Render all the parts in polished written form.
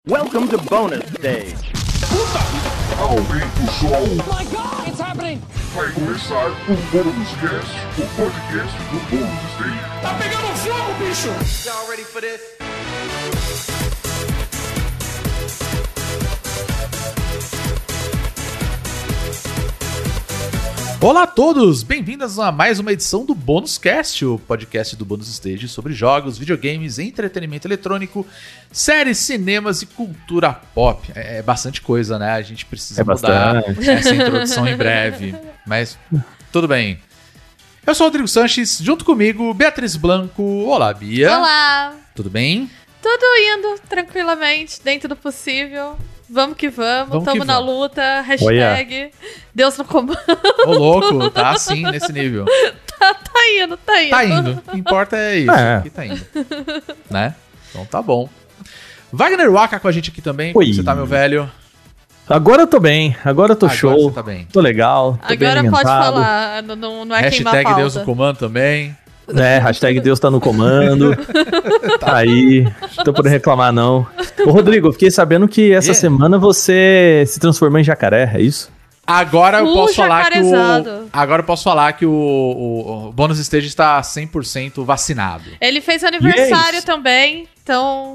Welcome to bonus stage. Puta! Aumenta o som. Oh my God, it's happening! Vai começar o Bônus Cast, o podcast do Bônus Stage. Tá pegando fogo, bicho! Y'all ready for this? Olá a todos, bem-vindos a mais uma edição do Bônus Cast, o podcast do Bônus Stage sobre jogos, videogames, entretenimento eletrônico, séries, cinemas e cultura pop. É bastante coisa, né? A gente precisa mudar essa introdução em breve, mas tudo bem. Eu sou o Rodrigo Sanches, junto comigo, Beatriz Blanco. Olá, Bia. Olá! Tudo bem? Tudo indo tranquilamente, dentro do possível. Vamos que vamos, tamo na luta, hashtag Deus no comando. Ô louco, tá assim, nesse nível. Tá indo. Tá indo, o que importa é isso, que tá indo. Né? Então tá bom. Wagner Waka com a gente aqui também, como você tá, meu velho? Agora eu tô bem, agora eu tô show, você tá bem. Tô legal, tô agora bem pode alimentado. falar, não é queimar hashtag pauta. Deus no comando também. Hashtag Deus tá no comando. Tá aí, não tô por reclamar não. Ô Rodrigo, eu fiquei sabendo que essa semana você se transformou em jacaré, é isso? Agora eu posso falar que jacarezado. Agora eu posso falar que o Bônus Stage está 100% vacinado. Ele fez aniversário também, então...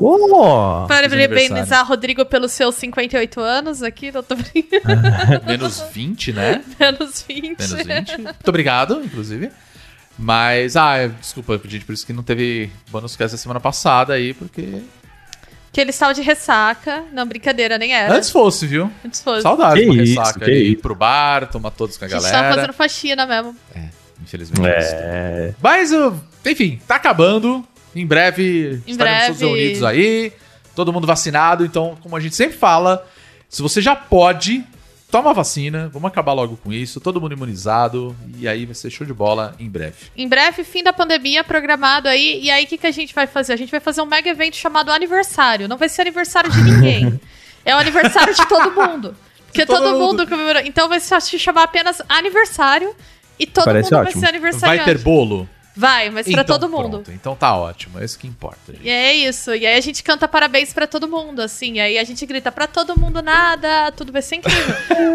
Parabenizar Rodrigo pelos seus 58 anos aqui, não tô brincando. Menos 20, né? Menos 20. Menos 20. Muito obrigado, inclusive. Mas, desculpa, gente, por isso que não teve Bônus Cast a semana passada aí, porque... Que ele estava de ressaca. Não, brincadeira, nem era. Antes fosse, viu? Antes fosse. Saudade de uma isso, ressaca que ali, ir isso. pro bar, tomar todos com a A gente galera. tava fazendo faxina mesmo. Infelizmente. Mas, enfim, tá acabando. Em breve estaremos todos reunidos aí. Todo mundo vacinado. Então, como a gente sempre fala, se você já pode... Toma a vacina, vamos acabar logo com isso, todo mundo imunizado, e aí vai ser show de bola em breve. Em breve, fim da pandemia programado aí, e aí o que a gente vai fazer? A gente vai fazer um mega evento chamado Aniversário. Não vai ser aniversário de ninguém, é o aniversário de todo mundo. Porque todo mundo comemora. Então vai se chamar apenas Aniversário, e todo Parece mundo ótimo. vai ser aniversariante. Vai ter bolo? Vai, mas pra Então, todo mundo. Pronto, então tá ótimo, é isso que importa, gente. E é isso, e aí a gente canta parabéns pra todo mundo, assim, e aí a gente grita pra todo mundo nada, tudo vai ser incrível.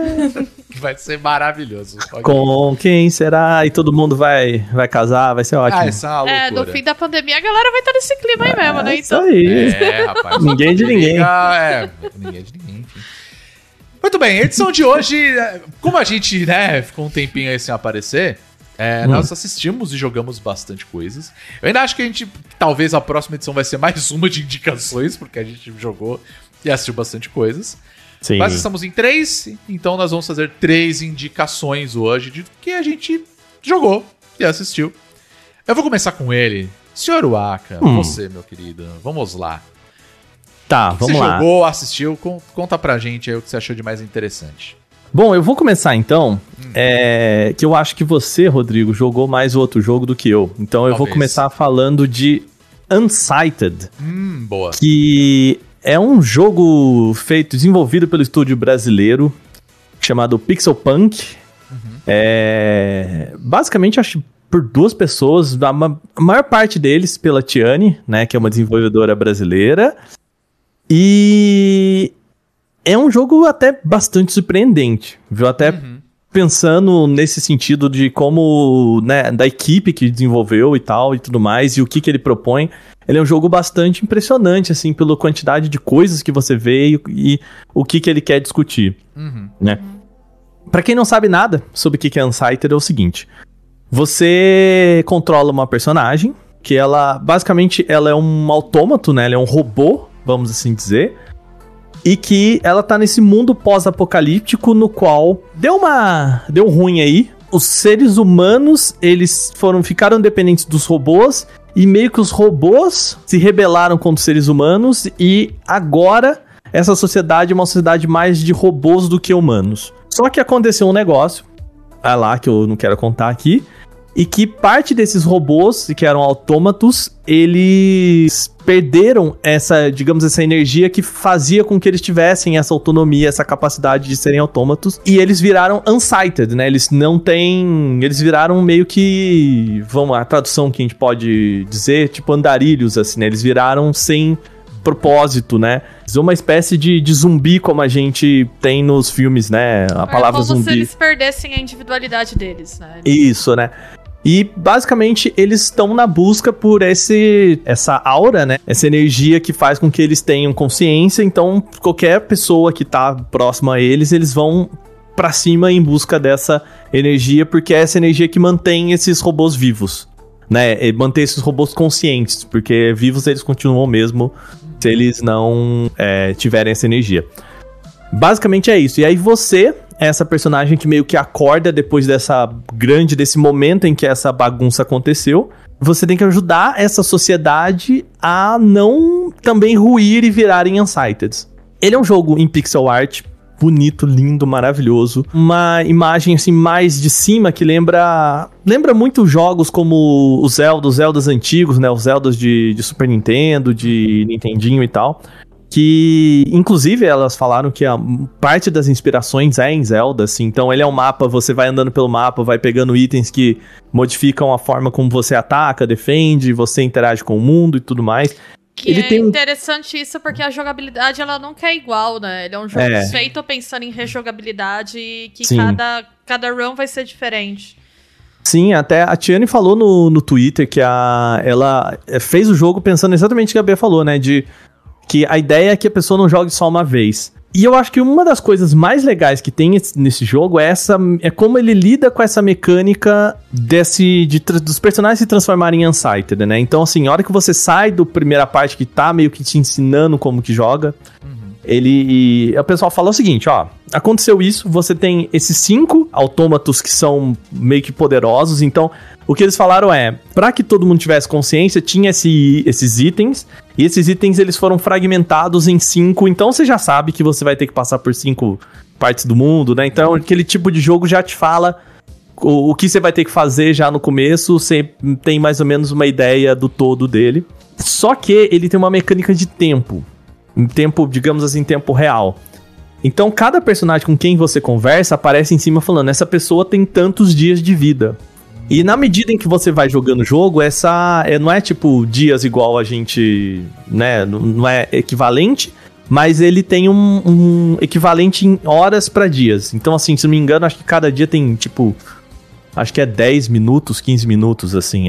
Vai ser maravilhoso. Com quem será? E todo mundo vai casar, vai ser ótimo. Essa é uma loucura. No fim da pandemia a galera vai estar nesse clima aí mesmo, né? Isso aí. Rapaz. Ninguém de ninguém. Ninguém de ninguém, enfim. Muito bem, a edição de hoje, como a gente, ficou um tempinho aí sem aparecer... Nós assistimos e jogamos bastante coisas. Eu ainda acho que talvez a próxima edição vai ser mais uma de indicações, porque a gente jogou e assistiu bastante coisas. Sim. Mas estamos em 3, então nós vamos fazer 3 indicações hoje de que a gente jogou e assistiu. Eu vou começar com ele. Senhor Waka, você, meu querido, vamos lá. Tá, O que vamos você lá. jogou, assistiu, conta pra gente aí o que você achou de mais interessante. Bom, eu vou começar então, que eu acho que você, Rodrigo, jogou mais o outro jogo do que eu. Então eu vou Talvez. começar falando de Unsighted, Boa. que é um jogo desenvolvido pelo estúdio brasileiro chamado Pixel Punk. Basicamente, acho por duas pessoas, a maior parte deles pela Tiane, né, que é uma desenvolvedora brasileira. E é um jogo até bastante surpreendente, viu? Até pensando nesse sentido de como, né, da equipe que desenvolveu e tal e tudo mais, e o que ele propõe. Ele é um jogo bastante impressionante, assim, pela quantidade de coisas que você vê e o que ele quer discutir, né? Pra quem não sabe nada sobre o que é Unsighted, é o seguinte. Você controla uma personagem, que basicamente, ela é um autômato, né? Ela é um robô, vamos assim dizer. E que ela tá nesse mundo pós-apocalíptico no qual deu ruim aí. Os seres humanos, eles ficaram dependentes dos robôs e meio que os robôs se rebelaram contra os seres humanos e agora essa sociedade é uma sociedade mais de robôs do que humanos. Só que aconteceu um negócio, lá que eu não quero contar aqui, e que parte desses robôs, que eram autômatos, eles perderam essa energia que fazia com que eles tivessem essa autonomia, essa capacidade de serem autômatos, e eles viraram unsighted, né? Eles viraram meio que, a tradução que a gente pode dizer, tipo andarilhos, assim, né? Eles viraram sem propósito, né? Uma espécie de zumbi como a gente tem nos filmes, né? A palavra zumbi. É como se eles perdessem a individualidade deles, né? Isso, né? E, basicamente, eles estão na busca por essa aura, né? Essa energia que faz com que eles tenham consciência. Então, qualquer pessoa que tá próxima a eles vão pra cima em busca dessa energia, porque é essa energia que mantém esses robôs vivos, né? E mantém esses robôs conscientes, porque vivos eles continuam mesmo se eles não tiverem essa energia. Basicamente é isso. E aí você... essa personagem que meio que acorda depois desse momento em que essa bagunça aconteceu. Você tem que ajudar essa sociedade a não também ruir e virarem Unsighted. Ele é um jogo em pixel art, bonito, lindo, maravilhoso. Uma imagem assim mais de cima que lembra muito jogos como os Zeldas antigos, né? Os Zeldas de Super Nintendo, de Nintendinho e tal. Que, inclusive, elas falaram que a parte das inspirações é em Zelda, assim. Então, ele é um mapa, você vai andando pelo mapa, vai pegando itens que modificam a forma como você ataca, defende, você interage com o mundo e tudo mais. Interessante isso, porque a jogabilidade, ela nunca é igual, né? Ele é um jogo feito pensando em rejogabilidade e que cada run vai ser diferente. Sim, até a Tiane falou no Twitter que ela fez o jogo pensando exatamente o que a Bia falou, né? Que a ideia é que a pessoa não jogue só uma vez. E eu acho que uma das coisas mais legais que tem nesse jogo é como ele lida com essa mecânica dos personagens se transformarem em Unsighted, né? Então, assim, a hora que você sai da primeira parte que tá meio que te ensinando como que joga, o pessoal fala o seguinte, ó, aconteceu isso, você tem esses 5 autômatos que são meio que poderosos, então o que eles falaram pra que todo mundo tivesse consciência, tinha esses itens, e esses itens eles foram fragmentados em 5, então você já sabe que você vai ter que passar por 5 partes do mundo, né? Então aquele tipo de jogo já te fala o que você vai ter que fazer já no começo, você tem mais ou menos uma ideia do todo dele. Só que ele tem uma mecânica de tempo, digamos assim, tempo real. Então, cada personagem com quem você conversa aparece em cima falando, essa pessoa tem tantos dias de vida. E na medida em que você vai jogando o jogo, não é tipo dias igual a gente, né, não é equivalente, mas ele tem um equivalente em horas pra dias. Então, assim, se não me engano, acho que cada dia tem, tipo, acho que é 10 minutos, 15 minutos, assim,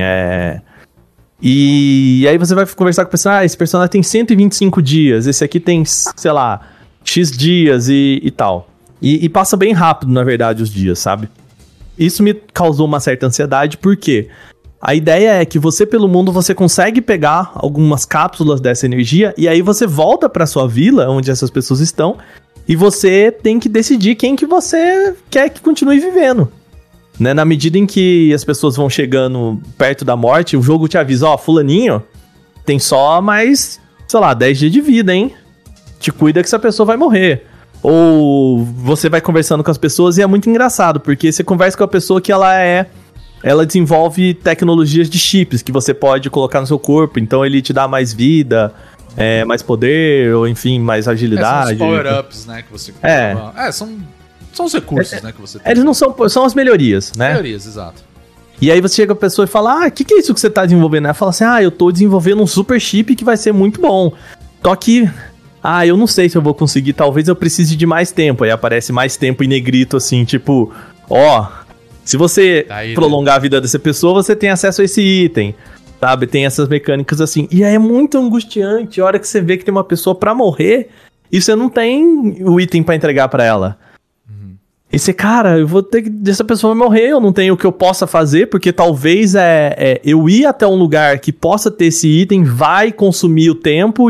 E aí você vai conversar com o personagem, esse personagem tem 125 dias, esse aqui tem, sei lá, X dias e tal. E passa bem rápido, na verdade, os dias, sabe? Isso me causou uma certa ansiedade, porque a ideia é que você, pelo mundo, você consegue pegar algumas cápsulas dessa energia, e aí você volta pra sua vila, onde essas pessoas estão, e você tem que decidir quem que você quer que continue vivendo. Né? Na medida em que as pessoas vão chegando perto da morte, o jogo te avisa, fulaninho, tem só mais, sei lá, 10 dias de vida, hein? Te cuida que essa pessoa vai morrer. Ou você vai conversando com as pessoas e é muito engraçado, porque você conversa com a pessoa que ela desenvolve tecnologias de chips que você pode colocar no seu corpo, então ele te dá mais vida, mais poder, ou enfim, mais agilidade. São os power-ups, né, que você... São os recursos, né, que você tem. Eles não são as melhorias, né? Melhorias, exato. E aí você chega a pessoa e fala, o que é isso que você tá desenvolvendo? Ela fala assim, eu tô desenvolvendo um super chip que vai ser muito bom. Só que, eu não sei se eu vou conseguir, talvez eu precise de mais tempo. Aí aparece mais tempo em negrito, assim, tipo, se você prolongar a vida dessa pessoa, você tem acesso a esse item, sabe? Tem essas mecânicas assim. E aí é muito angustiante a hora que você vê que tem uma pessoa pra morrer e você não tem o item pra entregar pra ela. E você, cara, eu vou ter que... Essa pessoa vai morrer, eu não tenho o que eu possa fazer, porque talvez eu ir até um lugar que possa ter esse item vai consumir o tempo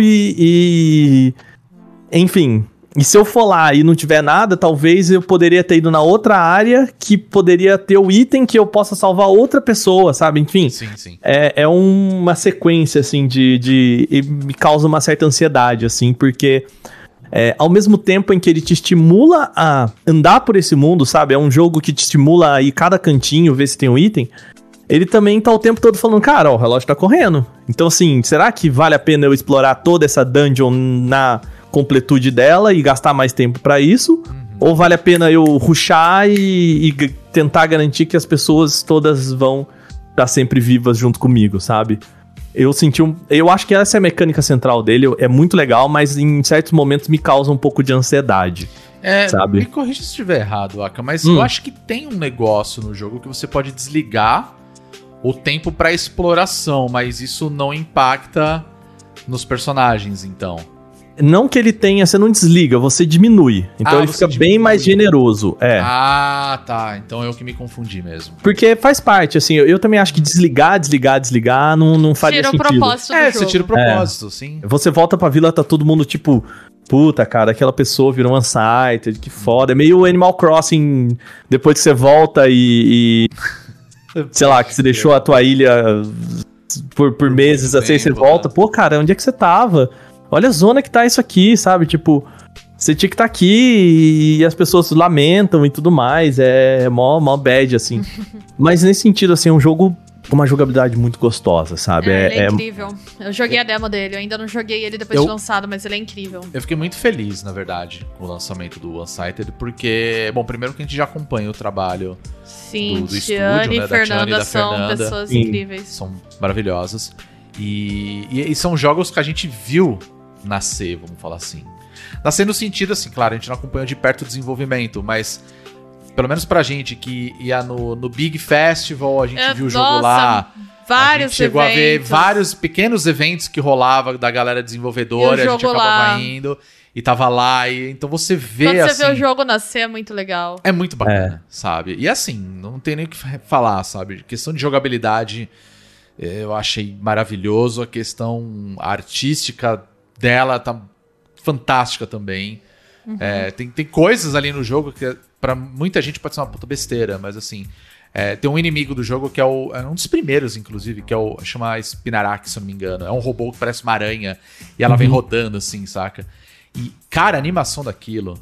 enfim, e se eu for lá e não tiver nada, talvez eu poderia ter ido na outra área que poderia ter o item que eu possa salvar outra pessoa, sabe? Enfim, sim. É uma sequência, assim, e me causa uma certa ansiedade, assim, porque... ao mesmo tempo em que ele te estimula a andar por esse mundo, sabe? É um jogo que te estimula a ir cada cantinho, ver se tem um item. Ele também tá o tempo todo falando, cara, o relógio tá correndo. Então, assim, será que vale a pena eu explorar toda essa dungeon na completude dela e gastar mais tempo pra isso? Ou vale a pena eu rushar e tentar garantir que as pessoas todas vão estar sempre vivas junto comigo, sabe? Eu acho que essa é a mecânica central dele, é muito legal, mas em certos momentos me causa um pouco de ansiedade. Sabe? Me corrija se estiver errado, Aka, mas eu acho que tem um negócio no jogo que você pode desligar o tempo pra exploração, mas isso não impacta nos personagens, então. Não que ele tenha, você não desliga, você diminui. Então ele fica bem mais generoso. Ah, tá. Então eu que me confundi mesmo. Porque faz parte, assim, eu também acho que desligar não faria sentido. Tira o propósito do jogo. Você tira o propósito, sim. Você volta pra vila, tá todo mundo tipo... Puta, cara, aquela pessoa virou um Unsighted, que foda. É meio Animal Crossing, depois que você volta e sei lá, que você deixou a tua ilha por meses, assim, você volta. Pô, cara, onde é que você tava? Olha a zona que tá isso aqui, sabe? Tipo, você tinha que estar aqui e as pessoas lamentam e tudo mais. É mó bad, assim. Mas nesse sentido, assim, é um jogo com uma jogabilidade muito gostosa, sabe? Ele é incrível. Eu joguei a demo dele, eu ainda não joguei ele depois de lançado, mas ele é incrível. Eu fiquei muito feliz, na verdade, com o lançamento do Unsighted, porque, bom, primeiro que a gente já acompanha o trabalho do estúdio, Tiane né, e Fernanda da são Fernanda. pessoas Sim. incríveis. São maravilhosas. E são jogos que a gente viu nascer, vamos falar assim. Nascer no sentido, assim, claro, a gente não acompanhou de perto o desenvolvimento, mas... Pelo menos pra gente que ia no Big Festival, a gente viu o jogo lá. Vários a gente chegou eventos. a ver vários pequenos eventos que rolava da galera desenvolvedora, e a gente acabava indo e tava lá. Então você vê, quando assim... você vê o jogo nascer, é muito legal. É muito bacana, sabe? E assim, não tem nem o que falar, sabe? Questão de jogabilidade, eu achei maravilhoso. A questão artística dela tá fantástica também. Uhum. Tem coisas ali no jogo que pra muita gente pode ser uma puta besteira, mas assim, tem um inimigo do jogo que é um dos primeiros, inclusive, que chama Spinarak, se eu não me engano. É um robô que parece uma aranha e ela vem rodando assim, saca? E, cara, a animação daquilo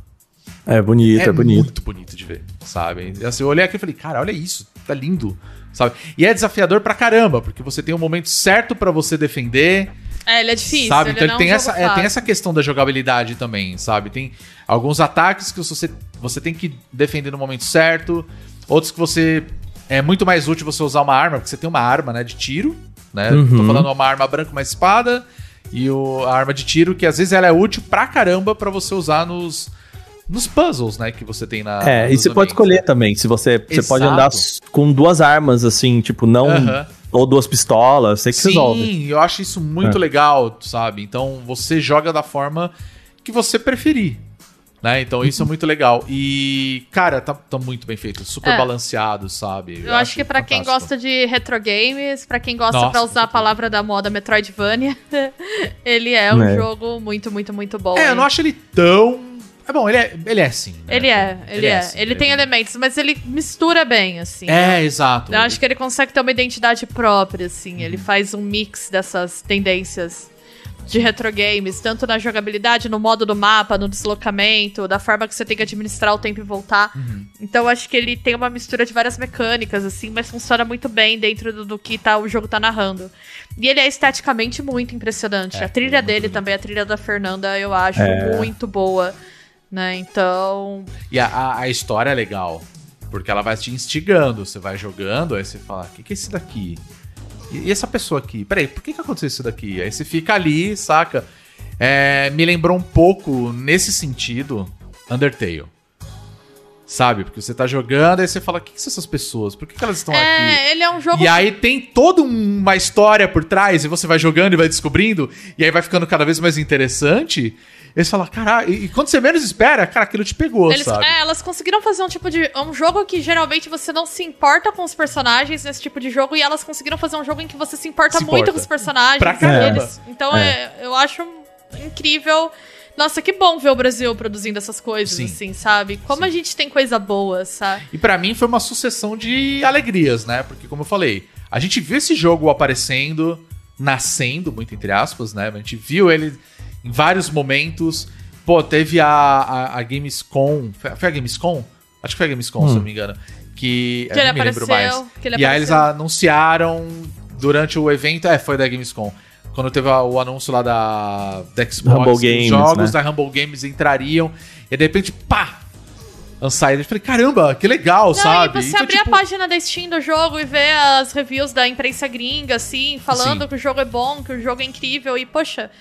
é bonito. é muito bonito de ver, sabe? Assim, eu olhei aqui e falei, cara, olha isso, tá lindo, sabe? E é desafiador pra caramba, porque você tem o momento certo pra você defender. Ele é difícil, sabe? Então ele tem essa questão da jogabilidade também, sabe? Tem alguns ataques que você tem que defender no momento certo, outros que é muito mais útil você usar uma arma, porque você tem uma arma, né, de tiro, né? Uhum. Tô falando uma arma branca, uma espada, e a arma de tiro, que às vezes ela é útil pra caramba pra você usar nos puzzles, né, que você tem na... E você pode escolher também, se você pode andar com duas armas, assim, tipo, não... Ou duas pistolas, você que resolve. Sim, eu acho isso muito legal, sabe? Então, você joga da forma que você preferir, né? Então, isso é muito legal. E, cara, tá muito bem feito. Super balanceado, sabe? Eu acho que pra quem gosta de retro games, pra quem gosta pra usar a palavra da moda Metroidvania, ele é um jogo muito, muito, muito bom. Eu não acho ele tão... bom, ele é sim. Né? Ele é. Ele tem elementos, mas ele mistura bem, assim. Exato. Eu acho que ele consegue ter uma identidade própria, assim. Ele faz um mix dessas tendências de retro games, tanto na jogabilidade, no modo do mapa, no deslocamento, da forma que você tem que administrar o tempo e voltar. Então eu acho que ele tem uma mistura de várias mecânicas, assim, mas funciona muito bem dentro do que o jogo tá narrando. E ele é esteticamente muito impressionante. A trilha dele também, a trilha da Fernanda, eu acho muito boa. Né, então... E a história é legal, porque ela vai te instigando, você vai jogando, aí você fala, o que é esse daqui? E essa pessoa aqui? Peraí, por que aconteceu isso daqui? Aí você fica ali, saca? Me lembrou um pouco, nesse sentido, Undertale. Sabe? Porque você tá jogando, aí você fala, o que são essas pessoas? Por que elas estão aqui? Ele é um jogo... E aí tem toda uma história por trás, e você vai jogando e vai descobrindo, e aí vai ficando cada vez mais interessante... Eles falam, caralho, e quando você menos espera, cara, aquilo te pegou, sabe? Elas conseguiram fazer um tipo de... Um jogo que geralmente você não se importa com os personagens nesse tipo de jogo, e elas conseguiram fazer um jogo em que você se importa muito com os personagens. Pra caramba. Então, eu acho incrível. Nossa, que bom ver o Brasil produzindo essas coisas, assim, sabe? Como a gente tem coisa boa, sabe? E pra mim foi uma sucessão de alegrias, né? Porque, como eu falei, a gente viu esse jogo aparecendo, nascendo, muito entre aspas, né? A gente viu ele... Em vários momentos. Pô, teve a Gamescom. Foi a Gamescom? Acho que foi a Gamescom, se eu não me engano. Que ele nem me lembro mais. Que ele e aí eles anunciaram durante o evento. Foi da Gamescom. Quando teve o anúncio lá da Xbox, Humble Games, os jogos né? da Humble Games entrariam. E de repente, pá! Unsighted, eu falei, caramba, que legal, Não, sabe? e você Então, abrir a página da Steam do jogo e ver as reviews da imprensa gringa, assim, falando Sim. que o jogo é bom, que o jogo é incrível, e, poxa,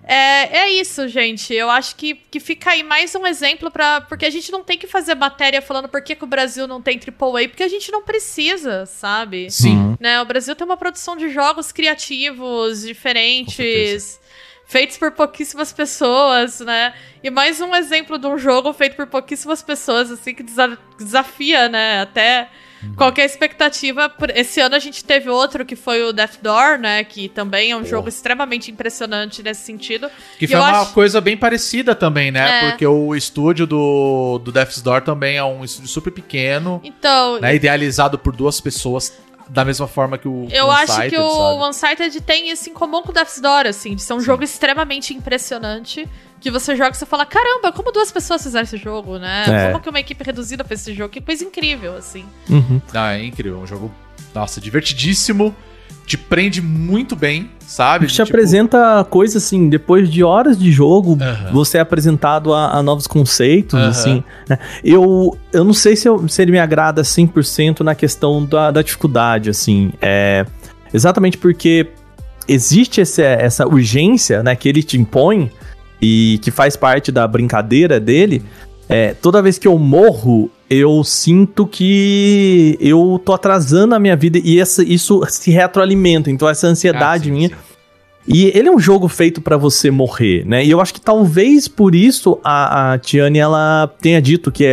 é isso, gente. Eu acho que fica aí mais um exemplo porque a gente não tem que fazer matéria falando por que o Brasil não tem AAA, porque a gente não precisa, sabe? Sim. Né? O Brasil tem uma produção de jogos criativos, diferentes, feitos por pouquíssimas pessoas, né? E mais um exemplo de um jogo feito por pouquíssimas pessoas, assim, que desafia, né? Até qualquer expectativa. Esse ano a gente teve outro, que foi o Death Door, né? Que também é um jogo extremamente impressionante nesse sentido. Que foi uma coisa bem parecida também, né? Porque o estúdio do Death's Door também é um estúdio super pequeno. Então, né? Idealizado por 2 pessoas. Da mesma forma que o eu Unsighted, acho que o sabe? Unsighted tem isso em comum com o Death's Door, assim, de ser um jogo extremamente impressionante, que você joga e você fala, caramba, como 2 pessoas fizeram esse jogo, né? Como que uma equipe reduzida fez esse jogo? Que coisa incrível, assim. Ah, é incrível, é um jogo, nossa, divertidíssimo, te prende muito bem, sabe? Te apresenta coisas assim, depois de horas de jogo, você é apresentado a novos conceitos, assim, né? Eu não sei se ele me agrada 100% na questão da dificuldade, assim, exatamente porque existe essa urgência, né, que ele te impõe e que faz parte da brincadeira dele. Toda vez que eu morro, eu sinto que eu tô atrasando a minha vida e isso se retroalimenta. Então essa ansiedade minha... Sim. E ele é um jogo feito pra você morrer, né? E eu acho que talvez por isso a Tiane, ela tenha dito que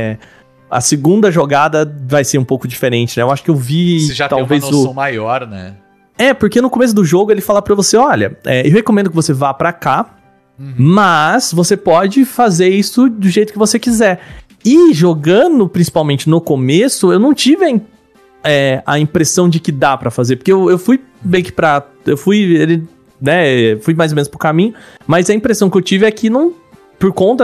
a segunda jogada vai ser um pouco diferente, né? Eu acho que eu vi... Você já talvez tem uma noção maior, né? Porque no começo do jogo ele fala pra você, olha, eu recomendo que você vá pra cá, mas você pode fazer isso do jeito que você quiser. E jogando, principalmente no começo, eu não tive a impressão de que dá pra fazer. Porque eu fui bem que pra... fui mais ou menos pro caminho, mas a impressão que eu tive é que não... Por conta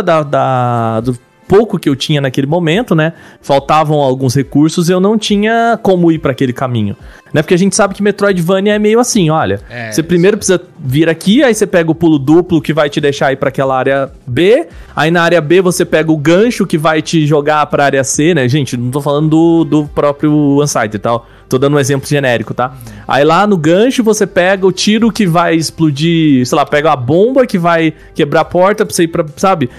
do pouco que eu tinha naquele momento, né? Faltavam alguns recursos, eu não tinha como ir pra aquele caminho. Né? Porque a gente sabe que Metroidvania é meio assim, olha. Você primeiro precisa vir aqui, aí você pega o pulo duplo que vai te deixar ir pra aquela área B, aí na área B você pega o gancho que vai te jogar pra área C, né? Gente, não tô falando do próprio Unsighted e tal. Tô dando um exemplo genérico, tá? Aí lá no gancho você pega o tiro que vai explodir, sei lá, pega a bomba que vai quebrar a porta pra você ir pra, sabe?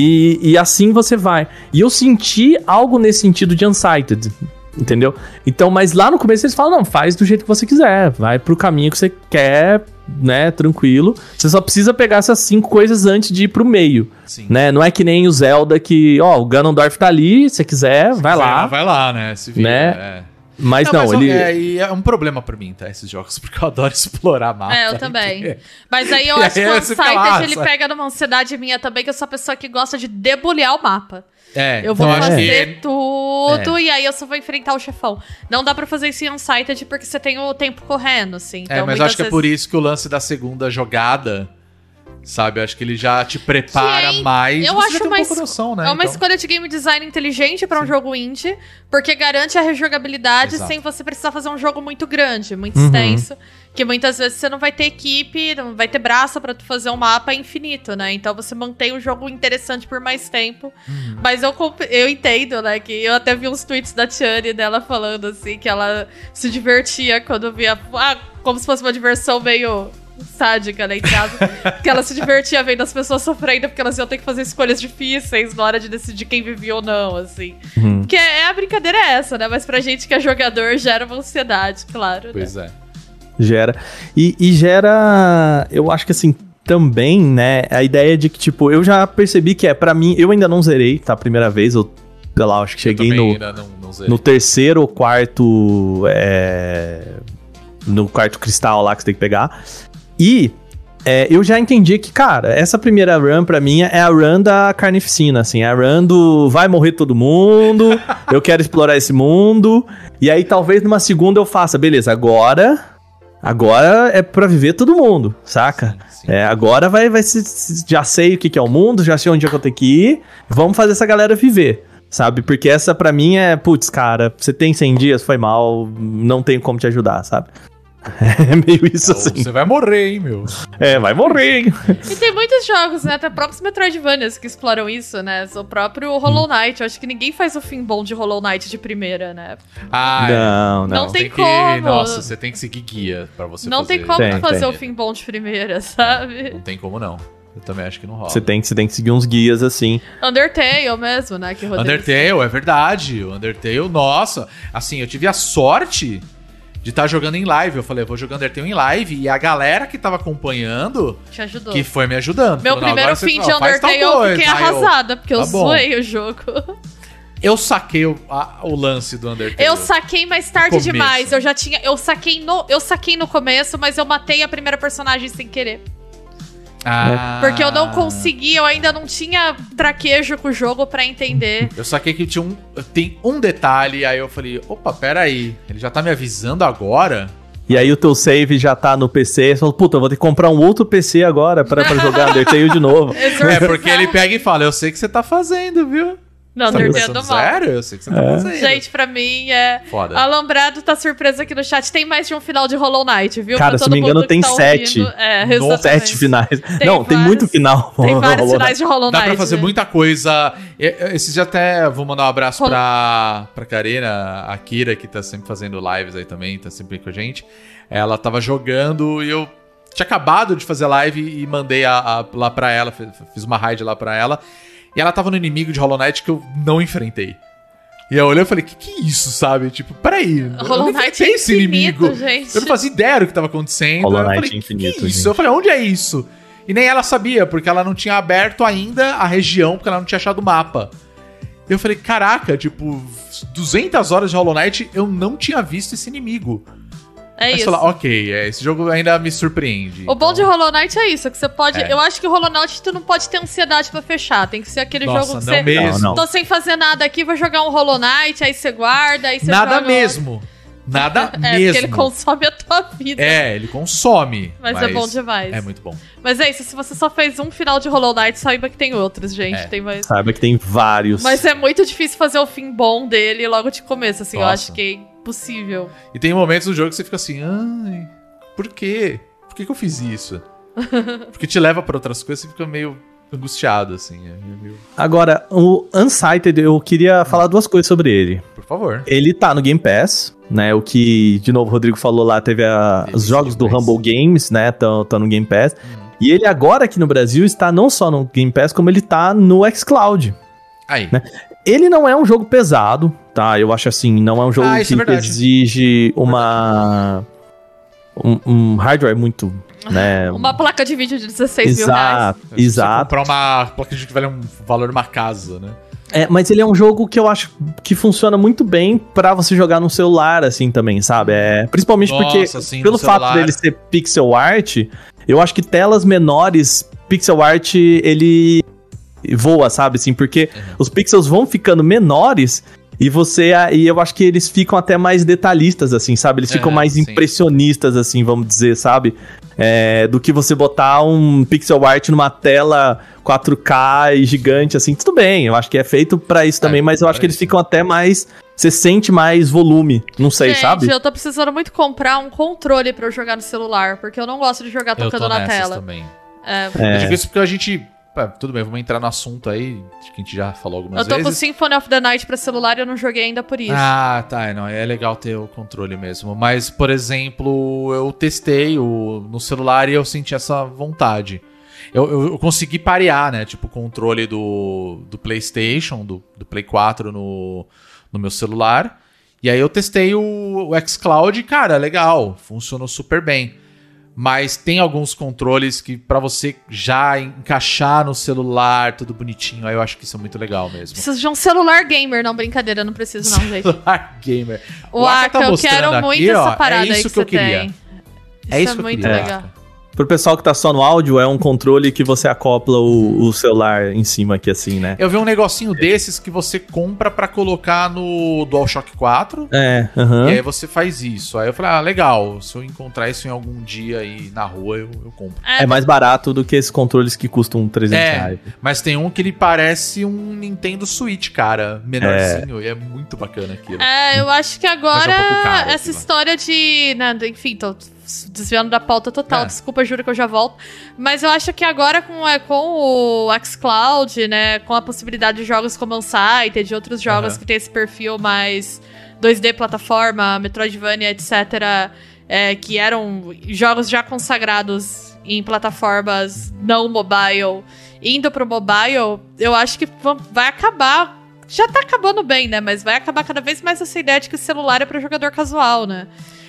E assim você vai. E eu senti algo nesse sentido de Unsighted, entendeu? Então, mas lá no começo eles falam, não, faz do jeito que você quiser, vai pro caminho que você quer, né, tranquilo. Você só precisa pegar essas 5 coisas antes de ir pro meio, né? Não é que nem o Zelda que, o Ganondorf tá ali, se você quiser, vai lá. Vai lá, né? Se vira, né? Mas ele... É um problema pra mim, tá? Esses jogos, porque eu adoro explorar mapa. Eu também. Mas aí eu acho que o Unsighted, ele pega numa ansiedade minha também, que eu sou a pessoa que gosta de debulhar o mapa. Eu vou fazer tudo e aí eu só vou enfrentar o chefão. Não dá pra fazer isso em Unsighted porque você tem o tempo correndo, assim. Então, mas eu acho que é por isso que o lance da segunda jogada... Sabe, eu acho que ele já te prepara mais. Eu acho noção, né? É uma escolha de game design inteligente pra um jogo indie, porque garante a rejogabilidade sem você precisar fazer um jogo muito grande, muito extenso. Que muitas vezes você não vai ter equipe, não vai ter braço pra tu fazer um mapa infinito, né? Então você mantém o jogo interessante por mais tempo. Mas eu entendo, né? Que eu até vi uns tweets da Tiane dela falando assim, que ela se divertia quando via. Como se fosse uma diversão meio sádica, né, em casa, que ela se divertia vendo as pessoas sofrendo porque elas iam ter que fazer escolhas difíceis na hora de decidir quem vivia ou não, assim. Porque a brincadeira é essa, né, mas pra gente que é jogador gera uma ansiedade, claro. Pois né? Gera. E gera, eu acho que assim, também, né, a ideia de que, tipo, eu já percebi que pra mim, eu ainda não zerei, tá, a primeira vez, eu, sei lá, acho que cheguei no terceiro ou quarto, no quarto cristal lá que você tem que pegar. E eu já entendi que, cara, essa primeira run pra mim é a run da carnificina, assim, é a run do vai morrer todo mundo, eu quero explorar esse mundo, e aí talvez numa segunda eu faça, beleza, agora é pra viver todo mundo, saca? Sim. Agora vai ser, já sei o que é o mundo, já sei onde é que eu tenho que ir, vamos fazer essa galera viver, sabe? Porque essa pra mim putz, cara, você tem 100 dias, foi mal, não tenho como te ajudar, sabe? É meio isso Ou assim. você vai morrer, hein, meu. Vai morrer, hein? E tem muitos jogos, né? Até próprios Metroidvanias que exploram isso, né? O próprio Hollow Knight. Eu acho que ninguém faz o fim bom de Hollow Knight de primeira, né? Não. Não tem que... como. Nossa, você tem que seguir guia pra você Não fazer. tem como Tem, fazer tem. o fim bom de primeira, sabe? Não tem como não. Eu também acho que não rola. Você tem que seguir uns guias assim. Undertale mesmo, né? Que o Rodrigo Undertale, é verdade. O Undertale, nossa. Assim, eu tive a sorte de estar jogando em live. Eu falei, eu vou jogar Undertale em live. E a galera que tava acompanhando, te ajudou. que foi me ajudando. Meu Falou, primeiro agora você fim de faz tal Undertale eu coisa. fiquei Aí eu- arrasada, porque eu tá bom. zoei o jogo. Eu saquei o lance do Undertale. Eu saquei mais tarde Começo. demais. Eu saquei no começo, mas eu matei a primeira personagem sem querer. Porque eu não consegui, eu ainda não tinha traquejo com o jogo pra entender. Eu saquei que tem um detalhe, aí eu falei, opa, peraí, ele já tá me avisando agora? E aí o teu save já tá no PC, você fala, puta, eu vou ter que comprar um outro PC agora pra jogar Undertale de novo. É, porque ele pega e fala, eu sei que você tá fazendo, viu? Não, Tá Undertale pensando mal. sério? Eu sei que você tá fazendo. Gente, pra mim é. Foda. Alambrado tá surpreso aqui no chat. Tem mais de um final de Hollow Knight, viu? Cara, Pra se todo não me engano, mundo que tem tá 7. ouvindo. É, Nossa, exatamente. 7 finais. Tem Não, tem vários- muito final. Tem vários Hollow finais de Hollow Dá Knight. pra fazer né? muita coisa. Esses dias até vou mandar um abraço pra Karina, a Kira, que tá sempre fazendo lives aí também, tá sempre com a gente. Ela tava jogando e eu tinha acabado de fazer live e mandei lá pra ela, fiz uma raid lá pra ela. E ela tava no inimigo de Hollow Knight que eu não enfrentei. E eu olhei e falei, que é isso, sabe? Tipo, peraí, eu Hollow não Knight enfrentei é esse infinito, inimigo. gente. Eu não fazia ideia do que tava acontecendo. Hollow Aí eu Knight falei, é infinito, que isso? gente. Eu falei, onde é isso? E nem ela sabia, porque ela não tinha aberto ainda a região, porque ela não tinha achado o mapa. Eu falei, caraca, tipo, 200 horas de Hollow Knight, eu não tinha visto esse inimigo. É Aí você isso. fala, ok, esse jogo ainda me surpreende. O bom de Hollow Knight é isso, que você pode... É. Eu acho que o Hollow Knight tu não pode ter ansiedade pra fechar. Tem que ser aquele Nossa, jogo que não você... mesmo. Não. Tô sem fazer nada aqui, vou jogar um Hollow Knight, aí você guarda, aí você Nada joga... mesmo. Nada É, mesmo. porque ele consome a tua vida. É, ele consome. Mas é bom demais. É muito bom. Mas é isso, se você só fez um final de Hollow Knight, saiba que tem outros, gente. É. Tem mais... Saiba que tem vários. Mas é muito difícil fazer o fim bom dele logo de começo, assim. Eu Nossa. acho que é impossível. E tem momentos do jogo que você fica assim, ai, por quê? Por que eu fiz isso? Porque te leva pra outras coisas e você fica meio angustiado, assim. Agora, o Unsighted, eu queria falar duas coisas sobre ele. Por favor. Ele tá no Game Pass, né? O que, de novo, o Rodrigo falou lá, teve os Delícia jogos do demais. Humble Games, né? Tão no Game Pass. E ele agora aqui no Brasil está não só no Game Pass, como ele tá no xCloud. Aí. Né? Ele não é um jogo pesado, tá? Eu acho assim, não é um jogo Isso é que verdade. exige um hardware muito, né? Uma placa de vídeo de 16 mil reais. Exato, Se você exato. comprar uma placa de vídeo que vale um valor de uma casa, né? É, mas ele é um jogo que eu acho que funciona muito bem pra você jogar no celular, assim, também, sabe? Principalmente Nossa, porque, sim, pelo no fato celular. dele ser pixel art, eu acho que telas menores, pixel art, ele voa, sabe? Assim, porque os pixels vão ficando menores e eu acho que eles ficam até mais detalhistas, assim, sabe? Eles ficam mais sim. impressionistas, assim, vamos dizer, sabe? Do que você botar um pixel art numa tela 4K e gigante, assim, tudo bem, eu acho que é feito pra isso também, mas eu acho pra que eles isso. ficam até mais... Você sente mais volume, não sei, Gente, sabe? eu tô precisando muito comprar um controle pra eu jogar no celular, porque eu não gosto de jogar Eu tô tocando na nessas tela. também. É. É difícil porque a gente... tudo bem, vamos entrar no assunto aí, que a gente já falou algumas Eu tô com o vezes. Symphony of the Night pra celular e eu não joguei ainda por isso. Ah, tá. Não, é legal ter o controle mesmo. Mas, por exemplo, eu testei no celular e eu senti essa vontade. Eu consegui parear, né? Tipo, o controle do PlayStation, do Play 4 no meu celular. E aí eu testei o xCloud e, cara, legal. Funcionou super bem. Mas tem alguns controles que pra você já encaixar no celular, tudo bonitinho, aí eu acho que isso é muito legal mesmo. Preciso de um celular gamer. Não, brincadeira, não preciso não, gente. Celular gamer. O Aka, eu quero muito essa parada aí que isso que eu você queria. tem. É isso que eu muito queria. legal. Pro pessoal que tá só no áudio, é um controle que você acopla o celular em cima aqui, assim, né? Eu vi um negocinho desses que você compra pra colocar no DualShock 4. Aham. E aí você faz isso. Aí eu falei, legal. Se eu encontrar isso em algum dia aí na rua, eu compro. É mais barato do que esses controles que custam 300 reais. Mas tem um que ele parece um Nintendo Switch, cara. Menorzinho. E é muito bacana aquilo. Eu acho que agora Mas é um pouco caro, essa sei lá. história de... Né, enfim, tô desviando da pauta total, desculpa, juro que eu já volto. Mas eu acho que agora com o xCloud, né, com a possibilidade de jogos como Unsighted, de outros jogos que tem esse perfil mais 2D, plataforma, Metroidvania, etc., que eram jogos já consagrados em plataformas não mobile, indo pro mobile, eu acho que vai acabar. Já tá acabando bem, né? Mas vai acabar cada vez mais essa ideia de que o celular é pra jogador casual, né?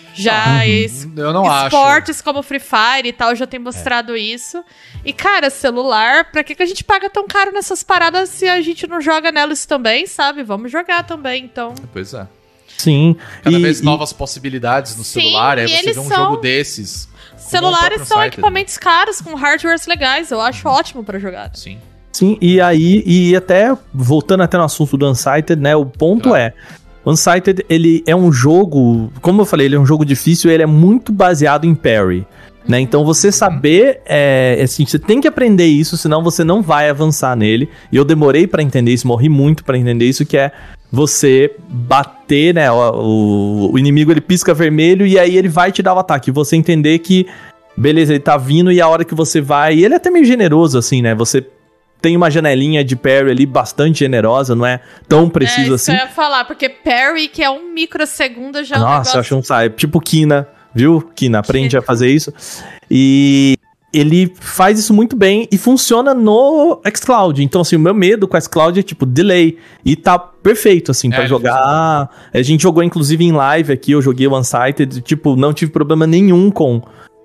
Eu não acho. Esportes como Free Fire e tal já tem mostrado isso. E, cara, celular, pra que a gente paga tão caro nessas paradas se a gente não joga nelas também, sabe? Vamos jogar também, então. Pois é. Sim. Cada vez novas possibilidades no celular, aí você vê um jogo desses. Celulares são equipamentos caros, com hardwares legais. Eu acho ótimo pra jogar. Sim. Sim, e até, voltando até no assunto do Unsighted, né, o ponto o Unsighted, ele é um jogo, como eu falei, ele é um jogo difícil, ele é muito baseado em parry, né, então você saber, assim, você tem que aprender isso, senão você não vai avançar nele, e eu demorei pra entender isso, morri muito pra entender isso, que é você bater, né, o inimigo ele pisca vermelho, e aí ele vai te dar o ataque, e você entender que, beleza, ele tá vindo, e a hora que você vai, e ele é até meio generoso, assim, né, você tem uma janelinha de parry ali bastante generosa, não é tão preciso assim. Isso eu ia falar, porque parry, que é 1 microsegundo, já Nossa, eu acho um sabe. Tipo Kina, viu? Kina, aprende a fazer isso. E ele faz isso muito bem e funciona no xCloud. Então, assim, o meu medo com o xCloud é, tipo, delay. E tá perfeito, assim, pra jogar. A gente jogou, inclusive, em live aqui, eu joguei o Unsighted, tipo, não tive problema nenhum com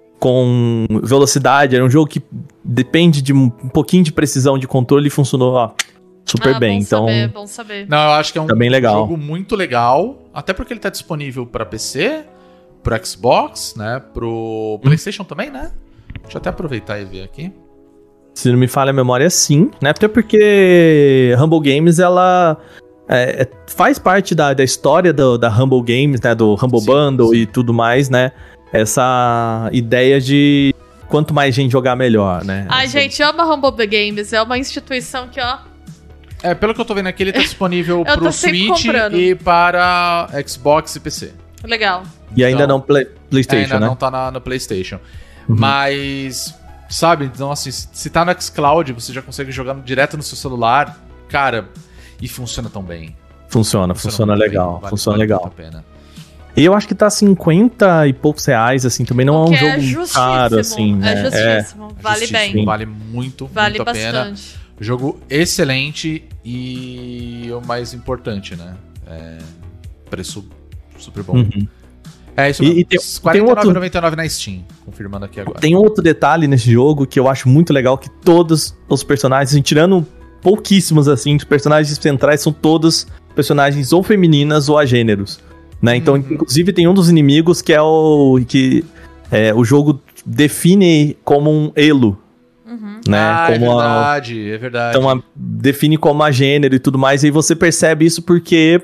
velocidade, era um jogo que depende de um pouquinho de precisão de controle e funcionou super bem. Então, bom saber. Não, eu acho que é um bem legal. Jogo muito legal, até porque ele tá disponível pra PC, pro Xbox, né, pro PlayStation também, né? Deixa eu até aproveitar e ver aqui. Se não me falha a memória, sim, né? Até porque Humble Games, ela faz parte da história da Humble Games, né? Do Humble Bundle e tudo mais, né? Essa ideia de quanto mais gente jogar, melhor, né? Ai, gente, ama Humble Games. É uma instituição que, ó... Pelo que eu tô vendo aqui, ele tá disponível Eu pro tô sempre Switch comprando. e para Xbox e PC. Legal. E ainda não PlayStation, ainda né? não tá no PlayStation. Mas, sabe, então assim, se tá no xCloud, você já consegue jogar direto no seu celular, cara, e funciona tão bem. Funciona legal, bem, funciona vale legal. muito a pena. E eu acho que tá 50 e poucos reais, assim, também não é um jogo caro, assim, né? É justíssimo, vale bem. Vale muito, Vale muito a bastante. pena. Jogo excelente e o mais importante, né? Preço super bom. É isso mesmo. E tem R$49,99 na Steam, confirmando aqui agora. Tem outro detalhe nesse jogo que eu acho muito legal, que todos os personagens, assim, tirando pouquíssimos, assim, os personagens centrais são todos personagens ou femininas ou agêneros, né? Então, inclusive, tem um dos inimigos que é o jogo define como um elo, né? Como é verdade. Então, define como a gênero e tudo mais, e aí você percebe isso porque...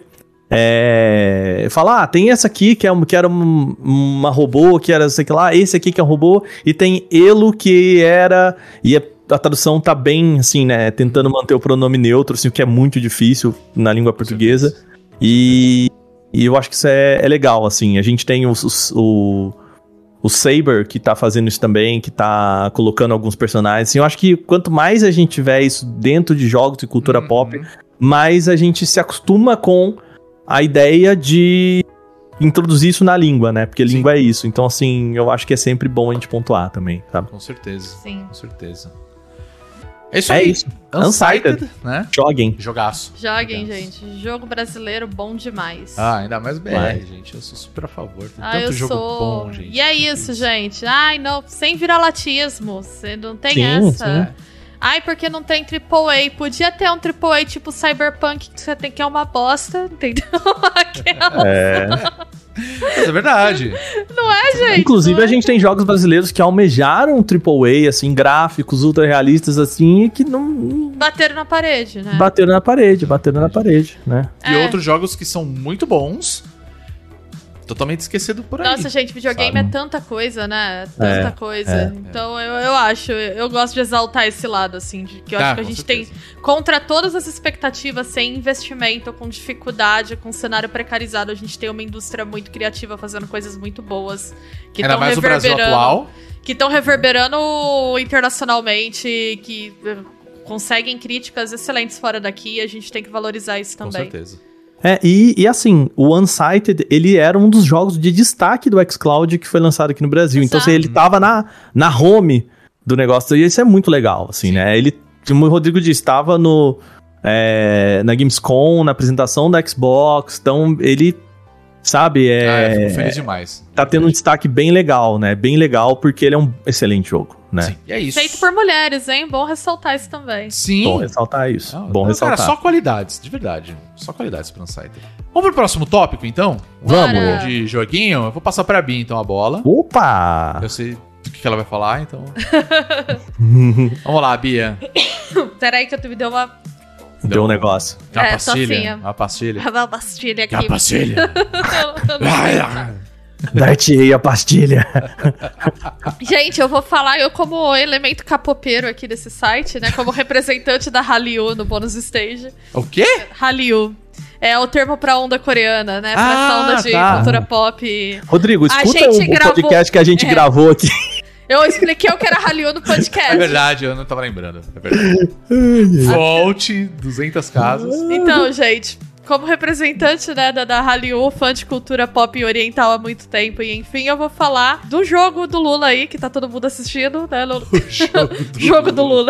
fala, tem essa aqui que era uma robô, que era sei lá, esse aqui que é um robô, e tem Elo que era, e a tradução tá bem assim, né, tentando manter o pronome neutro, assim, o que é muito difícil na língua portuguesa, e eu acho que isso é legal, assim, a gente tem o Saber que tá fazendo isso também, que tá colocando alguns personagens, assim, eu acho que quanto mais a gente tiver isso dentro de jogos de cultura pop, mais a gente se acostuma com a ideia de introduzir isso na língua, né? Porque língua é isso. Então, assim, eu acho que é sempre bom a gente pontuar também, sabe? Com certeza. Sim. Com certeza. É isso aí. Unsighted, né? Joguem. Jogaço. Joguem, gente. Jogo brasileiro bom demais. Ainda mais BR, gente. Eu sou super a favor. Tem tanto eu jogo sou. bom, gente. E é isso, gente. Ai, não, sem viralatismo. Você não tem essa. Sim. Ai, porque não tem AAA. Podia ter um AAA tipo Cyberpunk, que você tem que é uma bosta, entendeu? Mas é verdade. Não é, gente? Inclusive, a gente tem jogos brasileiros que almejaram um AAA, assim, gráficos ultra realistas, assim, e que não... Bateram na parede, né? Bateram na parede, né? E outros jogos que são muito bons totalmente esquecido por aí. Nossa, gente, videogame sabe? é tanta coisa, né? Tanta coisa. Então, eu gosto de exaltar esse lado, assim, que eu acho que a gente tem, contra todas as expectativas, sem investimento, com dificuldade, com cenário precarizado, a gente tem uma indústria muito criativa, fazendo coisas muito boas, que Ainda mais no Brasil atual. Que estão reverberando internacionalmente, que conseguem críticas excelentes fora daqui, e a gente tem que valorizar isso também. Com certeza. E assim, o Unsighted, ele era um dos jogos de destaque do xCloud que foi lançado aqui no Brasil. Exato. Então, assim, ele tava na home do negócio, e isso é muito legal, assim, né? Ele, como o Rodrigo disse, estava na Gamescom, na apresentação da Xbox, então ele, sabe, fico feliz demais. Tá tendo um destaque bem legal, né? Bem legal, porque ele é um excelente jogo, né? Sim, e é isso. Feito por mulheres, hein? Bom ressaltar isso também. Sim. Bom ressaltar isso. Não, Bom ressaltar. Cara, só qualidades, de verdade. Só qualidades pro Unsighted. Vamos pro próximo tópico, então? Bora. De joguinho? Eu vou passar pra Bia, então, a bola. Opa! Eu sei do que ela vai falar, então... Vamos lá, Bia. Peraí que eu me deu uma Deu um negócio. Uma É, pastilha. sozinha. Uma pastilha. uma pastilha aqui. Uma pastilha. Eu não sei. Dar-te aí a pastilha. Gente, eu vou falar, eu como elemento capopeiro aqui desse site, né? Como representante da Hallyu no Bônus Stage. O quê? Hallyu. É o termo pra onda coreana, né? Pra essa onda de cultura pop. Rodrigo, A escuta gente o gravou- podcast que a gente gravou aqui. Eu expliquei o que era Hallyu no podcast. É verdade, eu não tava lembrando. É verdade. Volte 200 casas. Então, gente, como representante, né, da Hallyu, fã de cultura pop oriental há muito tempo, e enfim, eu vou falar do jogo do Lula aí, que tá todo mundo assistindo, né? Jogo do Lula.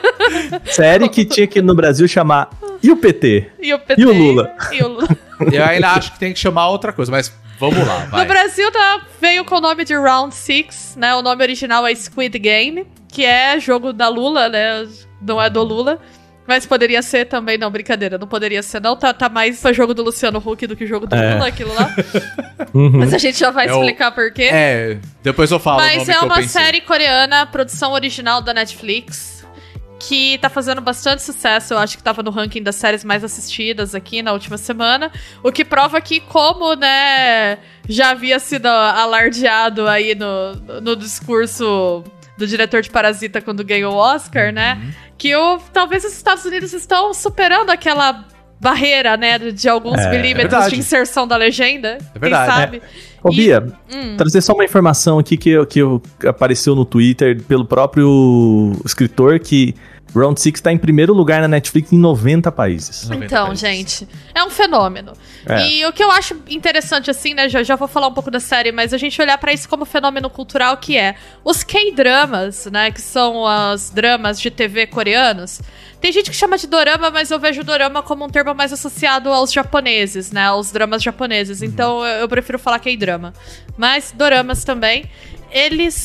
Série que tinha que no Brasil chamar E o PT? E o PT. E o Lula? E o Lula. Eu ainda acho que tem que chamar outra coisa, mas vamos lá, vai. No Brasil veio com o nome de Round 6, né? O nome original é Squid Game, que é jogo da Lula, né? Não é do Lula. Mas poderia ser também, não, brincadeira, não poderia ser, não. Tá mais pra jogo do Luciano Huck do que jogo do Lula, aquilo lá. Mas a gente já vai explicar por quê. Depois eu falo o nome Mas que é eu uma pensei. série coreana, produção original da Netflix, que tá fazendo bastante sucesso. Eu acho que tava no ranking das séries mais assistidas aqui na última semana. O que prova que, como, né, já havia sido alardeado aí no discurso do diretor de Parasita quando ganhou o Oscar, né? Que talvez os Estados Unidos estão superando aquela barreira, né, de alguns milímetros verdade. de inserção da legenda. É verdade. Quem sabe? Ô, Bia, trazer só uma informação aqui que apareceu no Twitter pelo próprio escritor, que Round 6 tá em primeiro lugar na Netflix em 90 países. 90 Então, países. gente, é um fenômeno. E o que eu acho interessante, assim, né, já vou falar um pouco da série, mas a gente olhar pra isso como fenômeno cultural, que é os K-dramas, né, que são os dramas de TV coreanos. Tem gente que chama de dorama, mas eu vejo dorama como um termo mais associado aos japoneses, né, aos dramas japoneses. Então, eu prefiro falar K-drama. Mas doramas também. Eles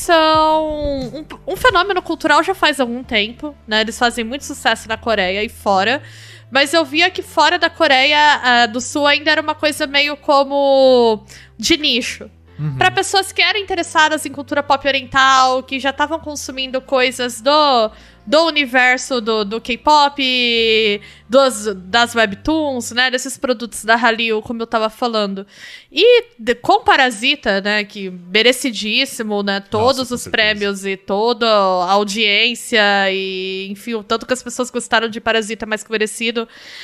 são um fenômeno cultural já faz algum tempo, né? Eles fazem muito sucesso na Coreia e fora. Mas eu via que fora da Coreia do Sul ainda era uma coisa meio como de nicho. Pra pessoas que eram interessadas em cultura pop oriental, que já estavam consumindo coisas do universo do K-pop, das webtoons, né, desses produtos da Hallyu, como eu tava falando. E com Parasita, né, que merecidíssimo, né, todos os prêmios e toda a audiência e, enfim, o tanto que as pessoas gostaram de Parasita, mais que merecido.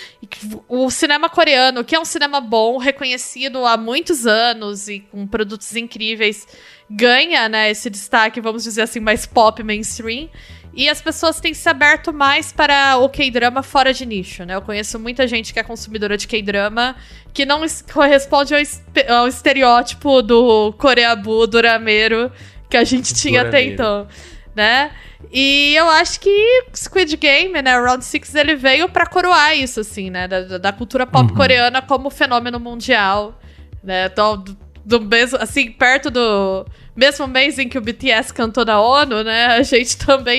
O cinema coreano, que é um cinema bom, reconhecido há muitos anos e com produtos incríveis, ganha, né, esse destaque, vamos dizer assim, mais pop mainstream. E as pessoas têm se aberto mais para o K-drama fora de nicho, né? Eu conheço muita gente que é consumidora de K-drama que não corresponde ao estereótipo do coreabu, durameiro, que a gente tinha até então, né? E eu acho que Squid Game, né, Round 6, ele veio pra coroar isso, assim, né? Da cultura pop coreana como fenômeno mundial, né? Então, do mesmo, assim, perto do mesmo mês em que o BTS cantou na ONU, né, a gente também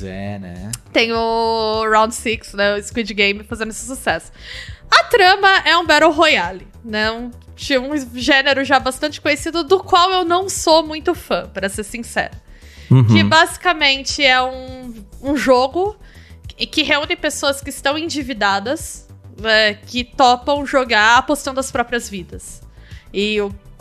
tem o Round 6, né, o Squid Game fazendo esse sucesso. A trama é um Battle Royale, né, um gênero já bastante conhecido, do qual eu não sou muito fã, pra ser sincera. Que basicamente é um jogo que reúne pessoas que estão endividadas, que topam jogar apostando as próprias vidas. E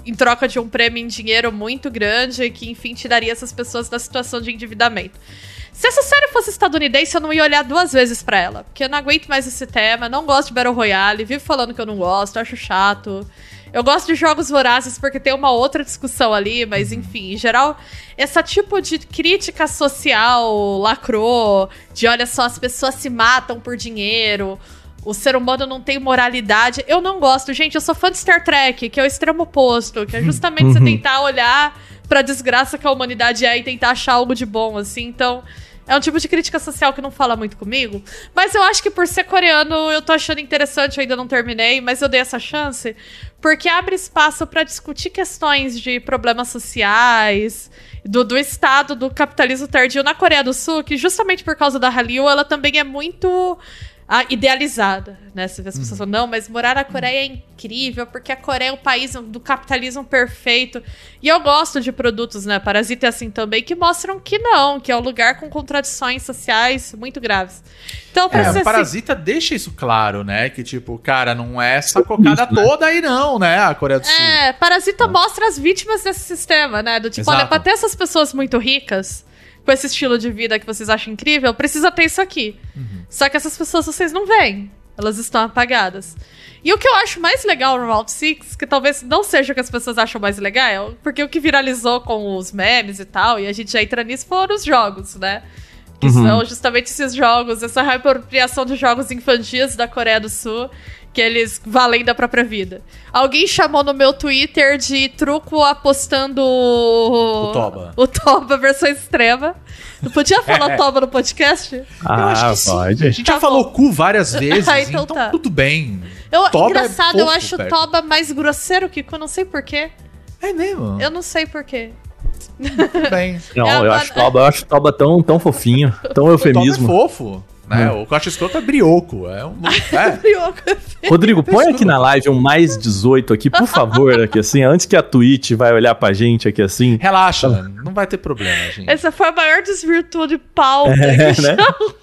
em troca de um prêmio em dinheiro muito grande, que, enfim, tiraria essas pessoas da situação de endividamento. Se essa série fosse estadunidense, eu não ia olhar 2 vezes pra ela. Porque eu não aguento mais esse tema, não gosto de Battle Royale, vivo falando que eu não gosto, acho chato. Eu gosto de jogos vorazes porque tem uma outra discussão ali, mas enfim, em geral, esse tipo de crítica social lacrou, de olha só, as pessoas se matam por dinheiro, o ser humano não tem moralidade. Eu não gosto, gente, eu sou fã de Star Trek, que é o extremo oposto, que é justamente você tentar olhar pra desgraça que a humanidade é e tentar achar algo de bom, assim, então... É um tipo de crítica social que não fala muito comigo. Mas eu acho que por ser coreano, eu tô achando interessante, eu ainda não terminei, mas eu dei essa chance, porque abre espaço pra discutir questões de problemas sociais, do estado do capitalismo tardio na Coreia do Sul, que justamente por causa da Hallyu, ela também é muito... idealizada, né? Você vê as pessoas falando, não, mas morar na Coreia é incrível, porque a Coreia é o país do capitalismo perfeito. E eu gosto de produtos, né? Parasita é assim também, que mostram que não, que é um lugar com contradições sociais muito graves. Então, Parasita deixa isso claro, né? Que, tipo, cara, não é essa cocada toda aí não, né? A Coreia do Sul. Parasita mostra as vítimas desse sistema, né? Do tipo, Exato. olha, pra ter essas pessoas muito ricas, com esse estilo de vida que vocês acham incrível, precisa ter isso aqui. Só que essas pessoas vocês não veem. Elas estão apagadas. E o que eu acho mais legal no Round 6, que talvez não seja o que as pessoas acham mais legal, porque o que viralizou com os memes e tal, e a gente já entra nisso, foram os jogos, né? Que são justamente esses jogos, essa reapropriação de jogos infantis da Coreia do Sul, que eles valem da própria vida. Alguém chamou no meu Twitter de truco apostando... O Toba. O Toba, versão extrema. Não podia falar Toba no podcast? Eu acho que sim. Pode. A gente já falou cu várias vezes, então tá. tudo bem. Toba engraçado, eu fofo, acho perto. Toba mais grosseiro que cu, não sei porquê. É mesmo? Eu não sei porquê. Tudo bem. Não, É, eu acho Toba tão fofinho, tão O Toba eufemismo. é fofo. Né? O que eu acho escroto é brioco. Rodrigo, põe aqui na live um mais 18 aqui, por favor, aqui assim, antes que a Twitch vai olhar pra gente aqui assim. Relaxa, não vai ter problema, gente. Essa foi a maior desvirtude de pauta que né?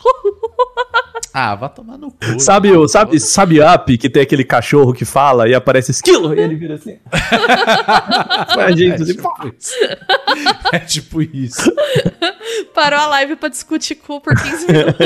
Vá tomar no cu. Sabe Up, que tem aquele cachorro que fala e aparece esquilo, e ele vira assim. A gente assim, É tipo isso. Parou a live pra discutir cu por 15 minutos.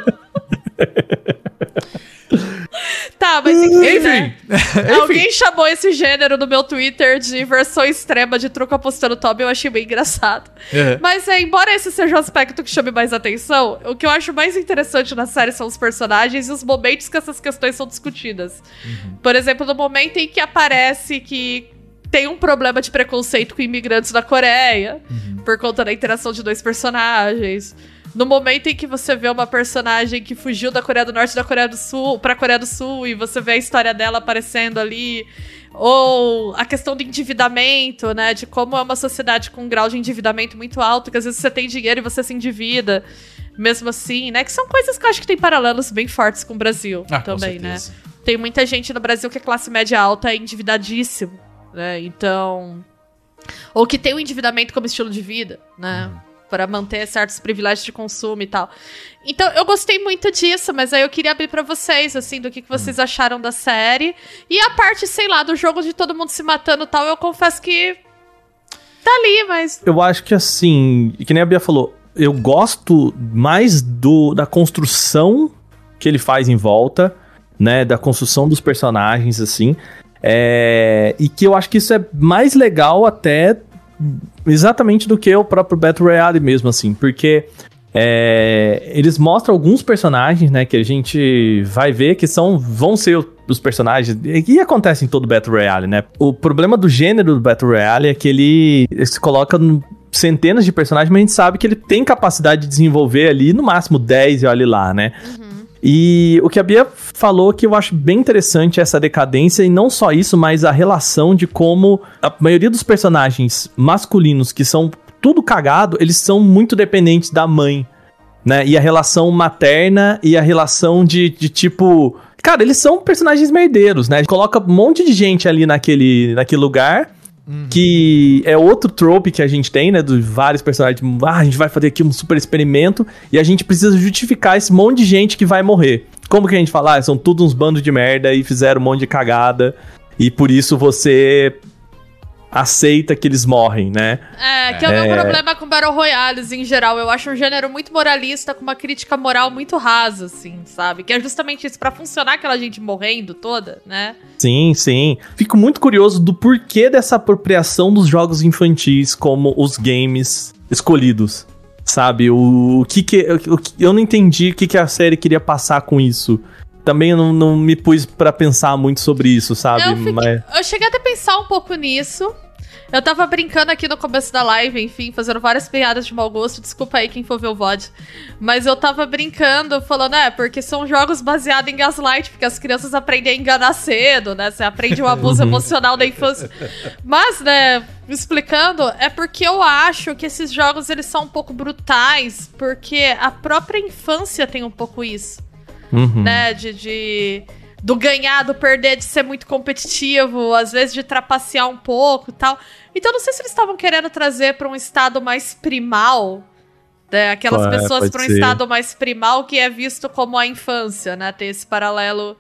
Tá, mas enfim, né? Alguém chamou esse gênero no meu Twitter de versão extrema de truco apostando Toba, eu achei bem engraçado. Mas embora esse seja o aspecto que chame mais atenção, o que eu acho mais interessante na série são os personagens e os momentos que essas questões são discutidas. Por exemplo, no momento em que aparece que tem um problema de preconceito com imigrantes da Coreia, por conta da interação de 2 personagens. No momento em que você vê uma personagem que fugiu da Coreia do Norte e da Coreia do Sul pra Coreia do Sul e você vê a história dela aparecendo ali. Ou a questão do endividamento, né? De como é uma sociedade com um grau de endividamento muito alto, que às vezes você tem dinheiro e você se endivida. Mesmo assim, né? Que são coisas que eu acho que tem paralelos bem fortes com o Brasil também, né? Tem muita gente no Brasil que é classe média alta é endividadíssimo, né? Então... Ou que tem o endividamento como estilo de vida, né? Para manter certos privilégios de consumo e tal. Então, eu gostei muito disso, mas aí eu queria abrir pra vocês, assim, do que vocês acharam da série. E a parte, sei lá, do jogo de todo mundo se matando e tal, eu confesso que tá ali, mas... Eu acho que assim, que nem a Bia falou, eu gosto mais da construção que ele faz em volta, né, da construção dos personagens, assim, e que eu acho que isso é mais legal até... exatamente do que o próprio Battle Royale mesmo, assim, porque eles mostram alguns personagens, né, que a gente vai ver que vão ser os personagens, e acontece em todo Battle Royale, né. O problema do gênero do Battle Royale é que ele se coloca centenas de personagens, mas a gente sabe que ele tem capacidade de desenvolver ali, no máximo 10 e olha lá, né. E o que a Bia falou que eu acho bem interessante essa decadência, e não só isso, mas a relação de como a maioria dos personagens masculinos que são tudo cagado, eles são muito dependentes da mãe, né? E a relação materna e a relação de tipo... Cara, eles são personagens merdeiros, né? Coloca um monte de gente ali naquele lugar... Que é outro trope que a gente tem, né? De vários personagens. A gente vai fazer aqui um super experimento e a gente precisa justificar esse monte de gente que vai morrer. Como que a gente fala? São tudo uns bandos de merda e fizeram um monte de cagada. E por isso você aceita que eles morrem, né? Que é o meu problema com Battle Royales em geral. Eu acho um gênero muito moralista, com uma crítica moral muito rasa, assim, sabe? Que é justamente isso, pra funcionar aquela gente morrendo toda, né? Sim, sim. Fico muito curioso do porquê dessa apropriação dos jogos infantis como os games escolhidos, sabe? Eu não entendi o que a série queria passar com isso. Também eu não me pus pra pensar muito sobre isso, sabe? Eu cheguei até a pensar um pouco nisso. Eu tava brincando aqui no começo da live, enfim, fazendo várias piadas de mau gosto. Desculpa aí quem for ver o VOD. Mas eu tava brincando, falando, porque são jogos baseados em gaslight, porque as crianças aprendem a enganar cedo, né? Você aprende o abuso emocional da infância. Mas, né, explicando, é porque eu acho que esses jogos, eles são um pouco brutais, porque a própria infância tem um pouco isso. Né, do ganhar, do perder, de ser muito competitivo, às vezes de trapacear um pouco e tal. Então não sei se eles estavam querendo trazer pra um estado mais primal, né, aquelas pessoas pra um estado mais primal que é visto como a infância, né, ter esse paralelo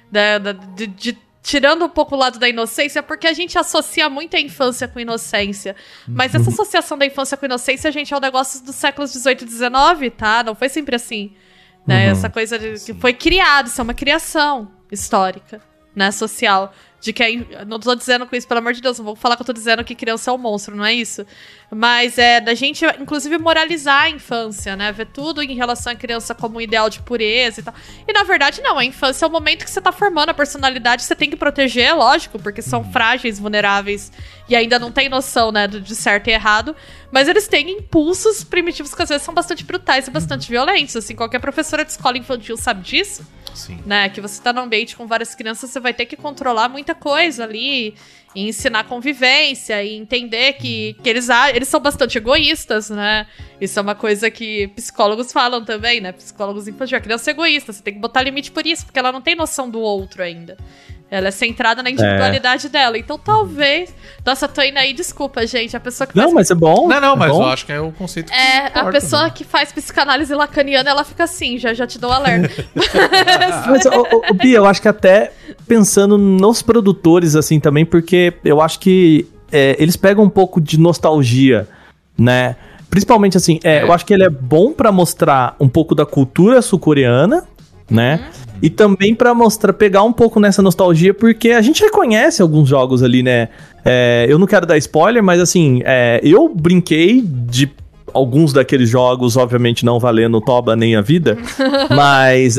de tirando um pouco o lado da inocência, porque a gente associa muito a infância com inocência. Mas essa associação da infância com inocência, gente, é um negócio dos séculos 18 e 19, tá? Não foi sempre assim. Né? Essa coisa que foi criado, isso é uma criação histórica, né, social. De que não tô dizendo com isso, pelo amor de Deus, não vou falar que eu tô dizendo que criança é um monstro, não é isso. Mas é da gente, inclusive, moralizar a infância, né? Ver tudo em relação à criança como um ideal de pureza e tal. E, na verdade, não. A infância é o momento que você tá formando a personalidade, você tem que proteger, lógico, porque são frágeis, vulneráveis e ainda não tem noção, né, de certo e errado. Mas eles têm impulsos primitivos que, às vezes, são bastante brutais e bastante violentos. Assim, qualquer professora de escola infantil sabe disso. Sim. Né? Que você tá num ambiente com várias crianças, você vai ter que controlar muita coisa ali, e ensinar convivência, e entender que eles são bastante egoístas, né? Isso é uma coisa que psicólogos falam também, né? Psicólogos infantis, a criança é egoísta, você tem que botar limite por isso, porque ela não tem noção do outro ainda. Ela é centrada na individualidade dela. Então, talvez... Nossa, tô indo aí, desculpa, gente. A pessoa que faz... Não, mas é bom. Não, mas bom. eu acho que é o conceito que a pessoa que faz psicanálise lacaniana, ela fica assim, já te dou um alerta. Mas, Bia, eu acho que até pensando nos produtores, assim, também, porque eu acho que eles pegam um pouco de nostalgia, né? Principalmente, assim, eu acho que ele é bom pra mostrar um pouco da cultura sul-coreana, né? E também pra pegar um pouco nessa nostalgia, porque a gente reconhece alguns jogos ali, né? Eu não quero dar spoiler, mas assim, eu brinquei de alguns daqueles jogos, obviamente não valendo Toba nem a vida, mas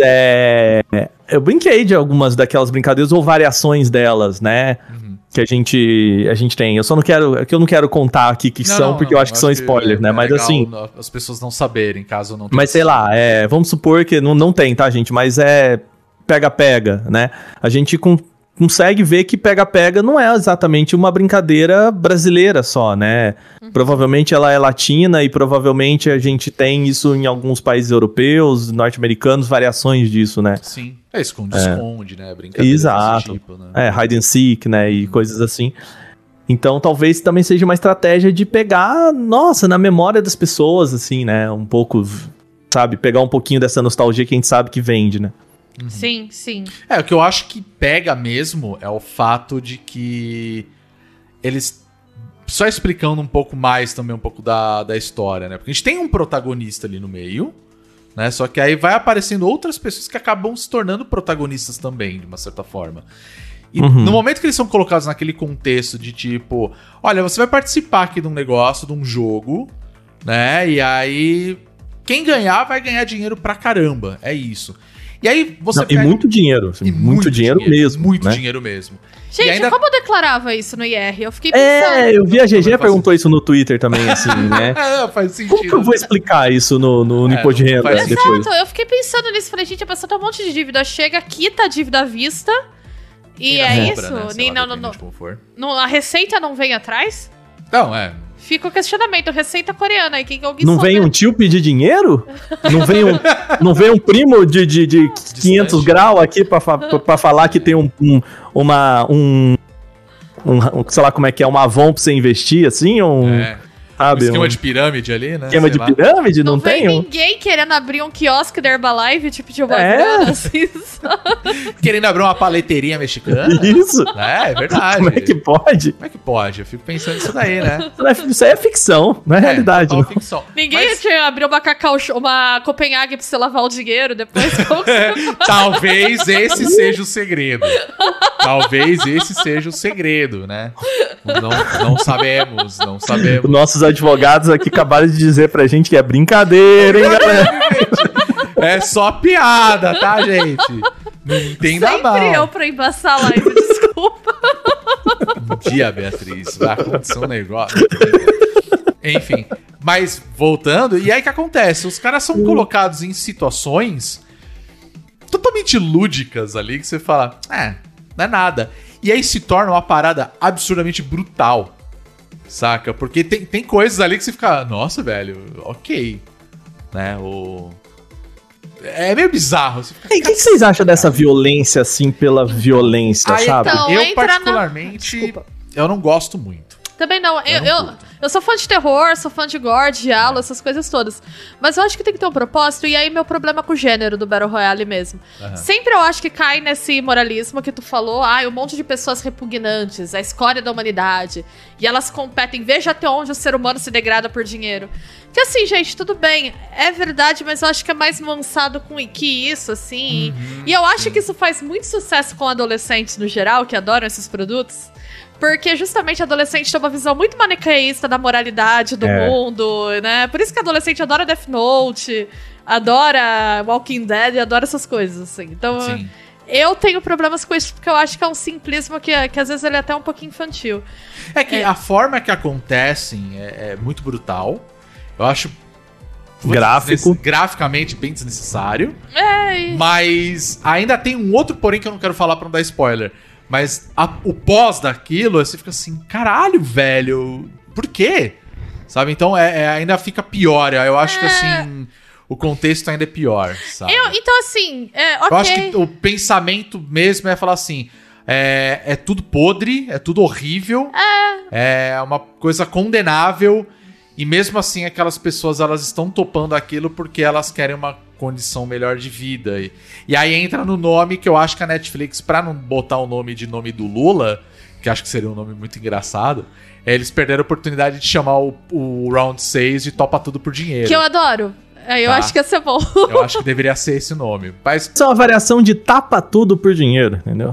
eu brinquei de algumas daquelas brincadeiras ou variações delas, né? Que a gente tem. Eu só não quero... que eu não quero contar aqui porque eu acho que são spoilers, né? Mas assim... as pessoas não saberem, caso não tenha. Mas sei lá, vamos supor que não tem, tá, gente? Mas pega-pega, né? A gente consegue ver que pega-pega não é exatamente uma brincadeira brasileira só, né? Provavelmente ela é latina e provavelmente a gente tem isso em alguns países europeus, norte-americanos, variações disso, né? Sim. Esconde-esconde, né? Brincadeira exato. Desse tipo, né? Hide and seek, né? E coisas assim. Então talvez também seja uma estratégia de pegar, na memória das pessoas, assim, né? Um pouco, sabe? Pegar um pouquinho dessa nostalgia que a gente sabe que vende, né? Sim, sim. O que eu acho que pega mesmo é o fato de que eles... Só explicando um pouco mais também, um pouco da história, né? Porque a gente tem um protagonista ali no meio, né? Só que aí vai aparecendo outras pessoas que acabam se tornando protagonistas também, de uma certa forma. E no momento que eles são colocados naquele contexto de tipo... Olha, você vai participar aqui de um negócio, de um jogo, né? E aí... Quem ganhar vai ganhar dinheiro pra caramba. É isso. E aí você pega... E muito dinheiro. Assim, muito dinheiro mesmo. Muito né? dinheiro mesmo. Gente, ainda... como eu declarava isso no IR? Eu fiquei pensando. Eu vi a GG perguntou isso no Twitter também, assim, né? Faz sentido. Como que eu vou explicar isso no imposto de renda depois? Exato, eu fiquei pensando nisso. Falei, gente, a pessoa tem um monte de dívida. Chega, quita a dívida à vista. E isso. Né? A receita não vem atrás? Não, Fica o questionamento, receita coreana aí, quem alguém não vem um tio pedir dinheiro? Não vem um primo de 500 graus aqui pra falar que tem sei lá como é que é, uma Avon pra você investir, assim? sabe? esquema de pirâmide ali, né? Esquema Sei de lá. pirâmide, não vem tem? ninguém querendo abrir um quiosque da Herbalife, tipo, de uma É. grana, assim, sabe? Querendo abrir uma paleteria mexicana. Isso. É verdade. Como é que pode? Como é que pode? Eu fico pensando nisso daí, né? Isso aí é ficção, não é realidade. total Não. ficção. Ninguém Mas, tinha abriu uma Copenhague pra você lavar o dinheiro depois. talvez esse seja o segredo. Talvez esse seja o segredo, né? Não sabemos, não sabemos. Nossos advogados aqui acabaram de dizer pra gente que é brincadeira, hein, galera? É só piada, tá, gente? Não entenda Sempre mal. eu pra embaçar a live, desculpa. Um dia, Beatriz, vai acontecer um negócio. Enfim, mas voltando, e aí o que acontece? Os caras são colocados em situações totalmente lúdicas ali, que você fala, não é nada. E aí se torna uma parada absurdamente brutal, saca? Porque tem coisas ali que você fica, nossa, velho, ok, né? É meio bizarro. Você fica, E o que vocês acham dessa violência, assim, pela violência, Aí, sabe? então, eu entra particularmente, Desculpa. eu não gosto muito. Também não. Eu sou fã de terror, sou fã de gore, diálogo, essas coisas todas. Mas eu acho que tem que ter um propósito, e aí meu problema com o gênero do Battle Royale mesmo. Sempre eu acho que cai nesse moralismo que tu falou, um monte de pessoas repugnantes, a escória da humanidade, e elas competem, veja até onde o ser humano se degrada por dinheiro. Que assim, gente, tudo bem, é verdade, mas eu acho que é mais nuançado que isso, assim. E eu acho que isso faz muito sucesso com adolescentes no geral, que adoram esses produtos. Porque justamente adolescente tem uma visão muito maniqueísta da moralidade do mundo, né? Por isso que adolescente adora Death Note, adora Walking Dead, adora essas coisas, assim. Então, Sim. eu tenho problemas com isso, porque eu acho que é um simplismo que às vezes ele é até um pouquinho infantil. É que a forma que acontecem é muito brutal. Eu acho graficamente bem desnecessário. Mas ainda tem um outro porém que eu não quero falar pra não dar spoiler. Mas o pós daquilo, você fica assim, caralho, velho, por quê? Sabe? Então ainda fica pior. Eu acho que assim, o contexto ainda é pior, sabe? Então assim, ok. Eu acho que o pensamento mesmo é falar assim, é tudo podre, é tudo horrível, é uma coisa condenável. E mesmo assim, aquelas pessoas, elas estão topando aquilo porque elas querem uma condição melhor de vida. E aí entra no nome que eu acho que a Netflix, pra não botar o nome do Lula, que acho que seria um nome muito engraçado, eles perderam a oportunidade de chamar o Round 6 de Topa Tudo por Dinheiro. Que eu adoro. Eu acho que ia ser bom. Eu acho que deveria ser esse nome. Mas Isso é uma variação de tapa tudo por dinheiro, entendeu?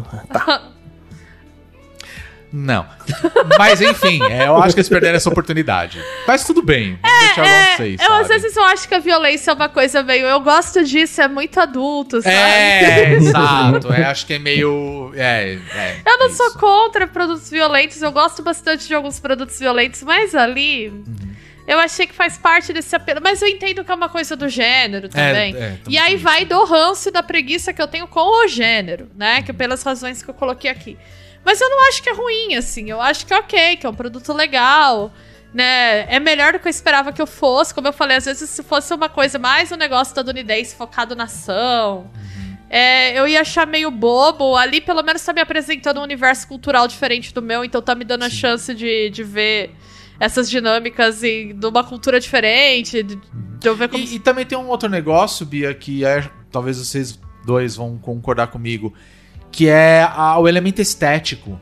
não. Mas enfim, eu acho que eles perderam essa oportunidade. Mas tudo bem. Vamos deixar o Round 6, Às vezes eu acho que a violência é uma coisa meio... Eu gosto disso, é muito adulto, sabe? Exato. Acho que é meio... Eu não sou contra produtos violentos, eu gosto bastante de alguns produtos violentos, mas ali... Eu achei que faz parte desse apelo. Mas eu entendo que é uma coisa do gênero também. E aí vai do ranço e da preguiça que eu tenho com o gênero, né? Que pelas razões que eu coloquei aqui. Mas eu não acho que é ruim, assim. Eu acho que é ok, que é um produto legal, né? É melhor do que eu esperava que eu fosse. Como eu falei, às vezes se fosse uma coisa mais um negócio estadunidense focado na ação... eu ia achar meio bobo. Ali, pelo menos, tá me apresentando um universo cultural diferente do meu. Então tá me dando a chance de ver essas dinâmicas de uma cultura diferente. De eu ver como... E também tem um outro negócio, Bia, que talvez vocês dois vão concordar comigo, que é o elemento estético.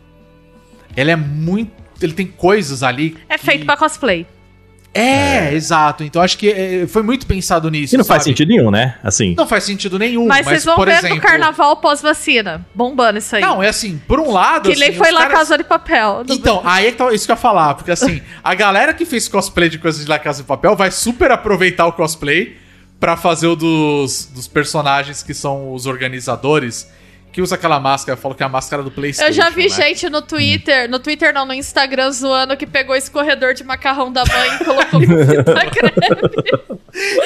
Ele tem coisas ali... É feito pra cosplay. Exato. Então acho que foi muito pensado nisso. E não faz sabe? sentido nenhum, né? Assim. Não faz sentido nenhum. Mas vocês vão por ver exemplo, no carnaval pós-vacina. Bombando isso aí. Não, é assim, por um lado... Que nem assim, foi os lá caras... Casa de Papel. Então, aí é que tá isso que eu ia falar. Porque assim, a galera que fez cosplay de coisas de La Casa de Papel vai super aproveitar o cosplay pra fazer o dos personagens que são os organizadores, que usa aquela máscara, eu falo que é a máscara do PlayStation. Eu já vi né? gente no Twitter não, no Instagram zoando que pegou esse corredor de macarrão da mãe e colocou como fita crepe.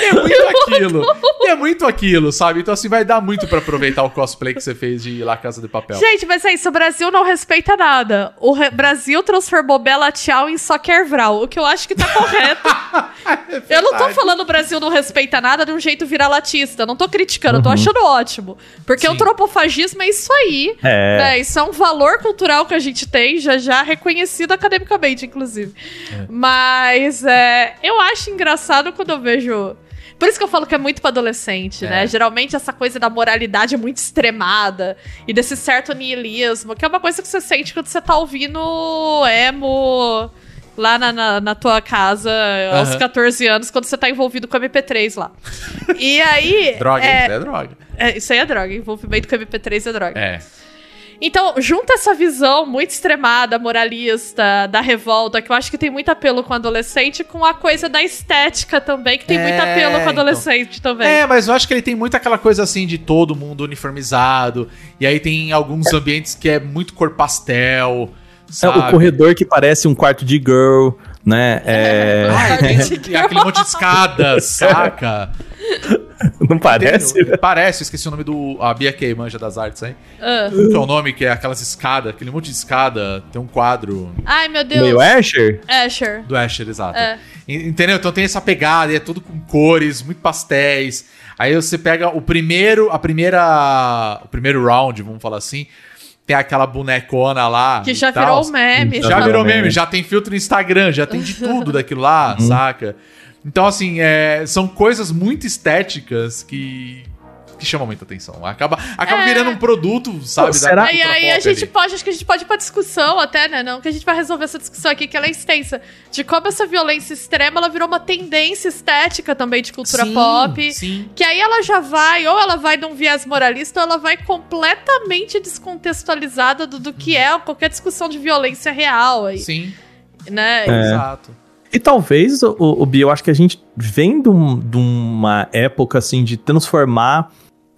É muito aquilo, sabe? Então assim, vai dar muito pra aproveitar o cosplay que você fez de La Casa de Papel. Gente, mas é isso, o Brasil não respeita nada. O Brasil transformou Bela Tchau em Soquervral, o que eu acho que tá correto. Eu não tô falando o Brasil não respeita nada de um jeito viralatista, não tô criticando, eu tô achando ótimo. Porque Sim. o tropofagismo mesmo, é isso aí. Né? Isso é um valor cultural que a gente tem, já reconhecido academicamente, inclusive. Mas eu acho engraçado quando eu vejo... Por isso que eu falo que é muito pra adolescente, né? Geralmente essa coisa da moralidade é muito extremada. E desse certo niilismo, que é uma coisa que você sente quando você tá ouvindo emo lá na tua casa aos 14 anos, quando você tá envolvido com MP3 lá. E aí... Droga, isso é droga. Isso aí é droga. Envolvimento com MP3 é droga. Então, junta essa visão muito extremada, moralista, da revolta, que eu acho que tem muito apelo com adolescente, com a coisa da estética também, que tem muito apelo com adolescente também. Mas eu acho que ele tem muito aquela coisa assim de todo mundo uniformizado, e aí tem alguns ambientes que é muito cor pastel, sabe? O corredor que parece um quarto de girl, né? Tem aquele monte de escadas, saca? Não parece? Parece, eu esqueci o nome a Bia Kay, manja das artes aí. Que é o nome, que é aquelas escadas, aquele monte de escada, tem um quadro. Ai, meu Deus. Meio Asher? Asher. Do Asher, exato. Entendeu? Então tem essa pegada, é tudo com cores, muito pastéis. Aí você pega o primeiro round, vamos falar assim, tem aquela bonecona lá. Que já virou um meme. Já virou meme, já tem filtro no Instagram, já tem de tudo daquilo lá, saca? Então, assim, são coisas muito estéticas que chamam muita atenção. Acaba virando um produto, sabe? Será? E aí acho que a gente pode ir pra discussão até, né? Não que a gente vai resolver essa discussão aqui, que ela é extensa. De como essa violência extrema, ela virou uma tendência estética também de cultura pop. Sim. Que aí ela já vai, ou ela vai de um viés moralista, ou ela vai completamente descontextualizada do que é qualquer discussão de violência real aí. Sim. Né? Exato. E talvez, o Bia, eu acho que a gente vem de uma época, assim, de transformar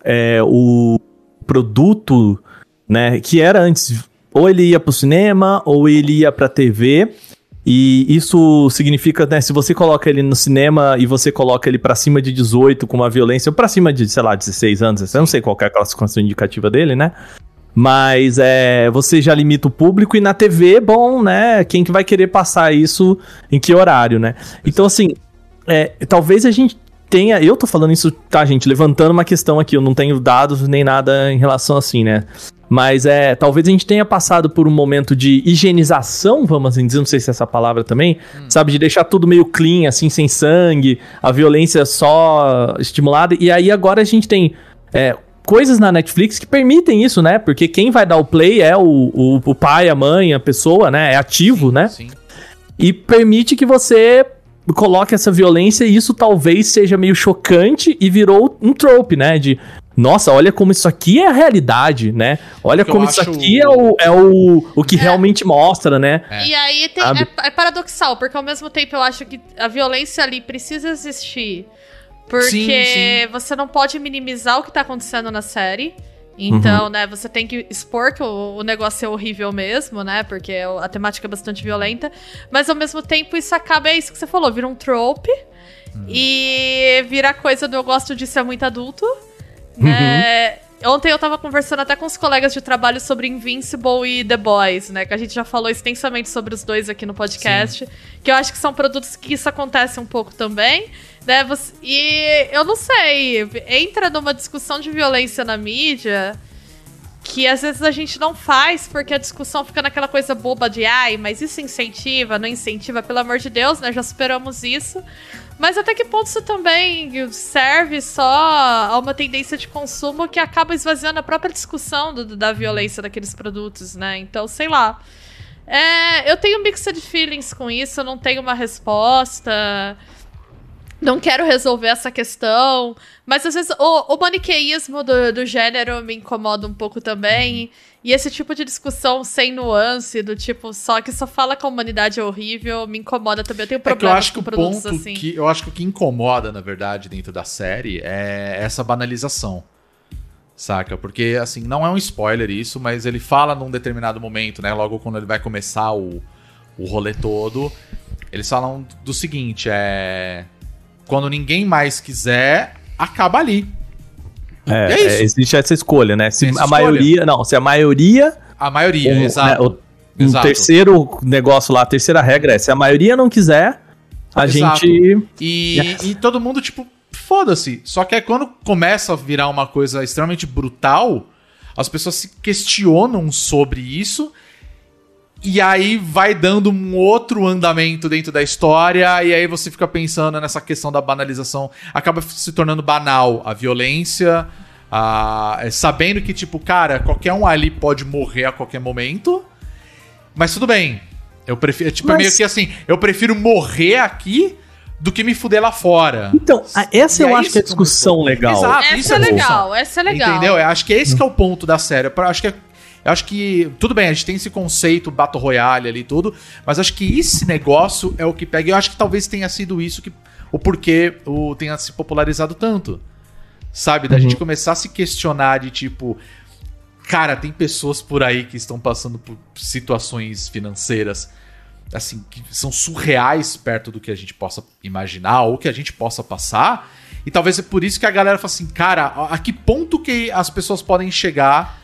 o produto, né, que era antes, ou ele ia pro cinema, ou ele ia pra TV, e isso significa, né, se você coloca ele no cinema e você coloca ele pra cima de 18 com uma violência, ou pra cima de, sei lá, 16 anos, eu não sei qual é a classificação indicativa dele, né? Mas você já limita o público, e na TV, bom, né? Quem que vai querer passar isso em que horário, né? Então, assim, talvez a gente tenha... Eu tô falando isso, tá, gente? Levantando uma questão aqui, eu não tenho dados nem nada em relação assim, né? Mas talvez a gente tenha passado por um momento de higienização, vamos assim dizer, não sei se é essa palavra também, sabe? De deixar tudo meio clean, assim, sem sangue, a violência só estimulada. E aí agora a gente tem... coisas na Netflix que permitem isso, né? Porque quem vai dar o play é o pai, a mãe, a pessoa, né? É ativo, sim, né? Sim. E permite que você coloque essa violência, e isso talvez seja meio chocante e virou um trope, né? De, nossa, olha como isso aqui é a realidade, né? Olha como isso aqui é o que realmente mostra, né? E aí é paradoxal, porque ao mesmo tempo eu acho que a violência ali precisa existir. Porque você não pode minimizar o que tá acontecendo na série. Então, né, você tem que expor que o negócio é horrível mesmo, né? Porque a temática é bastante violenta. Mas, ao mesmo tempo, isso acaba... É isso que você falou, vira um trope. E vira coisa do eu gosto de ser muito adulto. Né? Ontem eu tava conversando até com os colegas de trabalho sobre Invincible e The Boys, né? Que a gente já falou extensamente sobre os dois aqui no podcast. Que eu acho que são produtos que isso acontece um pouco também. Né? E eu não sei, entra numa discussão de violência na mídia que às vezes a gente não faz porque a discussão fica naquela coisa boba de mas isso incentiva, não incentiva, pelo amor de Deus, né? Já superamos isso. Mas até que ponto isso também serve só a uma tendência de consumo que acaba esvaziando a própria discussão da violência daqueles produtos, né? Então, sei lá. Eu tenho mixed feelings com isso, eu não tenho uma resposta. Não quero resolver essa questão, mas às vezes o maniqueísmo do gênero me incomoda um pouco também. E esse tipo de discussão sem nuance, do tipo, só que só fala que a humanidade é horrível, me incomoda também. Eu tenho problemas com produtos assim. Eu acho que o que incomoda, na verdade, dentro da série é essa banalização. Saca? Porque, assim, não é um spoiler isso, mas ele fala num determinado momento, né? Logo quando ele vai começar o rolê todo, eles falam do seguinte, quando ninguém mais quiser, acaba ali. É isso. Existe essa escolha, né? Se a maioria... Não, se a maioria... A maioria, exato. Né, o terceiro negócio lá, a terceira regra é, se a maioria não quiser, a gente... E todo mundo, tipo, foda-se. Só que quando começa a virar uma coisa extremamente brutal, as pessoas se questionam sobre isso, e aí vai dando um outro andamento dentro da história, e aí você fica pensando nessa questão da banalização. Acaba se tornando banal a violência, sabendo que, tipo, cara, qualquer um ali pode morrer a qualquer momento, mas tudo bem. Eu prefiro, tipo, é meio que assim, eu prefiro morrer aqui do que me fuder lá fora. Então, essa eu acho que é a discussão legal. Exato, Essa é legal, essa é legal. Entendeu? Eu acho que esse que é o ponto da série. Eu acho que, tudo bem, a gente tem esse conceito Battle Royale ali e tudo, mas acho que esse negócio é o que pega. Eu acho que talvez tenha sido isso o porquê tenha se popularizado tanto. Sabe? Da gente começar a se questionar de tipo, cara, tem pessoas por aí que estão passando por situações financeiras assim, que são surreais perto do que a gente possa imaginar ou que a gente possa passar. E talvez é por isso que a galera fala assim, cara, a que ponto que as pessoas podem chegar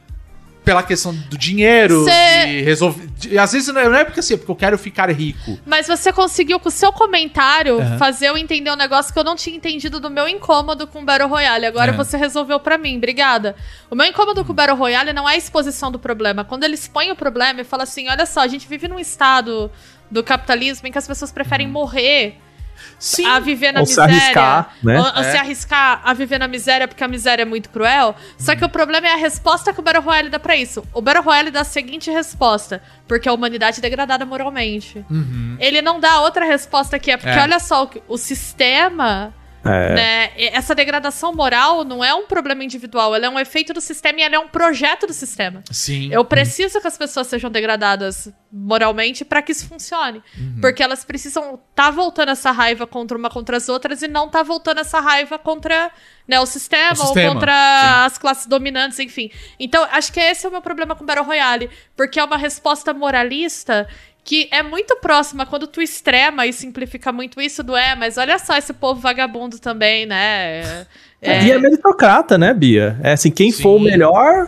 pela questão do dinheiro, de resolver... Às vezes não é porque assim, é porque eu quero ficar rico. Mas você conseguiu, com o seu comentário, fazer eu entender um negócio que eu não tinha entendido do meu incômodo com o Battle Royale. Agora você resolveu pra mim, obrigada. O meu incômodo com o Battle Royale não é a exposição do problema. Quando eles põem o problema e falam assim, olha só, a gente vive num estado do capitalismo em que as pessoas preferem morrer... Sim. A viver na ou miséria, se arriscar, né? ou se arriscar a viver na miséria, porque a miséria é muito cruel. Só que o problema é a resposta que o Battle Royale dá pra isso. O Battle Royale dá a seguinte resposta: porque a humanidade é degradada moralmente. Ele não dá outra resposta que porque olha só, o sistema... Né? Essa degradação moral não é um problema individual, ela é um efeito do sistema e ela é um projeto do sistema. Sim. Eu preciso que as pessoas sejam degradadas moralmente para que isso funcione. Porque elas precisam voltando essa raiva contra as outras e não voltando essa raiva contra, né, o sistema ou contra as classes dominantes, enfim. Então, acho que esse é o meu problema com Battle Royale, porque é uma resposta moralista que é muito próxima quando tu extrema e simplifica muito isso mas olha só esse povo vagabundo também, né? E é meritocrata, né, Bia? É assim, quem for o melhor,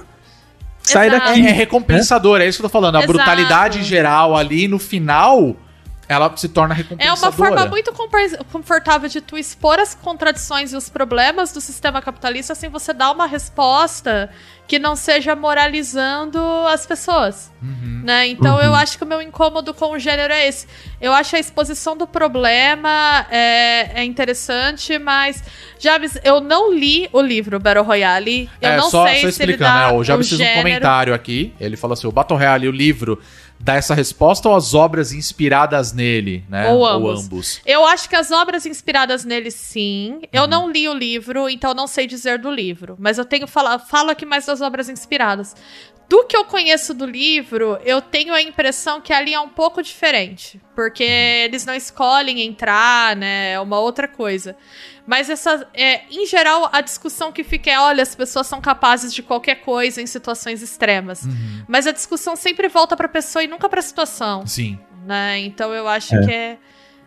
sai daqui. É recompensador, é isso que eu tô falando. A brutalidade geral ali, no final, ela se torna recompensadora. É uma forma muito confortável de tu expor as contradições e os problemas do sistema capitalista sem você dar uma resposta que não seja moralizando as pessoas, né? Então eu acho que o meu incômodo com o gênero é esse. Eu acho a exposição do problema é interessante, mas Jabs, eu não li o livro Battle Royale. Eu não sei só se ele dá o Jabs fez um comentário aqui. Ele falou assim, o Battle Royale, o livro, dá essa resposta ou as obras inspiradas nele, né? Ou ambos. Eu acho que as obras inspiradas nele, sim. Eu não li o livro, então não sei dizer do livro. Mas eu falo aqui mais das obras inspiradas. Do que eu conheço do livro, eu tenho a impressão que ali é um pouco diferente. Porque eles não escolhem entrar, né? É uma outra coisa. Mas em geral, a discussão que fica é, olha, as pessoas são capazes de qualquer coisa em situações extremas. Mas a discussão sempre volta pra pessoa e nunca pra situação. Sim. Né? Então eu acho que é...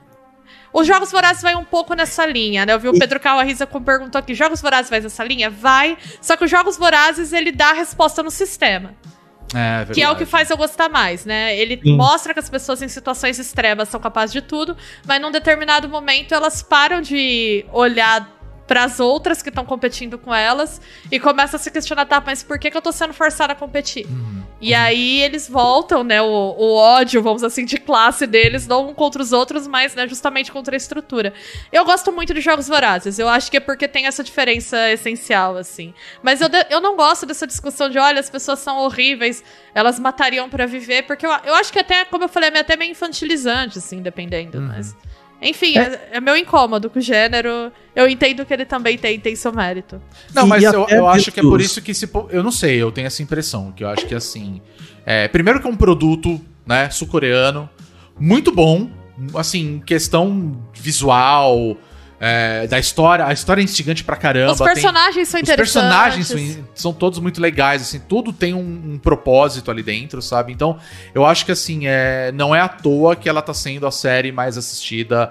Os Jogos Vorazes vai um pouco nessa linha, né? Eu vi o Pedro Calarriza perguntou aqui, Jogos Vorazes vai nessa linha? Vai. Só que os Jogos Vorazes, ele dá a resposta no sistema. Que é o que faz eu gostar mais, né? Ele mostra que as pessoas em situações extremas são capazes de tudo, mas num determinado momento elas param de olhar para as outras que estão competindo com elas e começam a se questionar, mas por que eu tô sendo forçada a competir? E aí eles voltam, né, o ódio, vamos assim, de classe deles, não um contra os outros, mas, né, justamente contra a estrutura. Eu gosto muito de Jogos Vorazes, eu acho que é porque tem essa diferença essencial, assim. Mas eu não gosto dessa discussão de, olha, as pessoas são horríveis, elas matariam para viver, porque eu acho que até, como eu falei, é até meio infantilizante, assim, dependendo, mas... Enfim, é meu incômodo com o gênero. Eu entendo que ele também tem seu mérito. Não, mas eu acho que é por isso que eu não sei, eu tenho essa impressão. Que eu acho que assim... primeiro que é um produto, né, sul-coreano, muito bom. Assim, questão visual... da história, a história é instigante pra caramba. Os personagens são interessantes. Os personagens são todos muito legais, assim, tudo tem um propósito ali dentro, sabe? Então, eu acho que assim, não é à toa que ela tá sendo a série mais assistida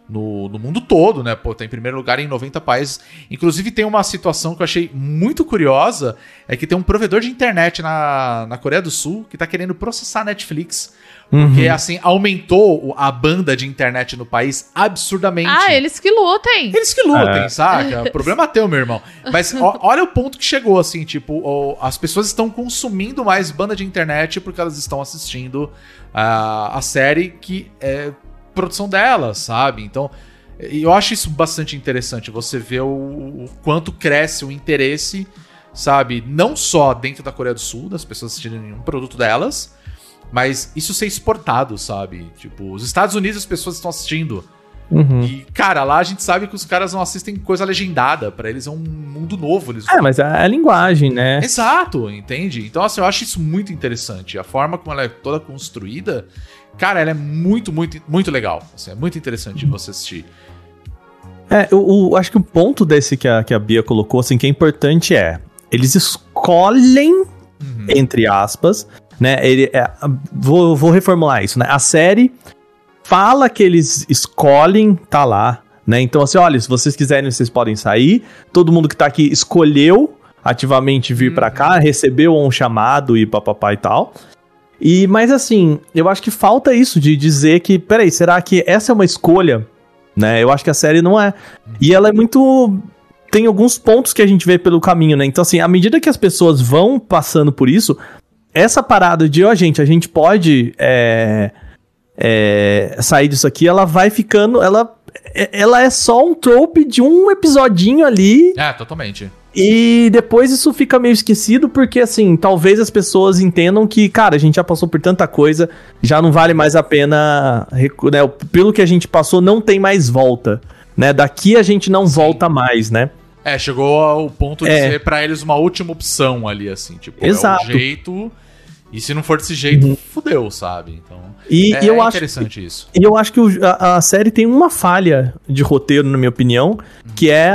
no mundo todo, né? Pô, tá em primeiro lugar em 90 países. Inclusive tem uma situação que eu achei muito curiosa, é que tem um provedor de internet na Coreia do Sul que tá querendo processar a Netflix, porque, assim, aumentou a banda de internet no país absurdamente. Ah, eles que lutem. Eles que lutem, saca? O problema é teu, meu irmão. Mas olha o ponto que chegou, assim, tipo, as pessoas estão consumindo mais banda de internet porque elas estão assistindo a série que é produção delas, sabe? Então, eu acho isso bastante interessante, você vê o quanto cresce o interesse, sabe? Não só dentro da Coreia do Sul, das pessoas assistirem um produto delas, mas isso ser exportado, sabe? Tipo, os Estados Unidos as pessoas estão assistindo. E, cara, lá a gente sabe que os caras não assistem coisa legendada. Pra eles é um mundo novo. Mas é a linguagem, né? Exato, entende? Então, assim, eu acho isso muito interessante. A forma como ela é toda construída, cara, ela é muito, muito, muito legal. Assim, é muito interessante de você assistir. Eu acho que o ponto desse que a Bia colocou, assim, que é importante eles escolhem, entre aspas, né? Vou reformular isso, né? A série fala que eles escolhem tá lá, né? Então, assim, olha, se vocês quiserem, vocês podem sair. Todo mundo que tá aqui escolheu ativamente vir pra cá, recebeu um chamado e papapá e tal. Mas, assim, eu acho que falta isso de dizer que, peraí, será que essa é uma escolha? Né? Eu acho que a série não é. E ela é muito... Tem alguns pontos que a gente vê pelo caminho, né? Então, assim, à medida que as pessoas vão passando por isso, essa parada de, a gente pode sair disso aqui, ela vai ficando... Ela é só um trope de um episodinho ali. Totalmente. E depois isso fica meio esquecido, porque, assim, talvez as pessoas entendam que, cara, a gente já passou por tanta coisa, já não vale mais a pena, né? Pelo que a gente passou, não tem mais volta, né? Daqui a gente não volta mais, né? Chegou ao ponto de ser pra eles uma última opção ali, assim, tipo, Exato. É o jeito, e se não for desse jeito, fudeu, sabe? Então, eu interessante isso. E eu acho que a série tem uma falha de roteiro, na minha opinião, que é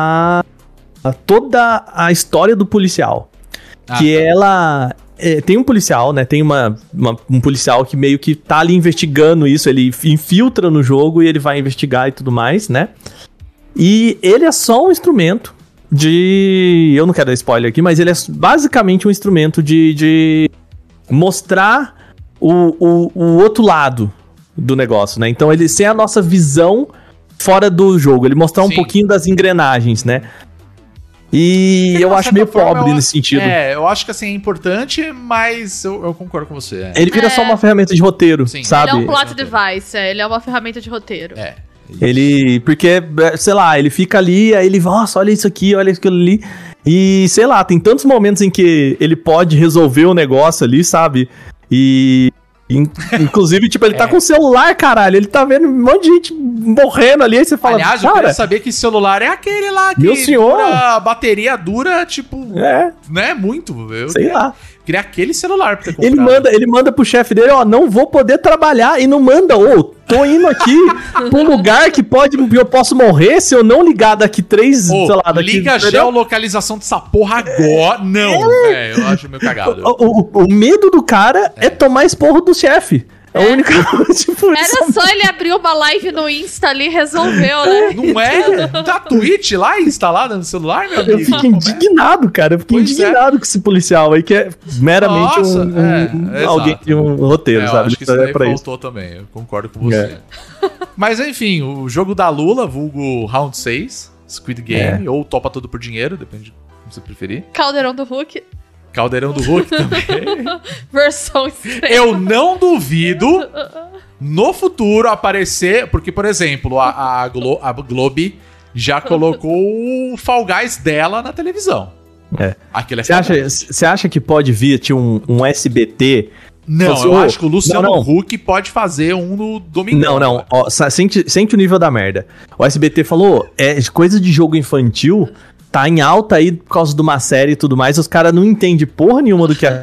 toda a história do policial. Ela... tem um policial, né? Tem um policial que meio que tá ali investigando isso, ele infiltra no jogo e ele vai investigar e tudo mais, né? E ele é só um instrumento eu não quero dar spoiler aqui, mas ele é basicamente um instrumento de mostrar o outro lado do negócio, né? Então ele tem a nossa visão fora do jogo, ele mostrar um pouquinho das engrenagens, né? E eu acho meio pobre nesse sentido. Eu acho que assim é importante, mas eu concordo com você. Ele vira só uma ferramenta de roteiro, sabe? Ele é um plot device, ele é uma ferramenta de roteiro. Porque, sei lá, ele fica ali, aí ele, nossa, olha isso aqui, olha aquilo ali. E, sei lá, tem tantos momentos em que ele pode resolver o negócio ali, sabe? Inclusive, tipo, ele tá com o celular, caralho. Ele tá vendo um monte de gente morrendo ali. Aí você fala, aliás, eu queria saber que celular é aquele lá que meu senhor, a bateria dura, tipo, né, muito. Sei lá. Queria aquele celular pra ter comprado. Ele manda pro chefe dele, não vou poder trabalhar. E não manda, tô indo aqui pra um lugar que eu posso morrer se eu não ligar daqui 3, sei lá, daqui... Liga a geolocalização dessa porra agora. Não, velho, eu acho meio cagado. O medo do cara é tomar esporro do chefe. É a única coisa, tipo, era só ele abrir uma live no Insta ali e resolveu, né? Não é? Tá a Twitch lá instalada no celular, meu amigo? Eu fico indignado, cara. Eu fico indignado com esse policial aí, que é meramente alguém de um roteiro, sabe? Acho que isso daí faltou também, eu concordo com você. Mas enfim, o jogo da Lula, vulgo Round 6, Squid Game, ou Topa Tudo por Dinheiro, depende de como você preferir. Caldeirão do Hulk também. Versão extrema. Eu não duvido no futuro aparecer, porque, por exemplo, a Globe já colocou o Fall Guys dela na televisão. Aquilo é Você acha que pode vir um SBT? Não, eu acho que o Luciano Huck pode fazer um no domingo. Não. Sente o nível da merda. O SBT falou, coisa de jogo infantil... Tá em alta aí por causa de uma série e tudo mais, os caras não entendem porra nenhuma do que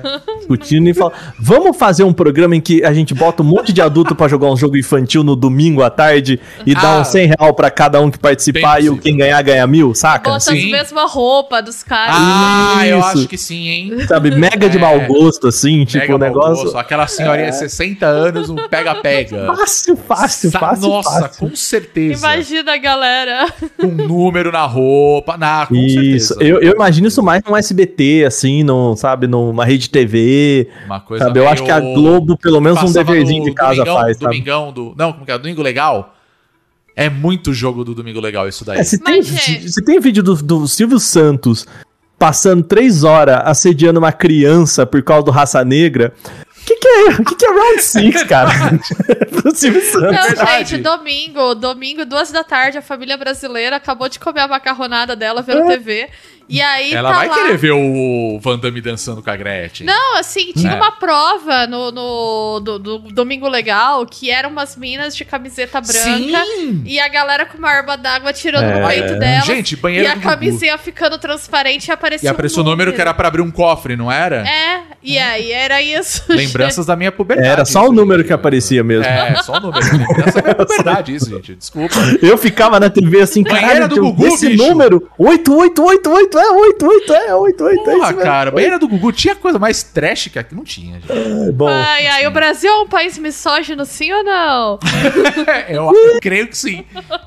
discutindo e fala: vamos fazer um programa em que a gente bota um monte de adulto pra jogar um jogo infantil no domingo à tarde e dá uns R$100 pra cada um que participar e quem ganhar ganha 1.000, saca? Bota as mesmas roupas dos caras. Eu acho que sim, hein? Sabe, mega de mau gosto, assim, tipo, o negócio. Gosto. Aquela senhorinha de 60 anos, um pega-pega. Fácil. Nossa, com certeza. Imagina a galera. Com um número na roupa. Com isso. certeza. Eu imagino isso mais num SBT, assim, sabe, numa rede TV. Uma coisa sabe, eu acho que a Globo, pelo menos um deverzinho de casa faz, sabe? Não, como que é? Domingo Legal? É muito jogo do Domingo Legal isso daí. Se tem vídeo do Silvio Santos passando 3 horas assediando uma criança por causa do Raça Negra... O que é Round 6, cara? Do Silvio Santos. Não, gente, domingo, 2 da tarde, a família brasileira acabou de comer a macarronada dela vendo TV. E aí ela vai querer ver o Van Damme dançando com a Gretchen. Não, assim, tinha uma prova do Domingo Legal que eram umas minas de camiseta branca. Sim. E a galera com uma arma d'água tirando no peito dela. Gente, banheiro e a camisinha ficando transparente e aparecia o número que era pra abrir um cofre, não era? E aí era isso. Lembranças da minha puberdade. Era só o número que aparecia mesmo. Só o número. Lembrança da minha puberdade, isso, gente. Desculpa. Eu ficava na TV assim, caralho, do Gugu, esse bicho. Número, 8888, 88, porra, cara, banheira do Gugu tinha coisa mais trash que aqui. Não tinha, gente. Bom. Ai, o Brasil é um país misógino, sim ou não? Eu creio que sim.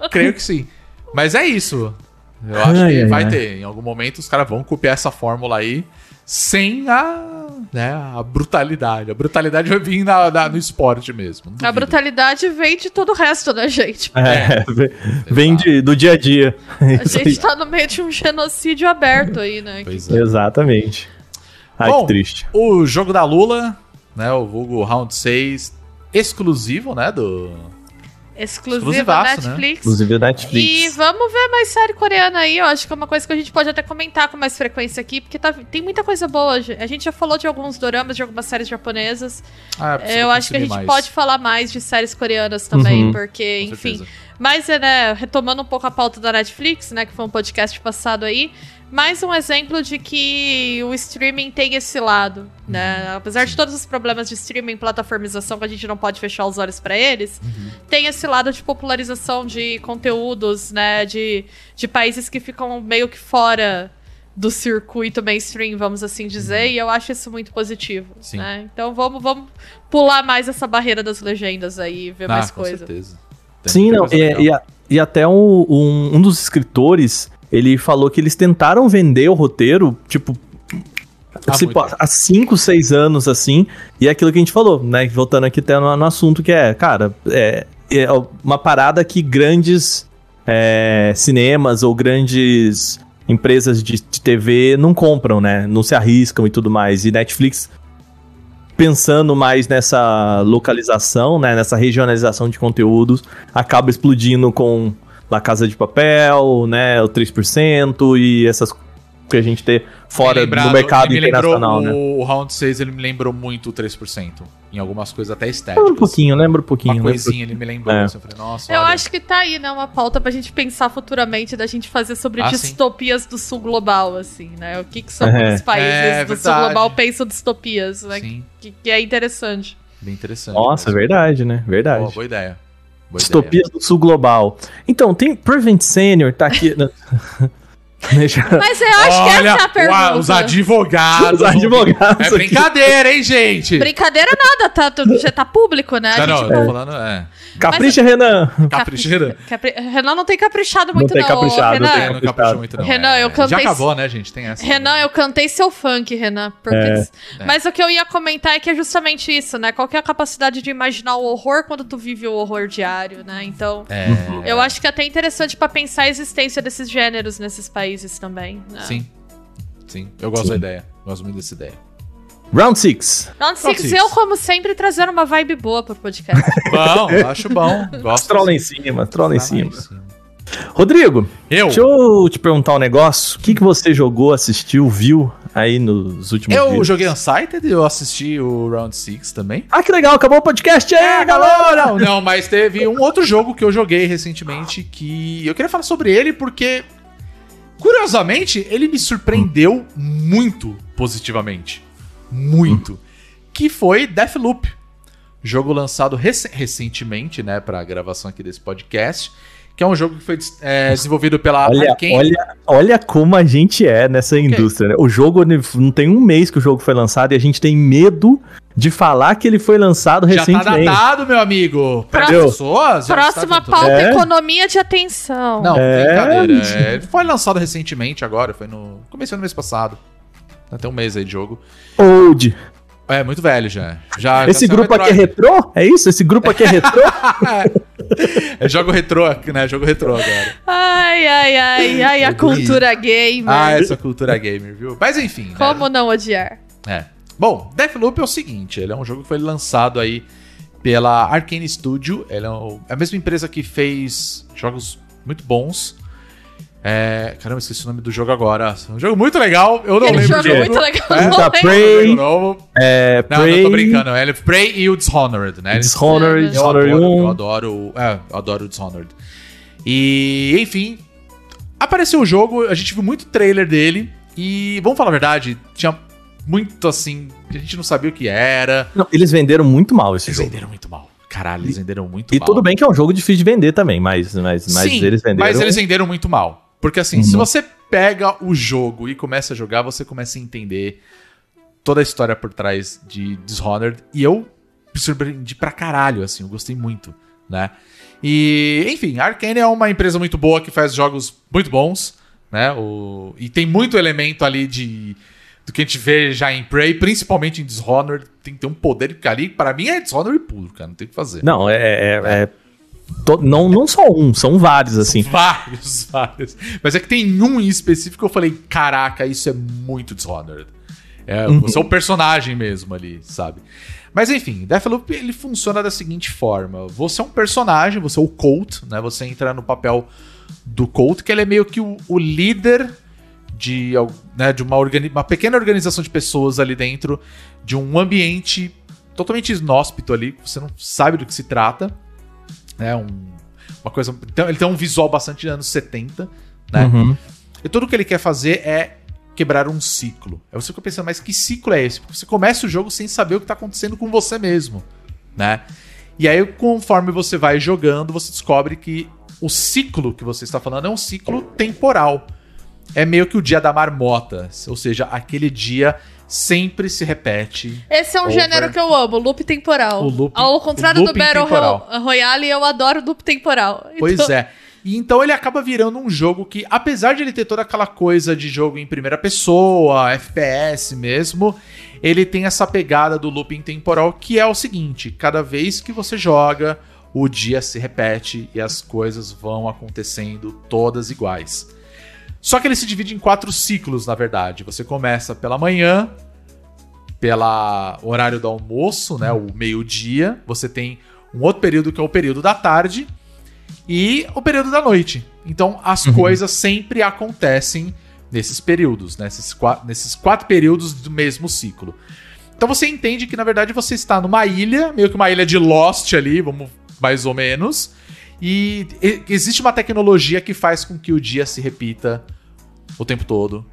Mas é isso. Eu acho que vai ter. Em algum momento os caras vão copiar essa fórmula aí sem a brutalidade. A brutalidade vai vir no esporte mesmo. A brutalidade vem de todo o resto, né, gente? Vem do dia a dia. A gente tá no meio de um genocídio aberto aí, né? Exatamente. Ai, bom, que triste. O jogo da Lula, né? O vulgo Round 6, exclusivo, né? Exclusiva Netflix. Né? Exclusiva Netflix. E vamos ver mais série coreana aí. Eu acho que é uma coisa que a gente pode até comentar com mais frequência aqui, porque tem muita coisa boa. A gente já falou de alguns doramas, de algumas séries japonesas. Eu acho que a gente pode falar mais de séries coreanas também, porque, enfim. Mas, retomando um pouco a pauta da Netflix, né, que foi um podcast passado aí, mais um exemplo de que o streaming tem esse lado, né? Apesar de todos os problemas de streaming, plataformização, que a gente não pode fechar os olhos pra eles, tem esse lado de popularização de conteúdos, né? De países que ficam meio que fora do circuito mainstream, vamos assim dizer, e eu acho isso muito positivo, né? Então vamos pular mais essa barreira das legendas aí e ver mais coisa. Com certeza. Sim, não, e até um dos escritores, ele falou que eles tentaram vender o roteiro, tipo, há 5, 6 anos, assim, e é aquilo que a gente falou, né, voltando aqui até no assunto, que é uma parada que grandes cinemas ou grandes empresas de TV não compram, né, não se arriscam e tudo mais, e Netflix, pensando mais nessa localização, né, nessa regionalização de conteúdos, acaba explodindo com La Casa de Papel, né, o 3% e essas que a gente tem fora do mercado internacional, né? O Round 6, ele me lembrou muito o 3%. Em algumas coisas até estéticas. Lembra um pouquinho. Uma coisinha ele me lembrou. Assim, eu falei, nossa, eu acho que tá aí, né, uma pauta pra gente pensar futuramente, da gente fazer sobre distopias do sul global, assim, né? O que são os países do sul global pensam distopias, né? Que é interessante. Bem interessante. Nossa, verdade, né? Verdade. Boa ideia. Distopias do sul global. Então, tem Prevent Senior, tá aqui... Mas eu acho que essa é a pergunta. Os advogados. É brincadeira, hein, gente? Brincadeira nada, já tá público, né? Eu tô falando, Capricha, Renan. Capricha, Renan. Renan não tem caprichado muito, não. Não caprichou muito, não. Renan, eu cantei... Já acabou, né, gente? Tem essa. Renan, eu cantei seu funk, Renan. Mas o que eu ia comentar é que é justamente isso, né? Qual que é a capacidade de imaginar o horror quando tu vive o horror diário, né? Então, eu acho que é até interessante pra pensar a existência desses gêneros nesses países também. Né? Sim. Eu gosto da ideia. Gosto muito dessa ideia. Round 6. Round 6, eu, como sempre, trazendo uma vibe boa pro podcast. Bom, acho bom. Gosto. Trola em cima. Rodrigo, deixa eu te perguntar um negócio. O que você jogou, assistiu, viu aí nos últimos dias? Eu joguei Unsighted, eu assisti o Round 6 também. Ah, que legal, acabou o podcast aí, galera! Não, mas teve um outro jogo que eu joguei recentemente que eu queria falar sobre ele porque, curiosamente, ele me surpreendeu muito positivamente. Muito. que foi Deathloop. Jogo lançado recentemente, né, pra gravação aqui desse podcast, que é um jogo que foi desenvolvido pela Arkane. Olha como a gente é nessa indústria, né? O jogo, não tem um mês que o jogo foi lançado e a gente tem medo de falar que ele foi lançado recentemente. Já tá datado, meu amigo. Para as pessoas. Próxima pauta, economia de atenção. Não, brincadeira. Ele foi lançado recentemente agora, foi no começo do mês passado. Tem um mês aí de jogo. Old. É, muito velho já. Esse grupo aqui é retrô? É isso? Esse grupo aqui é retrô? É jogo retrô, né? Jogo retrô agora. Ai, a cultura gamer. Essa cultura gamer, viu? Mas enfim. Como não odiar? Bom, Deathloop é o seguinte, ele é um jogo que foi lançado aí pela Arkane Studio. Ele é a mesma empresa que fez jogos muito bons. Caramba, esqueci o nome do jogo agora. É um jogo muito legal, eu não lembro. Jogo muito legal, Prey. Não tô brincando. É Prey e o Dishonored, né? Dishonored 1. Eu adoro o Dishonored. E, enfim, apareceu o jogo, a gente viu muito trailer dele. E, vamos falar a verdade, tinha muito assim, a gente não sabia o que era. Não, eles venderam muito mal esse jogo. Eles venderam muito mal. Caralho, eles venderam muito mal. E tudo bem que é um jogo difícil de vender também, mas Sim, eles venderam... mas eles venderam muito mal. Porque assim, se você pega o jogo e começa a jogar, você começa a entender toda a história por trás de Dishonored. E eu me surpreendi pra caralho, assim, eu gostei muito, né? E, enfim, a Arkane é uma empresa muito boa que faz jogos muito bons, né? E tem muito elemento ali do que a gente vê já em Prey, principalmente em Dishonored. Tem que ter um poder que ali, para mim, é Dishonored puro, cara, não tem o que fazer. Não, não só um, são vários, assim. Vários. Mas é que tem um em específico que eu falei, caraca, isso é muito Dishonored. Você é o personagem mesmo ali, sabe? Mas enfim, Deathloop, ele funciona da seguinte forma. Você é um personagem, você é o Colt, né? Você entra no papel do Colt, que ele é meio que o líder de uma pequena organização de pessoas ali dentro de um ambiente totalmente inóspito ali, que você não sabe do que se trata. Uma coisa. Então, ele tem um visual bastante anos 70, né? E tudo que ele quer fazer é quebrar um ciclo. Aí você fica pensando, mas que ciclo é esse? Porque você começa o jogo sem saber o que tá acontecendo com você mesmo, né? E aí, conforme você vai jogando, você descobre que o ciclo que você está falando é um ciclo temporal. É meio que o dia da marmota, ou seja, aquele dia sempre se repete. Esse é um gênero que eu amo, loop temporal. Ao contrário do Battle Royale, eu adoro loop temporal. Pois é. E então ele acaba virando um jogo que, apesar de ele ter toda aquela coisa de jogo em primeira pessoa, FPS mesmo, ele tem essa pegada do looping temporal, que é o seguinte: cada vez que você joga, o dia se repete e as coisas vão acontecendo todas iguais. Só que ele se divide em 4 ciclos, na verdade. Você começa pela manhã, pelo horário do almoço, né, o meio-dia. Você tem um outro período que é o período da tarde e o período da noite. Então, as coisas sempre acontecem nesses períodos, né, nesses 4 períodos do mesmo ciclo. Então, você entende que, na verdade, você está numa ilha, meio que uma ilha de Lost ali, vamos mais ou menos. E existe uma tecnologia que faz com que o dia se repita o tempo todo.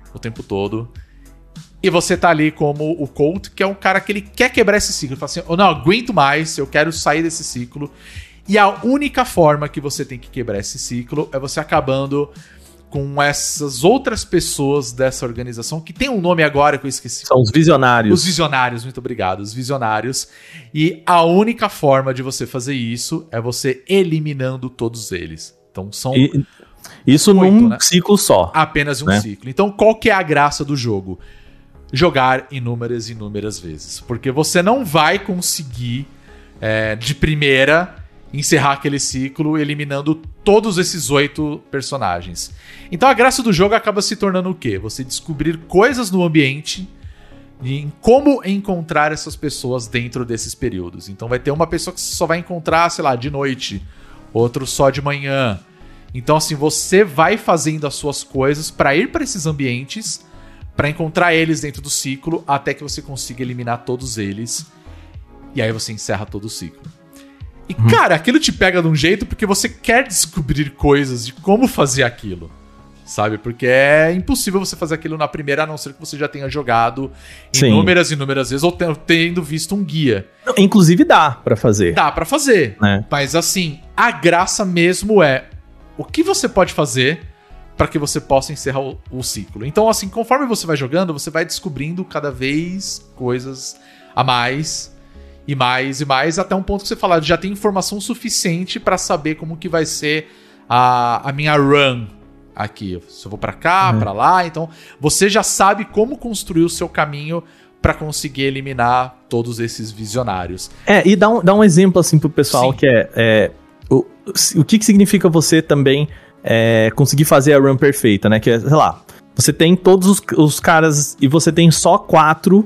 E você tá ali como o Colt, que é um cara que ele quer quebrar esse ciclo. Ele fala assim, eu não aguento mais, eu quero sair desse ciclo. E a única forma que você tem que quebrar esse ciclo é você acabando com essas outras pessoas dessa organização, que tem um nome agora que eu esqueci. São os Visionários. Os Visionários, muito obrigado. Os Visionários. E a única forma de você fazer isso é você eliminando todos eles. Então são... Isso 8, num ciclo só. Apenas um ciclo. Então qual que é a graça do jogo? Jogar inúmeras vezes. Porque você não vai conseguir, de primeira, encerrar aquele ciclo eliminando todos esses 8 personagens. Então a graça do jogo acaba se tornando o quê? Você descobrir coisas no ambiente e em como encontrar essas pessoas dentro desses períodos. Então vai ter uma pessoa que você só vai encontrar, sei lá, de noite, outro só de manhã. Então assim, você vai fazendo as suas coisas para ir para esses ambientes, para encontrar eles dentro do ciclo, até que você consiga eliminar todos eles. E aí você encerra todo o ciclo. E, cara, aquilo te pega de um jeito porque você quer descobrir coisas de como fazer aquilo, sabe? Porque é impossível você fazer aquilo na primeira, a não ser que você já tenha jogado Sim. inúmeras vezes ou tendo visto um guia. Inclusive dá pra fazer. Dá pra fazer, mas assim, a graça mesmo é o que você pode fazer para que você possa encerrar o ciclo. Então, assim, conforme você vai jogando, você vai descobrindo cada vez coisas a mais e mais, até um ponto que você fala, já tem informação suficiente para saber como que vai ser a minha run aqui. Se eu vou para cá, para lá, então você já sabe como construir o seu caminho para conseguir eliminar todos esses visionários. E dá um exemplo assim pro pessoal. Sim. Que o que significa você também conseguir fazer a run perfeita, né? Que é, sei lá, você tem todos os caras e você tem só 4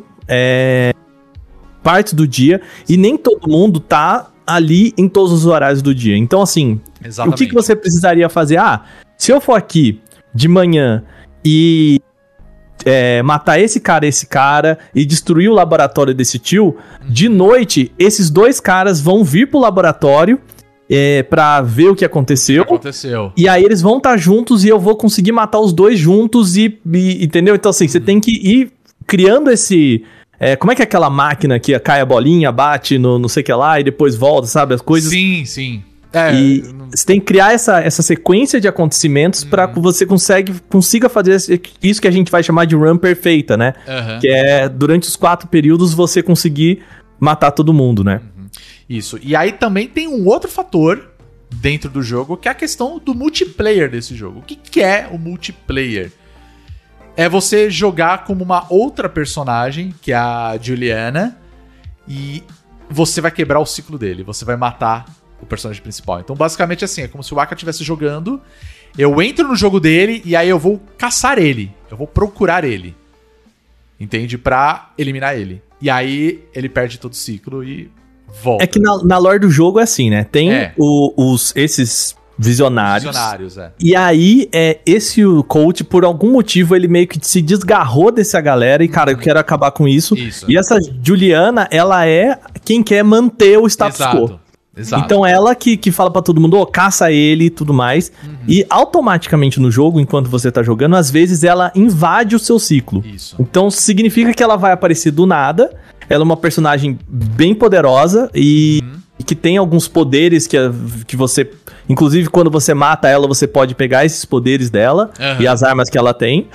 partes do dia e nem todo mundo tá ali em todos os horários do dia. Então, assim, exatamente. O que você precisaria fazer? Se eu for aqui de manhã e matar esse cara e destruir o laboratório desse tio, de noite, esses 2 caras vão vir pro laboratório pra ver o que aconteceu. E aí eles vão estar juntos e eu vou conseguir matar os 2 juntos e entendeu? Então, assim, você tem que ir criando esse... como é que é aquela máquina que cai a bolinha, bate no não sei o que lá e depois volta, sabe? As coisas... Sim. Você tem que criar essa sequência de acontecimentos pra que você consiga fazer isso que a gente vai chamar de run perfeita, né? Que é, durante os 4 períodos, você conseguir matar todo mundo, né? Isso. E aí também tem um outro fator dentro do jogo, que é a questão do multiplayer desse jogo. O que é o multiplayer? É você jogar como uma outra personagem, que é a Juliana, e você vai quebrar o ciclo dele, você vai matar o personagem principal. Então, basicamente, assim, é como se o Aka estivesse jogando, eu entro no jogo dele e aí eu vou caçar ele, eu vou procurar ele, entende? Pra eliminar ele. E aí ele perde todo o ciclo e volta. É que na lore do jogo é assim, né? Tem esses visionários. E aí, esse coach, por algum motivo, ele meio que se desgarrou dessa galera e, cara, eu quero acabar com isso. E essa Juliana, ela é quem quer manter o status quo. Exato. Então ela que fala pra todo mundo, caça ele e tudo mais. E automaticamente no jogo, enquanto você tá jogando, às vezes ela invade o seu ciclo. Isso. Então significa que ela vai aparecer do nada. Ela é uma personagem bem poderosa e que tem alguns poderes que você... Inclusive, quando você mata ela, você pode pegar esses poderes dela e as armas que ela tem.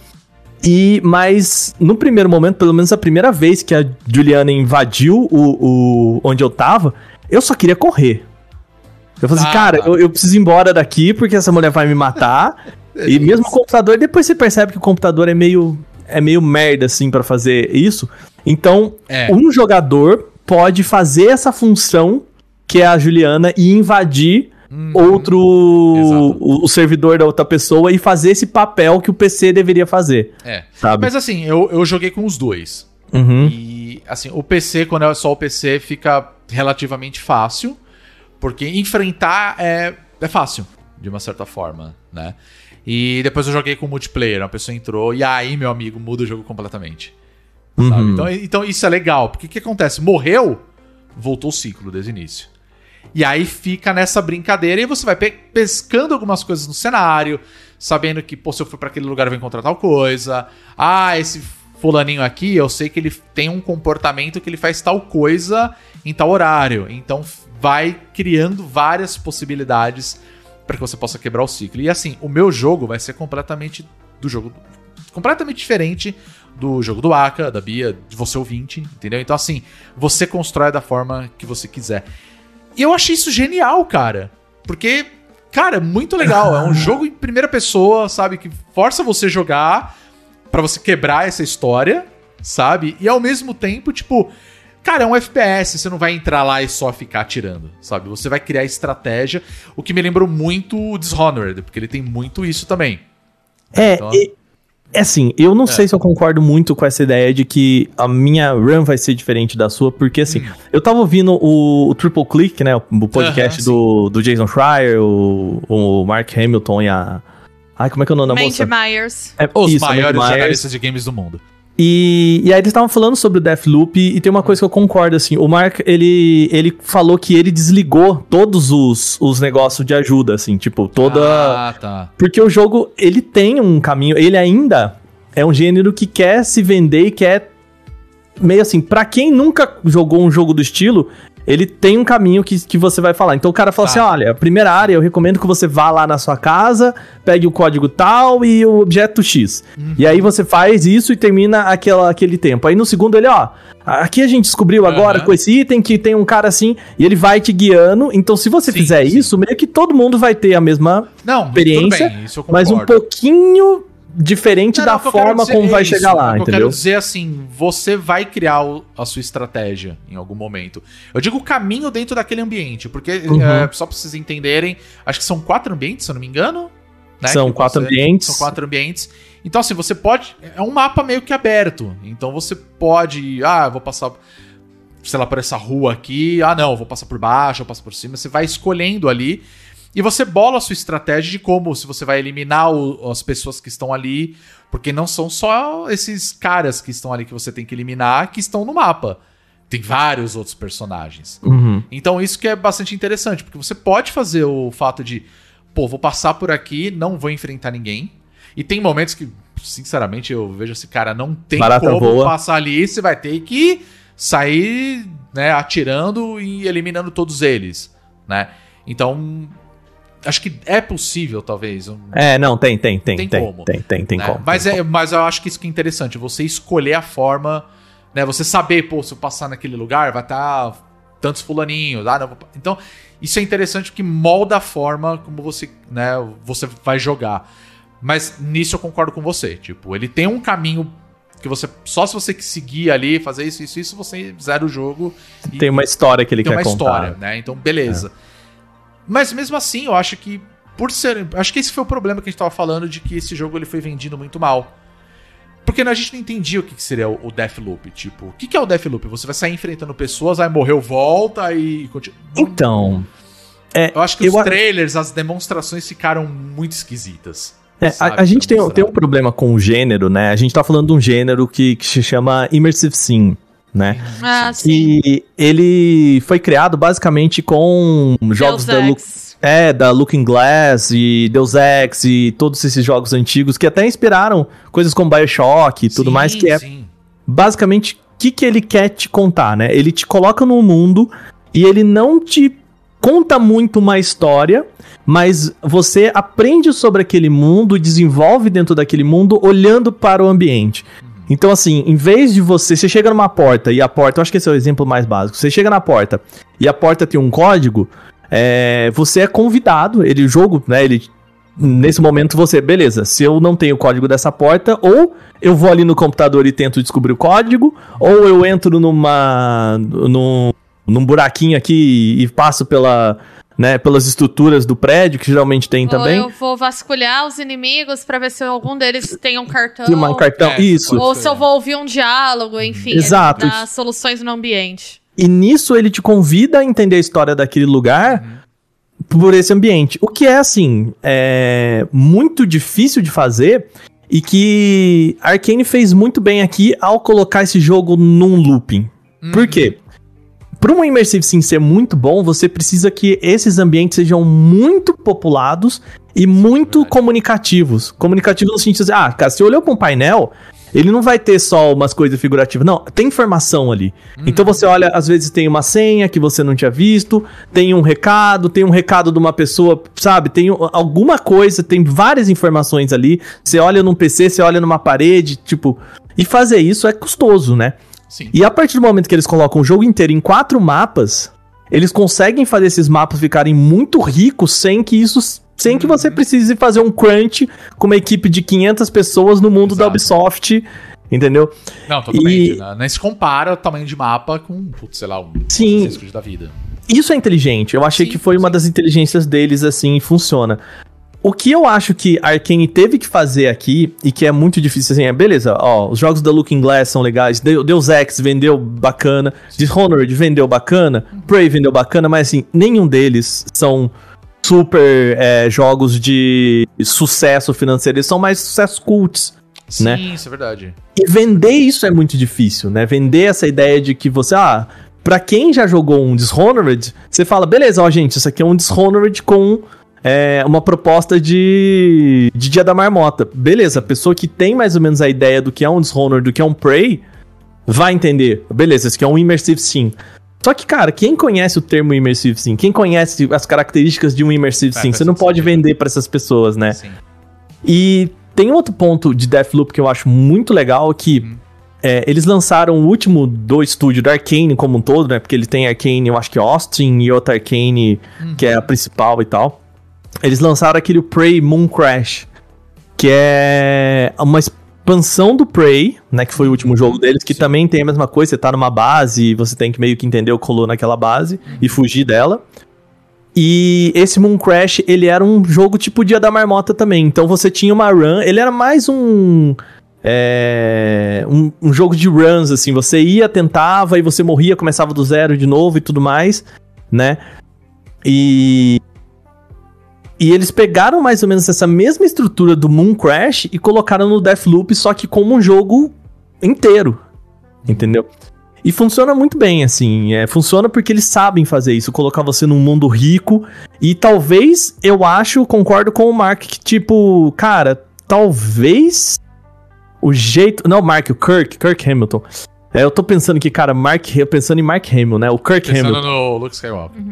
Mas, no primeiro momento, pelo menos a primeira vez que a Juliana invadiu onde eu tava, eu só queria correr. Eu falei assim, cara, eu preciso ir embora daqui porque essa mulher vai me matar. E mesmo o computador, depois você percebe que o computador é meio merda, assim, pra fazer isso. Então, um jogador pode fazer essa função, que é a Juliana, e invadir o servidor da outra pessoa e fazer esse papel que o PC deveria fazer. Sabe? Mas assim, eu joguei com os 2. E assim, o PC, quando é só o PC, fica relativamente fácil, porque enfrentar é fácil, de uma certa forma, né? E depois eu joguei com multiplayer, uma pessoa entrou e aí, meu amigo, muda o jogo completamente. Sabe? Então isso é legal, porque o que acontece? Morreu, voltou o ciclo desde o início. E aí fica nessa brincadeira e você vai pescando algumas coisas no cenário, sabendo que, se eu for pra aquele lugar eu vou encontrar tal coisa. Esse fulaninho aqui, eu sei que ele tem um comportamento que ele faz tal coisa em tal horário. Então vai criando várias possibilidades para que você possa quebrar o ciclo. E assim, o meu jogo vai ser completamente diferente do jogo do Aka, da Bia, de você ouvinte, entendeu? Então assim, você constrói da forma que você quiser. E eu achei isso genial, cara. Porque, cara, é muito legal. É um jogo em primeira pessoa, sabe? Que força você jogar pra você quebrar essa história, sabe? E ao mesmo tempo, tipo... Cara, é um FPS, você não vai entrar lá e só ficar atirando, sabe? Você vai criar estratégia, o que me lembrou muito o Dishonored, porque ele tem muito isso também. Então... assim, eu não sei se eu concordo muito com essa ideia de que a minha run vai ser diferente da sua, porque assim, eu tava ouvindo o Triple Click, né, o podcast do Jason Schreier, o Mark Hamilton e a... como é que é o nome da moça? Mandy Myers. Os maiores jornalistas de games do mundo. E aí eles estavam falando sobre o Deathloop e tem uma coisa que eu concordo, assim, o Mark, ele falou que ele desligou todos os negócios de ajuda, assim, tipo, toda... Ah, tá. Porque o jogo, ele tem um caminho, ele ainda é um gênero que quer se vender e quer, meio assim, pra quem nunca jogou um jogo do estilo, ele tem um caminho que você vai falar. Então o cara fala assim, olha, a primeira área eu recomendo que você vá lá na sua casa, pegue o código tal e o objeto X. E aí você faz isso e termina aquele tempo. Aí no segundo ele, aqui a gente descobriu agora com esse item que tem um cara assim, e ele vai te guiando. Então se você fizer isso, meio que todo mundo vai ter a mesma experiência, tudo bem, isso eu concordo. mas um pouquinho diferente da forma como vai chegar lá, entendeu? Eu quero dizer assim, você vai criar a sua estratégia em algum momento. Eu digo o caminho dentro daquele ambiente, porque só pra vocês entenderem, acho que são 4 ambientes, se eu não me engano. Né? São 4 ambientes. São 4 ambientes. Então assim, você pode... É um mapa meio que aberto. Então você pode... eu vou passar, sei lá, por essa rua aqui. Não, eu vou passar por baixo, eu passo por cima. Você vai escolhendo ali. E você bola a sua estratégia de como, se você vai eliminar as pessoas que estão ali, porque não são só esses caras que estão ali que você tem que eliminar, que estão no mapa. Tem vários outros personagens. Então isso que é bastante interessante, porque você pode fazer o fato de, vou passar por aqui, não vou enfrentar ninguém. E tem momentos que, sinceramente, eu vejo assim, cara, não tem como passar ali, você vai ter que sair, né, atirando e eliminando todos eles, né? Então... Acho que é possível, talvez. Não, tem como. Tem né? como. Mas eu acho que isso que é interessante, você escolher a forma, né? Você saber, se eu passar naquele lugar, vai estar tantos fulaninhos. Então, isso é interessante porque molda a forma como você, né, você vai jogar. Mas nisso eu concordo com você. Tipo, ele tem um caminho que você... Só se você seguir ali, fazer isso, você zera o jogo. Tem uma história que ele quer contar. Tem uma história, né? Então, beleza. Mas mesmo assim, eu acho que acho que esse foi o problema que a gente tava falando, de que esse jogo ele foi vendido muito mal. Porque a gente não entendia o que seria o Deathloop. Tipo, o que é o Deathloop? Você vai sair enfrentando pessoas, aí morreu, volta e continua. Então... eu acho que os trailers, as demonstrações ficaram muito esquisitas. A gente tem um problema com o gênero, né? A gente tá falando de um gênero que se chama Immersive Sim, né? Sim. E ele foi criado basicamente com jogos da Looking Glass e Deus Ex e todos esses jogos antigos que até inspiraram coisas como BioShock e tudo mais, que é basicamente o que ele quer te contar, né? Ele te coloca num mundo e ele não te conta muito uma história, mas você aprende sobre aquele mundo e desenvolve dentro daquele mundo olhando para o ambiente. Então, assim, em vez de você chega numa porta e a porta... Eu acho que esse é o exemplo mais básico. Você chega na porta e a porta tem um código, você é convidado, o jogo, né, nesse momento você... Beleza, se eu não tenho o código dessa porta, ou eu vou ali no computador e tento descobrir o código, ou eu entro num buraquinho aqui e passo pelas estruturas do prédio, que geralmente tem também. Ou eu vou vasculhar os inimigos pra ver se algum deles tem um cartão. Tem um cartão, isso. Ou se eu vou ouvir um diálogo, enfim. Exato. Ele dá soluções no ambiente. E nisso ele te convida a entender a história daquele lugar por esse ambiente. O que é, assim, muito difícil de fazer e que a Arcane fez muito bem aqui ao colocar esse jogo num looping. Por quê? Para um Immersive Sim ser muito bom, você precisa que esses ambientes sejam muito populados e muito comunicativos. Comunicativos no sentido de, cara, se você olhou para um painel, ele não vai ter só umas coisas figurativas. Não, tem informação ali. Então você olha, às vezes tem uma senha que você não tinha visto, tem um recado de uma pessoa, sabe? Tem alguma coisa, tem várias informações ali. Você olha num PC, você olha numa parede, tipo... E fazer isso é custoso, né? Sim. E a partir do momento que eles colocam o jogo inteiro em 4 mapas, eles conseguem fazer esses mapas ficarem muito ricos sem que você precise fazer um crunch com uma equipe de 500 pessoas no mundo da Ubisoft, entendeu? Não, totalmente. Nem se compara o tamanho de mapa com, sei lá, um Cisco da vida. Isso é inteligente. Eu achei que foi uma das inteligências deles, assim, e funciona. O que eu acho que a Arcane teve que fazer aqui, e que é muito difícil, assim, beleza, os jogos da Looking Glass são legais, Deus Ex vendeu bacana, Dishonored vendeu bacana, Prey vendeu bacana, mas assim, nenhum deles são super jogos de sucesso financeiro, eles são mais sucessos cults. Sim, né? isso é verdade. E vender isso é muito difícil, né? Vender essa ideia de que você, pra quem já jogou um Dishonored, você fala, beleza, ó, gente, isso aqui é um Dishonored com uma proposta de Dia da Marmota. Beleza, a pessoa que tem mais ou menos a ideia do que é um Dishonored, do que é um Prey, vai entender. Beleza, isso aqui é um Immersive Sim. Só que, cara, quem conhece o termo Immersive Sim, quem conhece as características de um Immersive Sim, você não pode vender pra essas pessoas, né? Sim. E tem outro ponto de Deathloop que eu acho muito legal, que eles lançaram o último do estúdio da Arcane como um todo, né? Porque ele tem Arcane, eu acho que Austin, e outra Arcane, que é a principal e tal. Eles lançaram aquele Prey Moon Crash, que é uma expansão do Prey, né? Que foi o último jogo deles, que também tem a mesma coisa, você tá numa base e você tem que meio que entender o que rolou naquela base e fugir dela. E esse Moon Crash, ele era um jogo tipo Dia da Marmota também. Então você tinha uma run, ele era mais um jogo de runs, assim. Você ia, tentava, e você morria, começava do zero de novo e tudo mais, né? E eles pegaram mais ou menos essa mesma estrutura do Moon Crash e colocaram no Deathloop, só que como um jogo inteiro, entendeu? E funciona muito bem, assim, funciona porque eles sabem fazer isso, colocar você num mundo rico, e talvez, concordo com o Mark, que tipo, cara, talvez o jeito... Não, o Kirk Hamilton. Eu tô pensando aqui, cara, pensando em Mark Hamill, né, o Kirk Hamilton. Pensando no Luke Skywalker.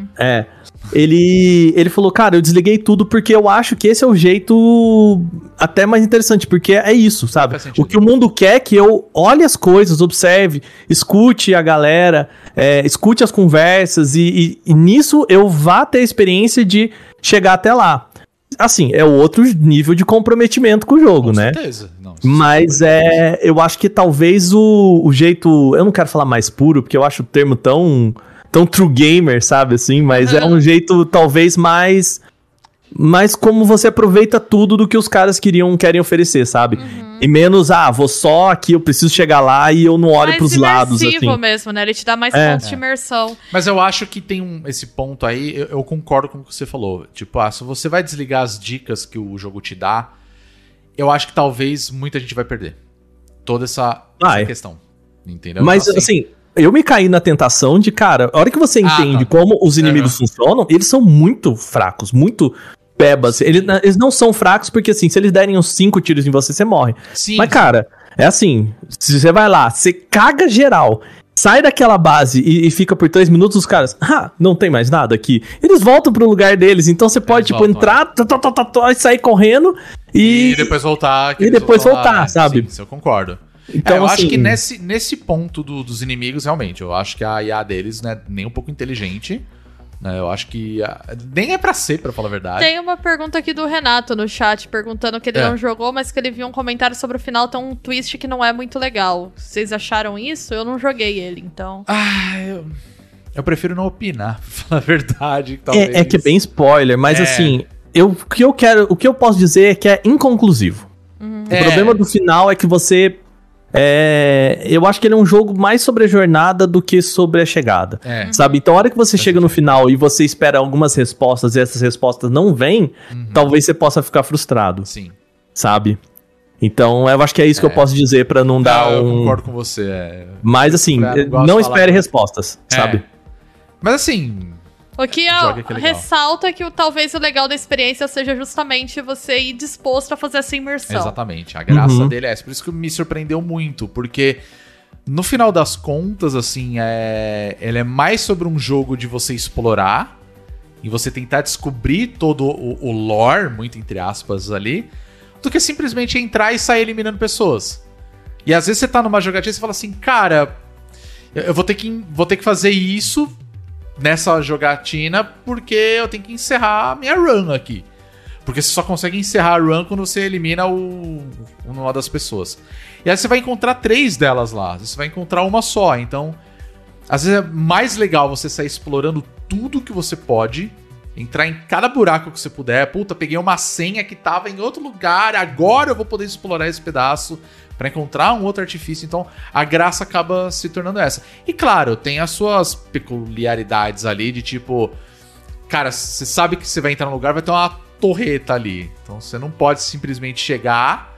Ele falou, cara, eu desliguei tudo porque eu acho que esse é o jeito até mais interessante, porque é isso, sabe? O que o mundo quer é que eu olhe as coisas, observe, escute a galera, escute as conversas e nisso eu vá ter a experiência de chegar até lá. Assim, é outro nível de comprometimento com o jogo, né? Com certeza. Não, mas eu acho que talvez o jeito... Eu não quero falar mais puro, porque eu acho o termo tão true gamer, sabe, assim, mas é um jeito talvez mais como você aproveita tudo do que os caras querem oferecer, sabe? E menos, vou só aqui, eu preciso chegar lá e eu não olho pros lados, assim. Mais imersivo mesmo, né? Ele te dá mais pontos de imersão. Mas eu acho que tem esse ponto aí, eu concordo com o que você falou. Tipo, se você vai desligar as dicas que o jogo te dá, eu acho que talvez muita gente vai perder toda essa questão, entendeu? Mas, então, assim, eu me caí na tentação de, cara, a hora que você entende como os inimigos funcionam, eles são muito fracos, muito bebas. Eles não são fracos porque, assim, se eles derem uns 5 tiros em você, você morre. Sim, mas, cara, é assim, se você vai lá, você caga geral, sai daquela base e fica por 3 minutos, os caras, não tem mais nada aqui. Eles voltam pro lugar deles, então você pode, entrar, sair correndo e depois voltar. E depois voltar, sabe? Sim, isso eu concordo. Então, eu acho que nesse ponto dos inimigos, realmente, eu acho que a IA deles não é nem um pouco inteligente, né? Eu acho que nem é pra ser, pra falar a verdade. Tem uma pergunta aqui do Renato no chat, perguntando que ele não jogou, mas que ele viu um comentário sobre o final, tem um twist que não é muito legal. Vocês acharam isso? Eu não joguei ele, então... Eu prefiro não opinar, pra falar a verdade. Talvez. É que é bem spoiler, mas assim, o que eu posso dizer é que é inconclusivo. O problema do final é que você... eu acho que ele é um jogo mais sobre a jornada do que sobre a chegada, sabe? Então a hora que você chega no final e você espera algumas respostas e essas respostas não vêm, talvez você possa ficar frustrado. Sim. Sabe? Então eu acho que é isso que eu posso dizer pra não dar eu concordo com você. Mas assim, não espere respostas, sabe? Mas assim... O que ressalta que talvez o legal da experiência seja justamente você ir disposto a fazer essa imersão. Exatamente, a graça dele é essa. Por isso que me surpreendeu muito, porque no final das contas, assim, ele é mais sobre um jogo de você explorar e você tentar descobrir todo o lore, muito entre aspas ali, do que simplesmente entrar e sair eliminando pessoas. E às vezes você tá numa jogatina e você fala assim, cara, eu vou ter que fazer isso nessa jogatina porque eu tenho que encerrar a minha run aqui. Porque você só consegue encerrar a run quando você elimina uma das pessoas. E aí você vai encontrar 3 delas lá. Você vai encontrar uma só. Então, às vezes é mais legal você sair explorando tudo que você pode, entrar em cada buraco que você puder. Puta, peguei uma senha que tava em outro lugar, agora eu vou poder explorar esse pedaço pra encontrar um outro artifício. Então, a graça acaba se tornando essa. E claro, tem as suas peculiaridades ali de tipo... Cara, você sabe que você vai entrar no lugar, vai ter uma torreta ali. Então, você não pode simplesmente chegar,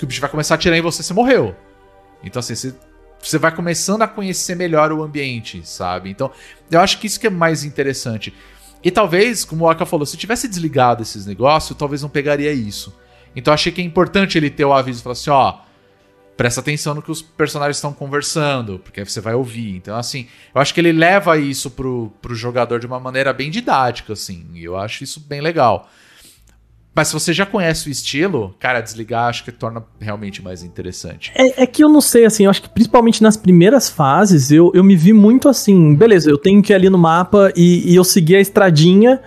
que o bicho vai começar a atirar em você morreu. Então, assim, você vai começando a conhecer melhor o ambiente, sabe? Então, eu acho que isso que é mais interessante. E talvez, como o Aka falou, se tivesse desligado esses negócios, talvez não pegaria isso. Então, eu achei que é importante ele ter o aviso e falar assim, ó, presta atenção no que os personagens estão conversando, porque aí você vai ouvir. Então, assim, eu acho que ele leva isso pro jogador de uma maneira bem didática, assim, e eu acho isso bem legal. Mas se você já conhece o estilo, cara, desligar acho que torna realmente mais interessante. É que eu não sei, assim, eu acho que principalmente nas primeiras fases, eu me vi muito assim, beleza, eu tenho que ir ali no mapa e eu seguir a estradinha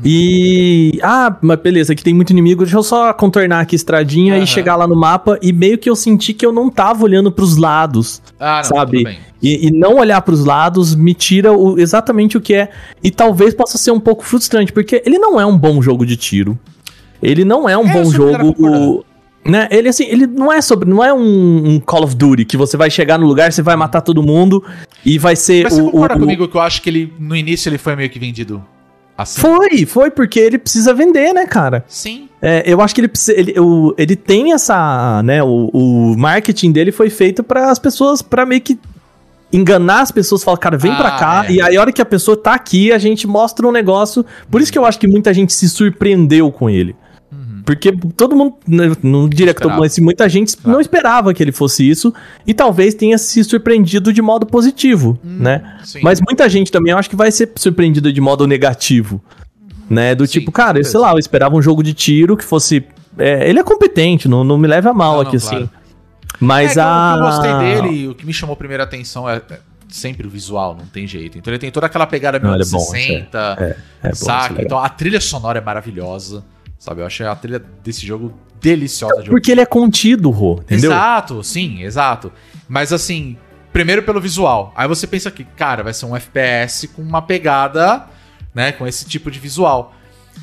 e... Ah, mas beleza, aqui tem muito inimigo, deixa eu só contornar aqui a estradinha e chegar lá no mapa e meio que eu senti que eu não tava olhando pros lados, sabe? Tudo bem. E não olhar pros lados me tira exatamente o que é, e talvez possa ser um pouco frustrante, porque ele não é um bom jogo de tiro. Ele não é um bom jogo, né? Ele assim, ele não é um Call of Duty que você vai chegar no lugar, você vai matar todo mundo e vai ser. Mas você concorda comigo que eu acho que ele no início ele foi meio que vendido assim? Foi porque ele precisa vender, né, cara? Sim. Eu acho que ele tem essa, né? O marketing dele foi feito para as pessoas, para meio que enganar as pessoas, falar, cara, vem pra cá, e aí a hora que a pessoa tá aqui, a gente mostra um negócio. Por isso que eu acho que muita gente se surpreendeu com ele. Porque todo mundo, não diria que todo mundo, mas muita gente não esperava que ele fosse isso, e talvez tenha se surpreendido de modo positivo, né? Sim. Mas muita gente também, eu acho que vai ser surpreendida de modo negativo, né? Do tipo, cara, sei lá, eu esperava um jogo de tiro que fosse... ele é competente, não me leve a mal aqui, claro. Assim. Mas o que eu gostei dele, o que me chamou primeira atenção é sempre o visual, não tem jeito. Então ele tem toda aquela pegada 1960, saca? Bom, então a trilha sonora é maravilhosa. Sabe, eu achei a trilha desse jogo deliciosa. Porque ele é contido, Rô, entendeu? Exato, sim, exato. Mas assim, primeiro pelo visual. Aí você pensa que, cara, vai ser um FPS com uma pegada, né, com esse tipo de visual.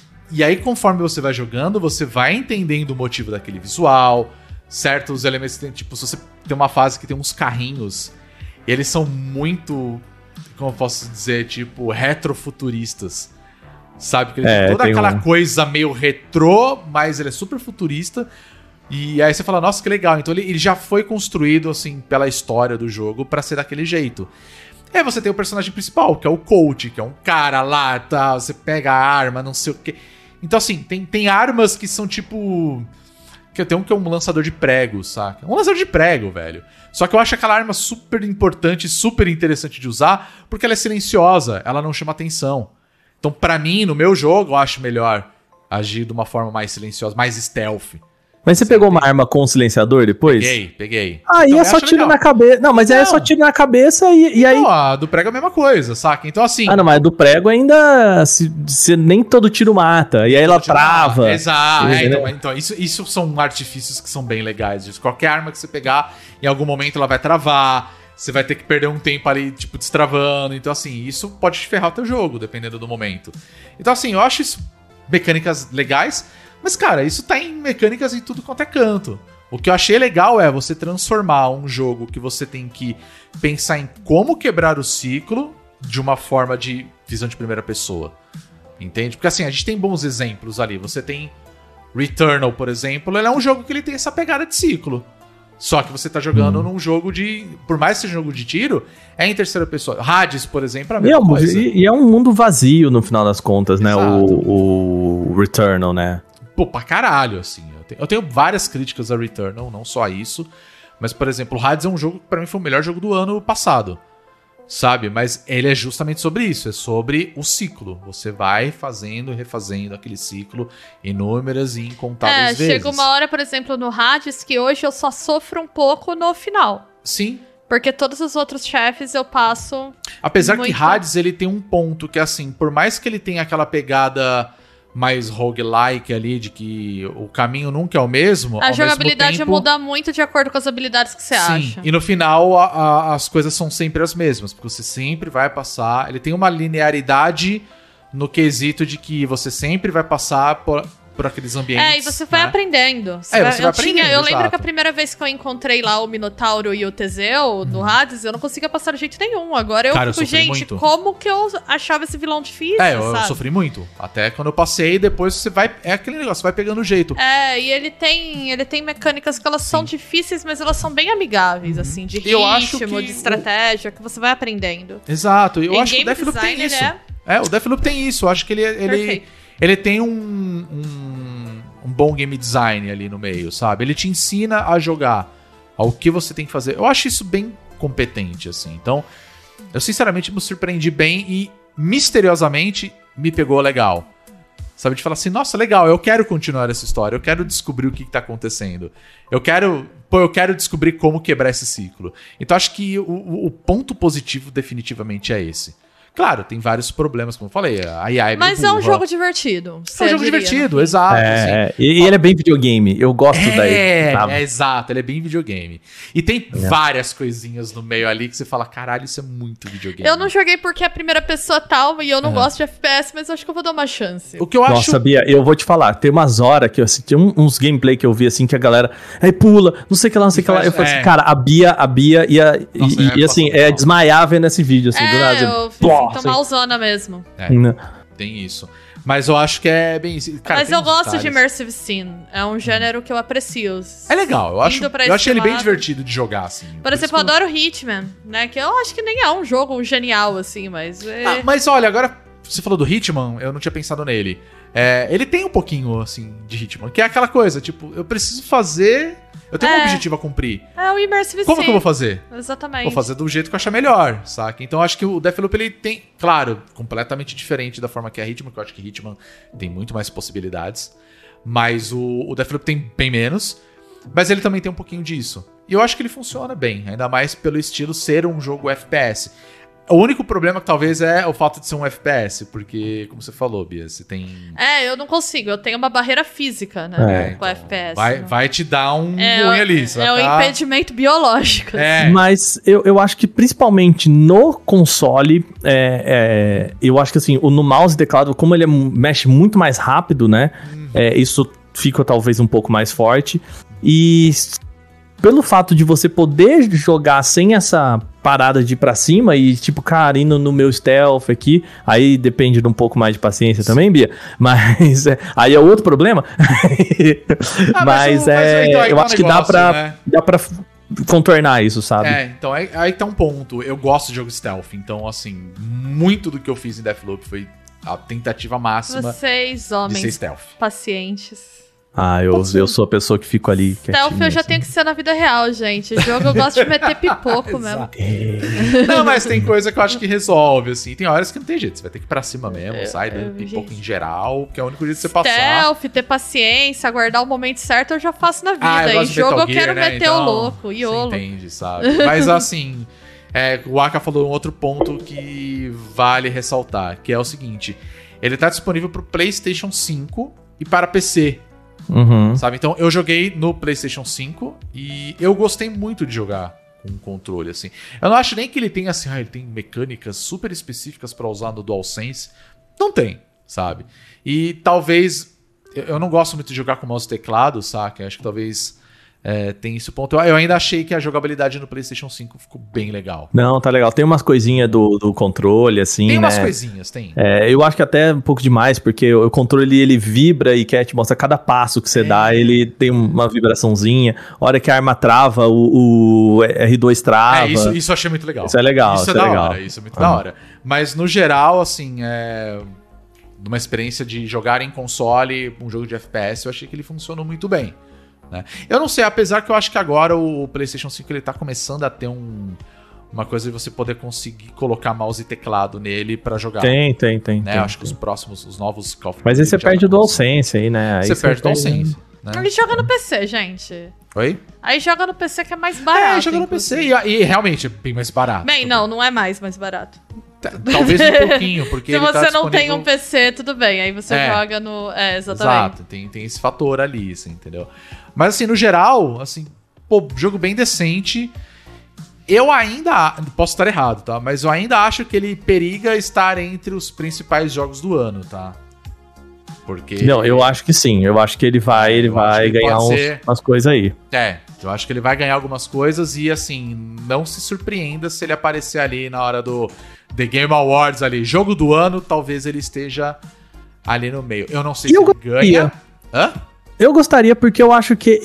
E aí, conforme você vai jogando, você vai entendendo o motivo daquele visual, certos elementos que tem, tipo, se você tem uma fase que tem uns carrinhos, eles são muito, como eu posso dizer, tipo, retrofuturistas. Sabe? Que ele tem toda aquela coisa meio retrô, mas ele é super futurista. E aí você fala, nossa, que legal. Então ele já foi construído, assim, pela história do jogo pra ser daquele jeito. E aí você tem o personagem principal, que é o Colt, que é um cara lá, tá, você pega a arma, não sei o quê. Então, assim, tem armas que são tipo... Que tem um que é um lançador de prego, saca? Um lançador de prego, velho. Só que eu acho aquela arma super importante, super interessante de usar, porque ela é silenciosa, ela não chama atenção. Então, pra mim, no meu jogo, eu acho melhor agir de uma forma mais silenciosa, mais stealth. Mas você pegou uma arma com silenciador depois? Peguei. Aí então, é só tiro na cabeça. Não, mas aí é só tiro na cabeça e aí... Não, a do prego é a mesma coisa, saca? Então, assim... Ah, não, mas a do prego ainda... Se nem todo tiro mata. E aí ela trava. Exato. Então isso são artifícios que são bem legais. Qualquer arma que você pegar, em algum momento ela vai travar. Você vai ter que perder um tempo ali, tipo, destravando. Então, assim, isso pode te ferrar o teu jogo, dependendo do momento. Então, assim, eu acho isso mecânicas legais. Mas, cara, isso tá em mecânicas em tudo quanto é canto. O que eu achei legal é você transformar um jogo que você tem que pensar em como quebrar o ciclo de uma forma de visão de primeira pessoa. Entende? Porque, assim, a gente tem bons exemplos ali. Você tem Returnal, por exemplo. Ele é um jogo que ele tem essa pegada de ciclo. Só que você tá jogando num jogo de... Por mais que seja um jogo de tiro, é em terceira pessoa. Hades, por exemplo, é a mesma coisa. E é um mundo vazio, no final das contas, né? O Returnal, né? Pô, pra caralho, assim. Eu tenho várias críticas a Returnal, não só isso. Mas, por exemplo, o Hades é um jogo que pra mim foi o melhor jogo do ano passado. Sabe? Mas ele é justamente sobre isso. É sobre o ciclo. Você vai fazendo e refazendo aquele ciclo inúmeras e incontáveis vezes. Chega uma hora, por exemplo, no Hades, que hoje eu só sofro um pouco no final. Sim. Porque todos os outros chefes eu passo... Apesar que Hades, ele tem um ponto que, assim, por mais que ele tenha aquela pegada mais roguelike ali, de que o caminho nunca é o mesmo... A jogabilidade muda muito de acordo com as habilidades que você acha. E no final, as coisas são sempre as mesmas, porque você sempre vai passar... Ele tem uma linearidade no quesito de que você sempre vai passar por aqueles ambientes. E você vai aprendendo. Você vai aprendendo, eu lembro exato. que a primeira vez que eu encontrei lá o Minotauro e o Teseu no Hades, eu não conseguia passar de jeito nenhum. Agora Cara, eu fico, sofri gente, muito. como que eu achava esse vilão difícil, Eu sabe? sofri muito. Até quando eu passei, depois você vai... É aquele negócio, você vai pegando o jeito. E ele tem mecânicas que elas são difíceis, mas elas são bem amigáveis, assim, de Eu acho ritmo, que de estratégia, que você vai aprendendo. Exato. Eu Em acho que o game Deathloop tem design, isso. né? O Deathloop tem isso. Eu acho que Perfeito. ele tem um bom game design ali no meio, sabe? Ele te ensina a jogar, ao que você tem que fazer. Eu acho isso bem competente, assim. Então, eu sinceramente me surpreendi bem e, misteriosamente, me pegou legal. Sabe? De falar assim, nossa, legal, eu quero continuar essa história, eu quero descobrir o que tá acontecendo. Eu quero descobrir como quebrar esse ciclo. Então, acho que o ponto positivo definitivamente é esse. Claro, tem vários problemas, como eu falei. A IA é meio Mas é um burra. jogo divertido. É um você jogo diria, divertido, no fim. exato. assim. E ele é bem videogame. Eu gosto daí. Sabe? Exato, ele é bem videogame. E tem várias coisinhas no meio ali que você fala, caralho, isso é muito videogame. Eu não joguei porque é a primeira pessoa tal e eu não gosto de FPS, mas eu acho que eu vou dar uma chance. O que eu acho... Nossa, Bia, eu vou te falar, tem umas horas que eu assisti uns gameplay que eu vi assim, que a galera pula, não sei o que lá, não sei o que lá. Eu falei assim, cara, a Bia ia Nossa, e assim, desmaiar vendo esse vídeo, assim, do nada. Eu fiz então malzona mesmo. Tem isso. Mas eu acho que é bem isso. Cara, mas tem eu uns gosto detalhes. de Immersive Sim. É um gênero que eu aprecio. É legal, eu Indo pra achei ele esse bem lado. divertido de jogar, assim. Por exemplo, eu adoro Hitman, né? Que eu acho que nem é um jogo genial, assim, mas... Mas olha, agora você falou do Hitman, eu não tinha pensado nele. Ele tem um pouquinho, assim, de Hitman, que é aquela coisa, tipo, eu preciso fazer... Eu tenho um objetivo a cumprir. É o Immersive Sim. Como que eu vou fazer? Exatamente. Vou fazer do jeito que eu achar melhor, saca? Então acho que o Deathloop, ele tem, claro, completamente diferente da forma que é Hitman, que eu acho que Hitman tem muito mais possibilidades, mas o Deathloop tem bem menos, mas ele também tem um pouquinho disso. E eu acho que ele funciona bem, ainda mais pelo estilo ser um jogo FPS. O único problema que talvez é o fato de ser um FPS, porque, como você falou, Bia, você tem... eu não consigo, eu tenho uma barreira física, né, com o FPS. Vai te dar um ruim ali. É um impedimento biológico. Mas eu acho que principalmente no console, eu acho que assim, no mouse e teclado, como ele mexe muito mais rápido, né, isso fica talvez um pouco mais forte. E pelo fato de você poder jogar sem essa parada de ir pra cima e tipo, cara, indo no meu stealth aqui, aí depende de um pouco mais de paciência também, Bia, mas aí é outro problema. Então, eu acho que dá pra contornar isso, sabe? Então aí tá um ponto. Eu gosto de jogo stealth, então assim, muito do que eu fiz em Deathloop foi a tentativa máxima Vocês, de ser homens stealth. pacientes. Eu sou a pessoa que fico ali Stealth eu já tenho que ser na vida real, gente. O jogo eu gosto de meter pipoco mesmo. Não, mas tem coisa que eu acho que resolve, assim. Tem horas que não tem jeito, você vai ter que ir pra cima mesmo, sai dando pipoco em geral, que é o único jeito de você passar. Stealth, ter paciência, aguardar o momento certo, eu já faço na vida. Eu em jogo Metal eu quero Gear, né? meter Então, o louco, iolo. Você entende, sabe? Mas assim, o Aka falou um outro ponto que vale ressaltar, que é o seguinte, ele tá disponível pro PlayStation 5 e para PC. Sabe? Então eu joguei no PlayStation 5 e eu gostei muito de jogar com controle, assim. Eu não acho nem que ele tenha assim, ele tem mecânicas super específicas pra usar no DualSense. Não tem, sabe? E talvez eu não gosto muito de jogar com mouse e teclado, saca? Eu acho que talvez tem esse ponto. Eu ainda achei que a jogabilidade no PlayStation 5 ficou bem legal. Não, tá legal. Tem umas coisinhas do controle, assim, Tem umas né? coisinhas, tem. Eu acho que até um pouco demais, porque o controle, ele vibra e quer te mostrar cada passo que você dá, ele tem uma vibraçãozinha. A hora que a arma trava, o R2 trava. Isso eu achei muito legal. Isso é legal, Isso é isso é da legal. hora, isso é muito da hora. Mas no geral, assim, numa experiência de jogar em console um jogo de FPS, eu achei que ele funcionou muito bem. Né? Eu não sei, apesar que eu acho que agora o PlayStation 5 ele tá começando a ter uma coisa de você poder conseguir colocar mouse e teclado nele pra jogar. Tem. Né? Eu acho que os novos Call of Duty. Mas aí você perde o DualSense aí, né? Aí você perde o DualSense. Né? Ele joga no PC, gente. Oi? Aí joga no PC que é mais barato. Joga no PC e realmente é bem mais barato. Bem, não é mais barato. Talvez um pouquinho, porque se ele você tá não tem disponível... um PC, tudo bem. Aí você joga no... exatamente. Exato, tem esse fator ali, assim, entendeu? Mas assim, no geral, assim, jogo bem decente. Eu ainda... Posso estar errado, tá? Mas eu ainda acho que ele periga estar entre os principais jogos do ano, tá? Porque... Não, eu acho que sim. Eu acho que ele vai ganhar umas coisas aí. Eu acho que ele vai ganhar algumas coisas e, assim, não se surpreenda se ele aparecer ali na hora do The Game Awards ali, jogo do ano, talvez ele esteja ali no meio. Eu não sei se ele ganha. Hã? Eu gostaria porque eu acho que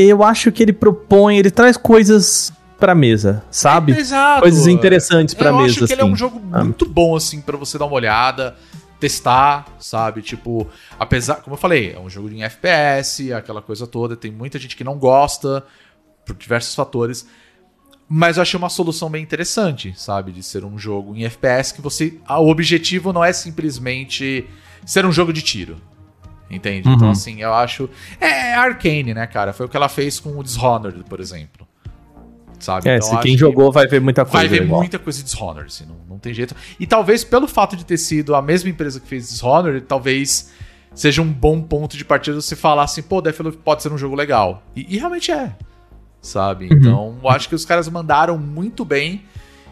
ele traz coisas pra mesa, sabe? Exato. Coisas interessantes pra mesa, Eu acho que assim. ele é um jogo muito bom, assim, pra você dar uma olhada, testar, sabe? Tipo, apesar, como eu falei, é um jogo em FPS, aquela coisa toda, tem muita gente que não gosta, por diversos fatores, mas eu achei uma solução bem interessante, sabe? De ser um jogo em FPS que o objetivo não é simplesmente ser um jogo de tiro, entende? Então, assim, eu acho... É Arcane, né, cara? Foi o que ela fez com o Dishonored, por exemplo. Sabe? Então, se quem jogou vai ver muita coisa. Vai ver muita coisa de Dishonored, assim, não tem jeito. E talvez pelo fato de ter sido a mesma empresa que fez Dishonored, talvez seja um bom ponto de partida você falar assim, pô, Deathloop pode ser um jogo legal. E realmente é, sabe? Então, eu acho que os caras mandaram muito bem.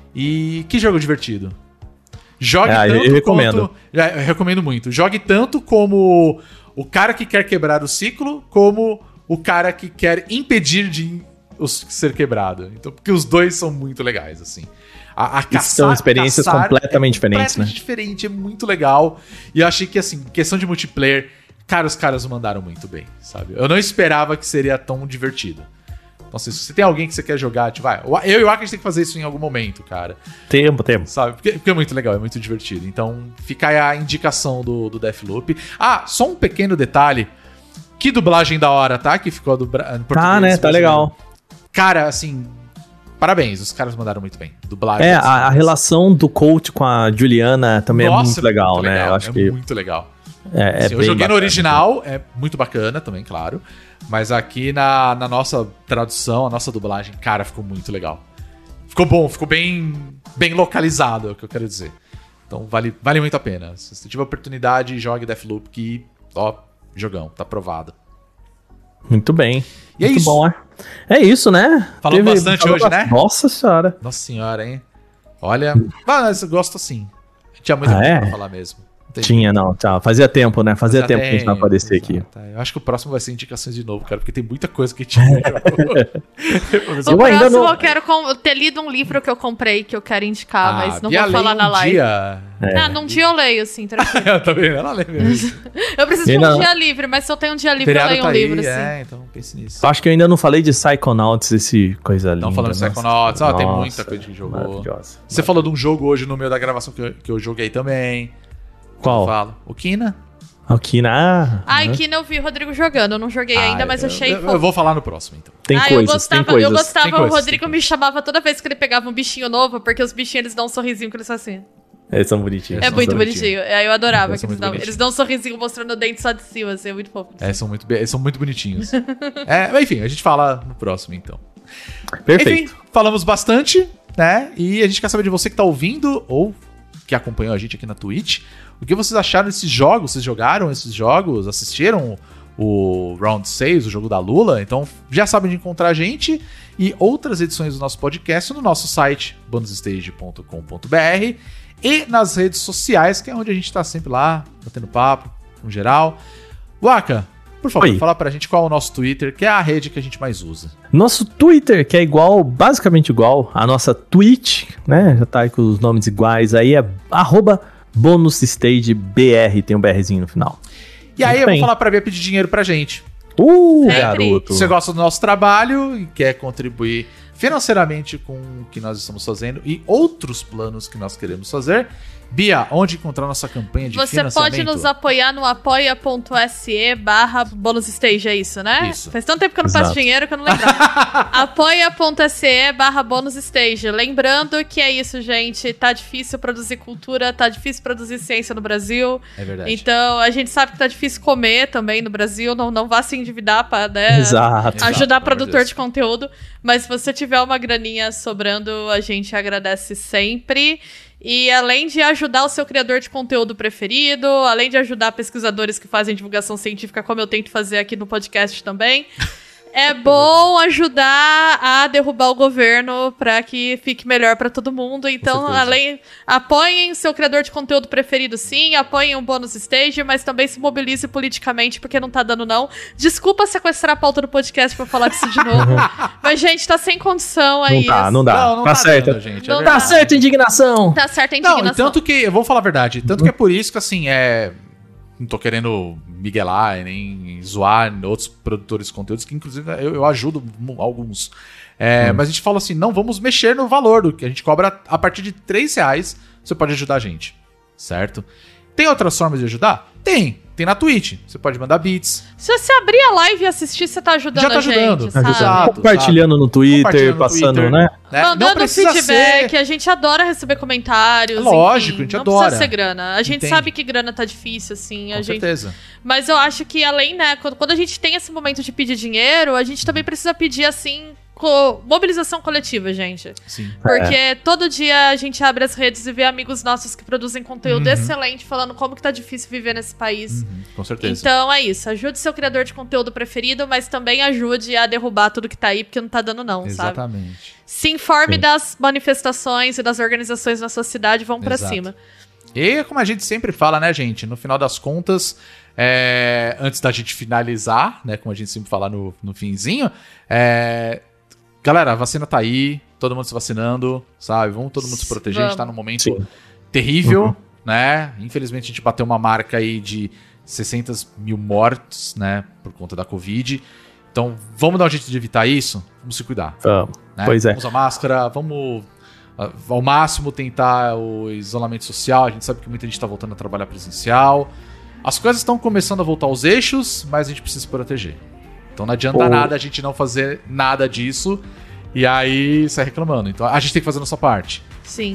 E que jogo divertido. Jogue tanto eu recomendo. Eu recomendo muito. Jogue tanto como o cara que quer quebrar o ciclo, como o cara que quer impedir de ser quebrado. Então, porque os dois são muito legais, assim. São experiências completamente diferentes, né? Diferente, é muito legal. E eu achei que, assim, questão de multiplayer, cara, os caras mandaram muito bem, sabe? Eu não esperava que seria tão divertido. Então, assim, se você tem alguém que você quer jogar, tipo, eu e o Aka, a gente tem que fazer isso em algum momento, cara. Temos. Sabe? Porque é muito legal, é muito divertido. Então, fica aí a indicação do Deathloop. Só um pequeno detalhe. Que dublagem da hora, tá? Que ficou em português. Tá, né? Tá legal. Cara, assim, parabéns, os caras mandaram muito bem. Dublagem. A relação do coach com a Juliana também é muito legal, né? Eu acho que muito legal. Assim, eu joguei no original, é muito bacana também, claro. Mas aqui na nossa tradução, a nossa dublagem, cara, ficou muito legal. Ficou bom, ficou bem localizado, é o que eu quero dizer. Então vale muito a pena. Se você tiver oportunidade, jogue Deathloop, que, jogão, tá aprovado. Muito bem. E muito é isso. Bom, é isso, né? Falou bastante hoje, né? Nossa senhora. Nossa senhora, hein? Olha, mas eu gosto assim. Tinha muita coisa pra falar mesmo. Tinha, não, tá. Fazia tempo, né? Fazia tempo que a gente não aparecia aqui. Eu acho que o próximo vai ser indicações de novo, cara, porque tem muita coisa que tinha. O próximo eu quero ter lido um livro que eu comprei, que eu quero indicar, mas não vou falar na live. Num dia eu leio, assim, tranquilo. Tá vendo? Ela lê mesmo. Eu preciso de um dia livre, mas se eu tenho um dia livre, eu leio um livro, assim. Então pense nisso. Acho que eu ainda não falei de Psychonauts, esse coisa linda. Não falando de Psychonauts, tem muita coisa que jogou. Você falou de um jogo hoje no meio da gravação que eu joguei também. Qual? O Kina. O Kina. Kina eu vi o Rodrigo jogando. Eu não joguei ainda, mas achei eu vou falar no próximo, então. Tem coisas. Eu gostava, o Rodrigo me chamava toda vez que ele pegava um bichinho novo, porque os bichinhos eles dão um sorrisinho que eles fazem assim. Eles são bonitinhos. É muito bonitinho. Aí eu adorava que eles dão um sorrisinho mostrando o dente só de cima, assim, é muito fofo. São muito bonitinhos. Enfim, a gente fala no próximo, então. Perfeito. Enfim, falamos bastante, né? E a gente quer saber de você que tá ouvindo ou que acompanhou a gente aqui na Twitch. O que vocês acharam desses jogos? Vocês jogaram esses jogos? Assistiram o Round 6, o jogo da Lula? Então já sabem de encontrar a gente e outras edições do nosso podcast no nosso site, bonusstage.com.br, e nas redes sociais, que é onde a gente tá sempre lá, batendo papo, no geral. Waka, por favor, fala pra gente qual é o nosso Twitter, que é a rede que a gente mais usa. Nosso Twitter, que é basicamente igual à nossa Twitch, né? Já tá aí com os nomes iguais, aí é @BonusStageBR, tem um BRzinho no final. E aí eu vou falar pra Bia pedir dinheiro pra gente. Garoto. Se você gosta do nosso trabalho e quer contribuir financeiramente com o que nós estamos fazendo e outros planos que nós queremos fazer, Bia, onde encontrar nossa campanha de financiamento? Você pode nos apoiar no apoia.se/bonusstage, é isso, né? Isso. Faz tanto tempo que eu não passo dinheiro que eu não lembrava. apoia.se/bonusstage. Lembrando que é isso, gente. Tá difícil produzir cultura, tá difícil produzir ciência no Brasil. É verdade. Então, a gente sabe que tá difícil comer também no Brasil. Não vá se endividar pra, né, ajudar produtor de conteúdo. Mas se você tiver uma graninha sobrando, a gente agradece sempre. E além de ajudar o seu criador de conteúdo preferido, além de ajudar pesquisadores que fazem divulgação científica, como eu tento fazer aqui no podcast também, É bom ajudar a derrubar o governo pra que fique melhor pra todo mundo. Então, apoiem seu criador de conteúdo preferido, sim. Apoiem o Bônus Stage, mas também se mobilize politicamente, porque não tá dando não. Desculpa sequestrar a pauta do podcast pra falar disso de novo. Mas, gente, tá sem condição aí. Não dá. Não tá certo. dando, gente. Não Tá certo a indignação. Tá certa a Não, indignação. e tanto que, eu vou falar a verdade, tanto que é por isso que, assim, não tô querendo miguelar e nem zoar outros produtores de conteúdos, que inclusive eu ajudo alguns. Mas a gente fala assim, não vamos mexer no valor do que a gente cobra a partir de R$3, você pode ajudar a gente, certo? Tem outras formas de ajudar? Tem na Twitch, você pode mandar bits. Se você abrir a live e assistir, você tá ajudando Já tá a gente, ajudando. sabe? Exato. Compartilhando no Twitter, Compartilhando no passando, Twitter. né? Não Mandando precisa feedback, ser... a gente adora receber comentários. Lógico, enfim, a gente não adora. precisa ser grana. A gente Entende. sabe que grana tá difícil, assim. Com certeza. Mas eu acho que além, né, quando a gente tem esse momento de pedir dinheiro, a gente também precisa pedir, assim, mobilização coletiva, gente. Sim. Porque todo dia a gente abre as redes e vê amigos nossos que produzem conteúdo excelente, falando como que tá difícil viver nesse país. Com certeza. Então é isso, ajude seu criador de conteúdo preferido, mas também ajude a derrubar tudo que tá aí, porque não tá dando não, sabe? Exatamente. Se informe Sim. das manifestações e das organizações na sua cidade, vão pra Exato. cima. E como a gente sempre fala, né, gente? No final das contas, antes da gente finalizar, né, como a gente sempre fala no finzinho, galera, a vacina tá aí, todo mundo se vacinando, sabe? Vamos todo mundo se proteger, a gente tá num momento Sim. terrível, né? Infelizmente a gente bateu uma marca aí de 600 mil mortos, né, por conta da Covid. Então, vamos dar um jeito de evitar isso? Vamos se cuidar. Vamos. Né? Pois é. Vamos usar máscara, vamos ao máximo tentar o isolamento social. A gente sabe que muita gente tá voltando a trabalhar presencial. As coisas estão começando a voltar aos eixos, mas a gente precisa se proteger. Então não adianta nada a gente não fazer nada disso e aí sair reclamando. Então a gente tem que fazer a nossa parte. Sim.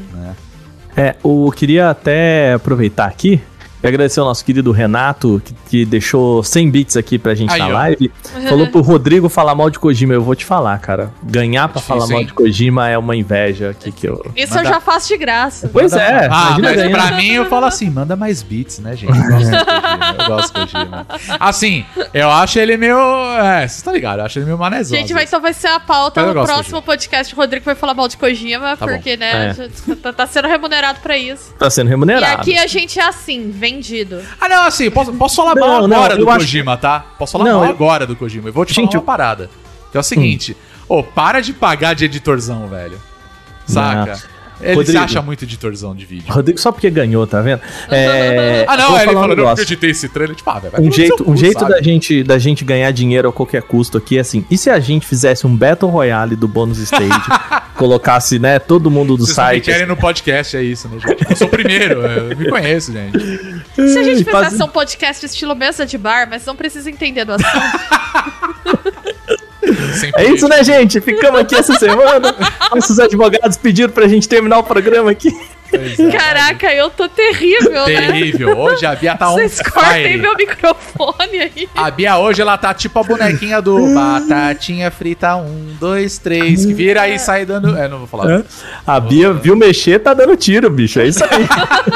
Eu queria até aproveitar aqui e agradecer ao nosso querido Renato, que deixou 100 bits aqui pra gente Aí, na ó. live. Falou pro Rodrigo falar mal de Kojima. Eu vou te falar, cara. Ganhar pra Difícil, falar mal hein? de Kojima é uma inveja aqui que eu... Isso eu já faço de graça. Pois é, Mas ganhando. pra mim eu falo assim, manda mais beats, né, gente? Eu gosto do Kojima. Assim, eu acho ele meio... vocês estão ligados, eu acho ele meio manezão. Gente, então vai ser a pauta Mas eu no gosto próximo podcast. O Rodrigo vai falar mal de Kojima, Tá porque, bom. né, tá sendo remunerado pra isso. Tá sendo E remunerado. aqui a gente é assim, vendido. Ah, não, assim, posso falar mal Não, agora eu do acho- Kojima, tá? Posso falar Não, mal eu- agora do Kojima. Eu vou te Gente, falar uma parada. Que é o seguinte, para de pagar de editorzão, velho. Saca? Ele se Rodrigo. acha muito editorzão de vídeo. Rodrigo só porque ganhou, tá vendo? Ah, não, vou ele falar um falou, não, negócio. porque eu editei esse trailer, tipo, velho, vai Um tomar no seu jeito, cu, sabe? da gente ganhar dinheiro a qualquer custo aqui é assim. E se a gente fizesse um Battle Royale do Bônus Stage, colocasse, né, todo mundo do Vocês não me site. querem no podcast, é isso, né, gente? Eu sou o primeiro, eu me conheço, gente. Se a gente faz- fizesse um podcast estilo mesa de bar, mas não precisa entender do assunto. Sem É isso, né, gente? Ficamos aqui essa semana. Nossos advogados pediram pra gente terminar o programa aqui. Pois é. Caraca, eu tô terrível, né? Terrível. Hoje a Bia tá on Vocês cortem fire. meu microfone aí. A Bia hoje, ela tá tipo a bonequinha do Batatinha Frita 1, 2, 3, que vira aí e sai dando... não vou falar. A Bia viu mexer, tá dando tiro, bicho. É isso aí.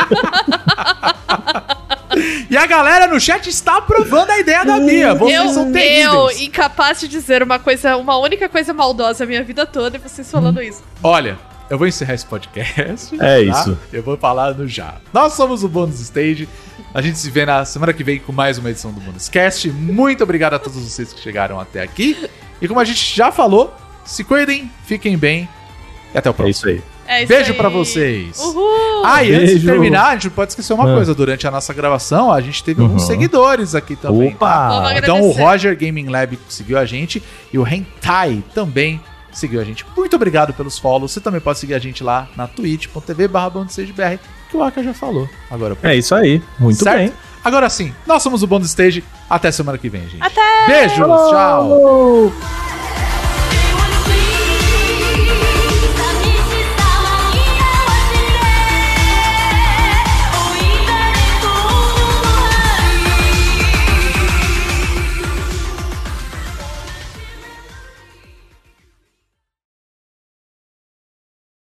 E a galera no chat está aprovando a ideia da Bia. Vocês são Eu, terríveis. incapaz de dizer uma única coisa maldosa a minha vida toda e vocês falando isso. Olha, eu vou encerrar esse podcast. É isso. Eu vou falar no já. Nós somos o Bônus Stage. A gente se vê na semana que vem com mais uma edição do Bônus Cast. Muito obrigado a todos vocês que chegaram até aqui. E como a gente já falou, se cuidem, fiquem bem e até o É próximo. isso aí. É isso Beijo aí. pra vocês. Uhul! Ah, e antes de Beijo. terminar, a gente não pode esquecer uma coisa. Durante a nossa gravação, a gente teve alguns seguidores aqui também. tá? Vamos Opa! agradecer. Então o Roger Gaming Lab seguiu a gente e o Hentai também seguiu a gente. Muito obrigado pelos follows. Você também pode seguir a gente lá na twitch.tv/BonusStageBR, que o Aka já falou. Agora, É isso aí. Muito certo? bem. Agora sim, nós somos o Bônus Stage. Até semana que vem, gente. Até! Beijos, tchau! Falou!